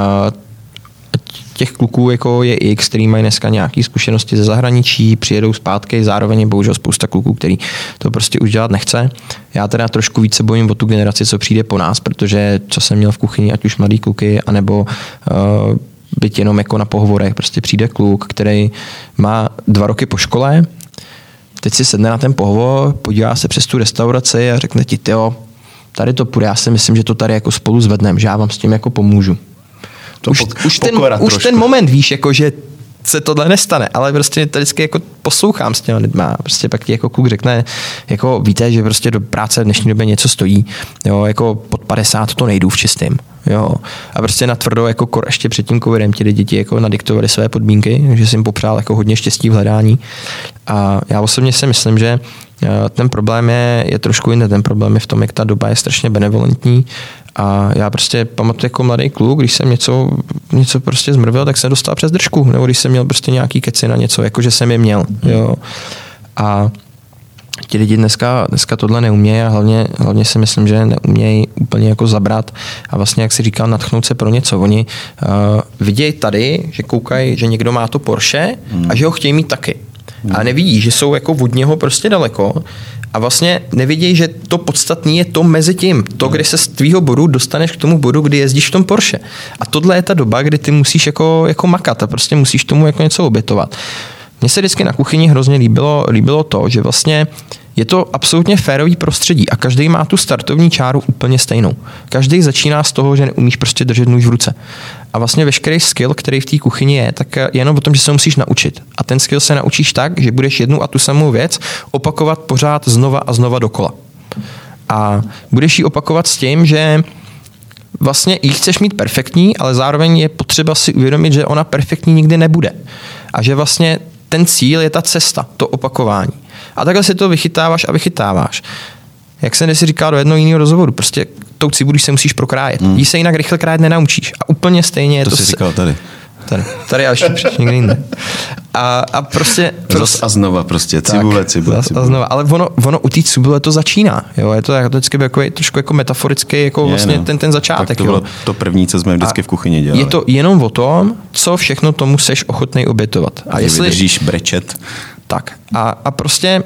těch kluků jako je X, který mají dneska nějaké zkušenosti ze zahraničí, přijedou zpátky, zároveň je bohužel spousta kluků, který to prostě už dělat nechce. Já teda trošku více bojím o tu generaci, co přijde po nás, protože co jsem měl v kuchyni, ať už mladý kluky, anebo uh, byť jenom jako na pohovorech, prostě přijde kluk, který má dva roky po škole, teď si sedne na ten pohovor, podívá se přes tu restauraci a řekne ti, tyjo, tady to půjde, já si myslím, že to tady jako spolu zvedneme, že já vám s tím jako pomůžu. To už, pok- už, ten, už ten moment víš, jako, že se tohle nestane, ale prostě to vždycky jako poslouchám s těma lidma. Prostě pak ti jako kluk řekne, jako víte, že prostě do práce v dnešní době něco stojí, jo, jako pod padesát to nejdu v čistým. Jo. A prostě natvrdo, jako kor ještě před tím covidem ti děti jako nadiktovali své podmínky, že jsem jim popřál jako hodně štěstí v hledání. A já osobně si myslím, že ten problém je, je trošku jiný. Ten problém je v tom, jak ta doba je strašně benevolentní. A já prostě pamatuju jako mladý kluk, když jsem něco, něco prostě zmrvil, tak jsem dostal přes držku. Nebo když jsem měl prostě nějaký keci na něco, jakože jsem je měl. Jo. A ti lidi dneska, dneska tohle neumějí a hlavně, hlavně si myslím, že neumějí úplně jako zabrat a vlastně, jak si říkal, nadchnout se pro něco. Oni uh, vidějí tady, že koukají, že někdo má to Porsche a že ho chtějí mít taky. A nevidí, že jsou jako od něho prostě daleko a vlastně nevidí, že to podstatné je to mezi tím. To, kdy se z tvýho bodu dostaneš k tomu bodu, kdy jezdíš v tom Porsche. A tohle je ta doba, kdy ty musíš jako, jako makat a prostě musíš tomu jako něco obětovat. Mně se vždycky na kuchyni hrozně líbilo, líbilo to, že vlastně je to absolutně férový prostředí a každý má tu startovní čáru úplně stejnou. Každý začíná z toho, že neumíš prostě držet nůž v ruce. A vlastně veškerý skill, který v té kuchyni je, tak je jenom o tom, že se musíš naučit. A ten skill se naučíš tak, že budeš jednu a tu samou věc opakovat pořád znova a znova dokola. A budeš ji opakovat s tím, že vlastně ji chceš mít perfektní, ale zároveň je potřeba si uvědomit, že ona perfektní nikdy nebude. A že vlastně ten cíl je ta cesta, to opakování. A takhle si to vychytáváš a vychytáváš. Jak jsem si říkal do jednoho jiného rozhovoru, prostě tou cibulí se musíš prokrájet. Hmm. Jí se jinak rychle krájet nenaučíš. A úplně stejně je to...
To jsi se... říkal tady.
Tady, tady a ještě příště někde jinde. A, a prostě...
Zas a znova prostě, cibule, tak, cibule, cibule.
A znova, ale ono, ono u té cibule to začíná. Jo? Je to tak, vždycky jako, trošku jako metaforický, jako je, vlastně no. ten, ten začátek.
Tak to bylo jo? to první, co jsme vždycky a v kuchyni dělali.
Je to jenom o tom, co všechno tomu seš ochotnej obětovat. A, a jestli
vydržíš brečet.
Tak. A, a prostě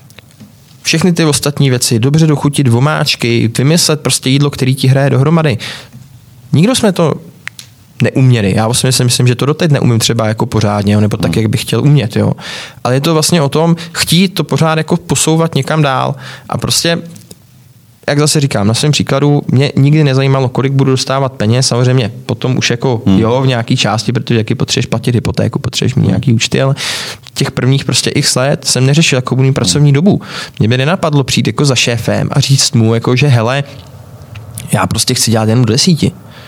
všechny ty ostatní věci, dobře dochutit vomáčky, vymyslet prostě jídlo, který ti hraje dohromady. Nikdo jsme to neuměli. Já vlastně si myslím, že to doteď neumím třeba jako pořádně, nebo tak, jak bych chtěl umět. Jo. Ale je to vlastně o tom chtít to pořád jako posouvat někam dál. A prostě, jak zase říkám, na svém příkladu, mě nikdy nezajímalo, kolik budu dostávat peněz, samozřejmě potom už jako hmm. jo, v nějaký části, protože jaký potřebuješ platit hypotéku, potřebuješ mít hmm. nějaký účty, ale těch prvních prostě x let jsem neřešil jako budu pracovní hmm. dobu. Mě by nenapadlo přijít jako za šéfem a říct mu, jako, že hele, já prostě chci dělat jen do desíti. Hmm.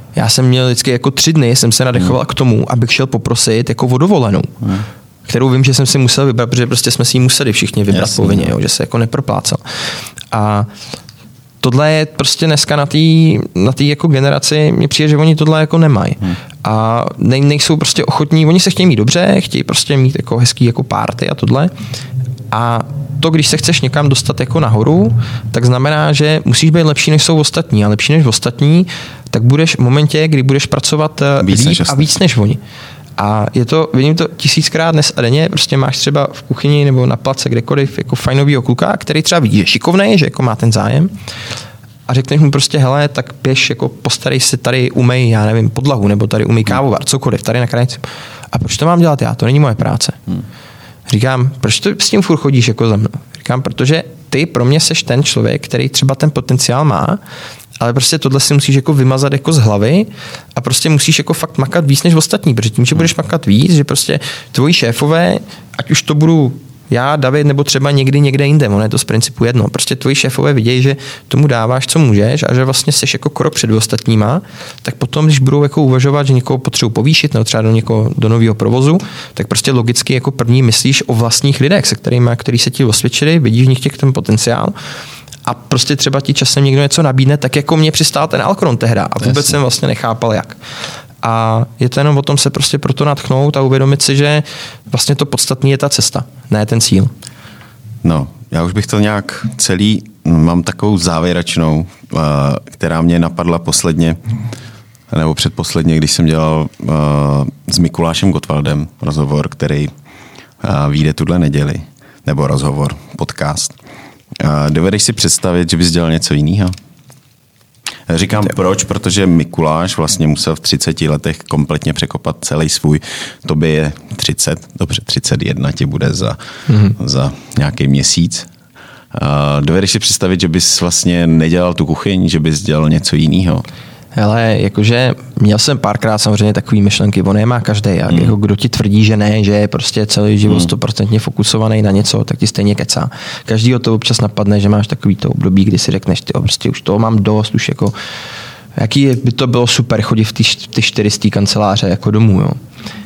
Já jsem měl vždycky jako tři dny, jsem se nadechoval hmm. k tomu, abych šel poprosit jako o dovolenou. Hmm. Kterou vím, že jsem si musel vybrat, protože prostě jsme si ji museli všichni vybrat Jasně, povinně, jo, že se jako neproplácel. A tohle je prostě dneska na té na té jako generaci, mně přijde, že oni tohle jako nemají. Hmm. A ne, nejsou prostě ochotní, oni se chtějí mít dobře, chtějí prostě mít jako hezký jako party a tohle. A to, když se chceš někam dostat jako nahoru, tak znamená, že musíš být lepší, než jsou ostatní. A lepší než ostatní, tak budeš v momentě, kdy budeš pracovat víc líp a víc než oni. A je to, vidím to tisíckrát dnes a denně, prostě máš třeba v kuchyni nebo na place kdekoliv jako fajnovýho kluka, který třeba vidí, že je šikovnej, že jako má ten zájem a řekneš mu prostě, hele, tak běž, jako postarej se tady, umej, já nevím, podlahu, nebo tady umej kávovar, cokoliv, tady na krajci. A proč to mám dělat já? To není moje práce. Hmm. Říkám, proč to s tím furt chodíš jako za mnou? Říkám, protože ty pro mě seš ten člověk, který třeba ten potenciál má, ale prostě tohle si musíš jako vymazat jako z hlavy a prostě musíš jako fakt makat víc než ostatní, protože tím, že budeš makat víc, že prostě tvoji šéfové, ať už to budu já, David, nebo třeba někdy někde jinde, ono je to z principu jedno. Prostě tvoji šéfové vidějí, že tomu dáváš, co můžeš a že vlastně seš jako krok před ostatníma, tak potom, když budou jako uvažovat, že někoho potřebují povýšit nebo třeba do někoho do nového provozu, tak prostě logicky jako první myslíš o vlastních lidech, se kterými, který se ti osvědčili, vidíš v nich těch ten potenciál. A prostě třeba ti časem někdo něco nabídne, tak jako mě přistál ten Alcron tehda a vůbec Jasně. jsem vlastně nechápal jak. A je to jenom o tom se prostě proto natchnout a uvědomit si, že vlastně to podstatné je ta cesta, ne ten cíl.
No, já už bych to nějak celý, mám takovou závěrečnou, která mě napadla posledně, nebo předposledně, když jsem dělal s Mikulášem Gottwaldem rozhovor, který vyjde tuhle neděli, nebo rozhovor, podcast. Dovedeš si představit, že bys dělal něco jiného? Říkám Těm. proč, protože Mikuláš vlastně musel v třiceti letech kompletně překopat celý svůj, to by je třicet, dobře, třicet jedna ti bude za, mm-hmm. za nějaký měsíc. Uh, dovedeš si představit, že bys vlastně nedělal tu kuchyň, že bys dělal něco jiného?
Hele, jakože měl jsem párkrát samozřejmě takový myšlenky, on je má každý. Jak mm. jako kdo ti tvrdí, že ne, že je prostě celý život stoprocentně fokusovaný na něco, tak ti stejně kecá. Každýho to občas napadne, že máš takový to období, kdy si řekneš, ty prostě už toho mám dost, už jako, jaký by to bylo super chodit v ty, ty čtyři z té kanceláře jako domů, jo.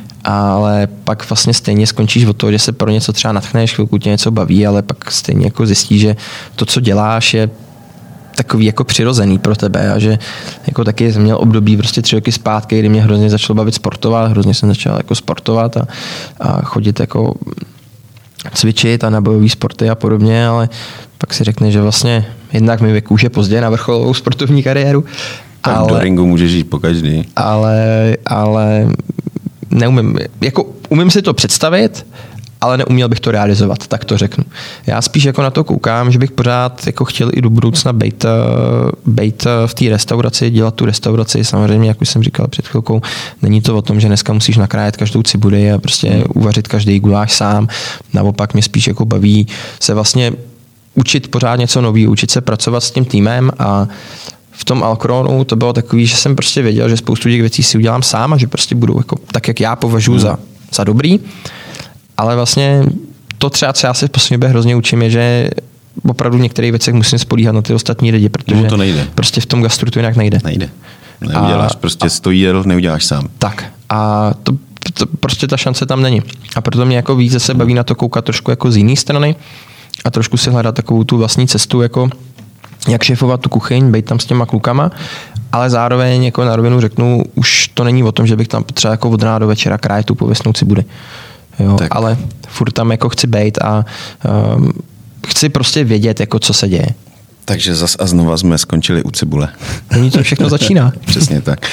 Ale pak vlastně stejně skončíš od toho, že se pro něco třeba natchneš, chvilku tě něco baví, ale pak stejně jako zjistíš, že to, co děláš, je takový jako přirozený pro tebe a že jako taky jsem měl období prostě tři roky zpátky, kdy mě hrozně začalo bavit sportovat, hrozně jsem začal jako sportovat a, a chodit jako cvičit a na bojový sporty a podobně, ale pak si řekne, že vlastně jednak mi věku už je pozdě na vrcholovou sportovní kariéru.
Tak ale, do ringu můžeš jít po každý.
Ale, ale neumím, jako umím si to představit, ale neuměl bych to realizovat, tak to řeknu. Já spíš jako na to koukám, že bych pořád jako chtěl i do budoucna bejt, bejt v té restauraci, dělat tu restauraci. Samozřejmě, jak už jsem říkal před chvilkou, není to o tom, že dneska musíš nakrájet každou cibuli a prostě hmm. uvařit každý guláš sám. Naopak mě spíš jako baví se vlastně učit pořád něco nového, učit se pracovat s tím týmem a v tom Alcronu to bylo takový, že jsem prostě věděl, že spoustu těch věcí si udělám sám a že prostě budu jako tak, jak já považuji hmm. za, za dobrý. Ale vlastně to třeba, co já se v poslední době hrozně učím, je, že opravdu v některých věcech musím spolíhat na ty ostatní lidi, protože
no to nejde.
Prostě v tom gastru to jinak nejde.
Nejde. Neuděláš, a, prostě stojí jídel, neuděláš sám.
Tak. A to, to prostě ta šance tam není. A proto mě jako víc se baví na to koukat trošku jako z jiné strany a trošku si hledat takovou tu vlastní cestu, jako jak šéfovat tu kuchyň, být tam s těma klukama, ale zároveň jako na rovinu řeknu, už to není o tom, že bych tam potřeba jako od rána do večera krájet tu pověstnou cibuli. Jo, ale furt tam jako chci bejt a um, chci prostě vědět, jako co se děje.
Takže zas a znova jsme skončili u cibule.
Oni to všechno začíná.
Přesně tak.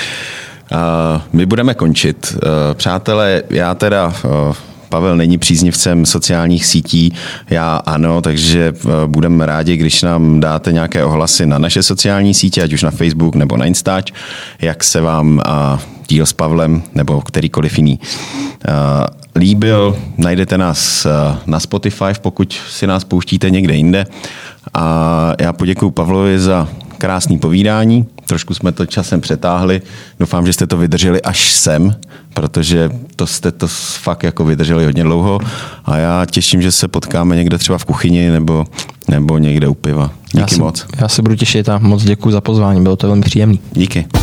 Uh, my budeme končit. Uh, přátelé, já teda... Uh, Pavel není příznivcem sociálních sítí, já ano, takže budeme rádi, když nám dáte nějaké ohlasy na naše sociální sítě, ať už na Facebook nebo na Instač, jak se vám díl s Pavlem nebo kterýkoliv jiný líbil. Najdete nás na Spotify, pokud si nás pouštíte někde jinde. A já poděkuju Pavlovi za krásný povídání. Trošku jsme to časem přetáhli. Doufám, že jste to vydrželi až sem, protože to jste to fakt jako vydrželi hodně dlouho. A já těším, že se potkáme někde třeba v kuchyni nebo, nebo někde u piva. Díky
já si,
moc.
Já se budu těšit a moc děkuji za pozvání. Bylo to velmi příjemný.
Díky.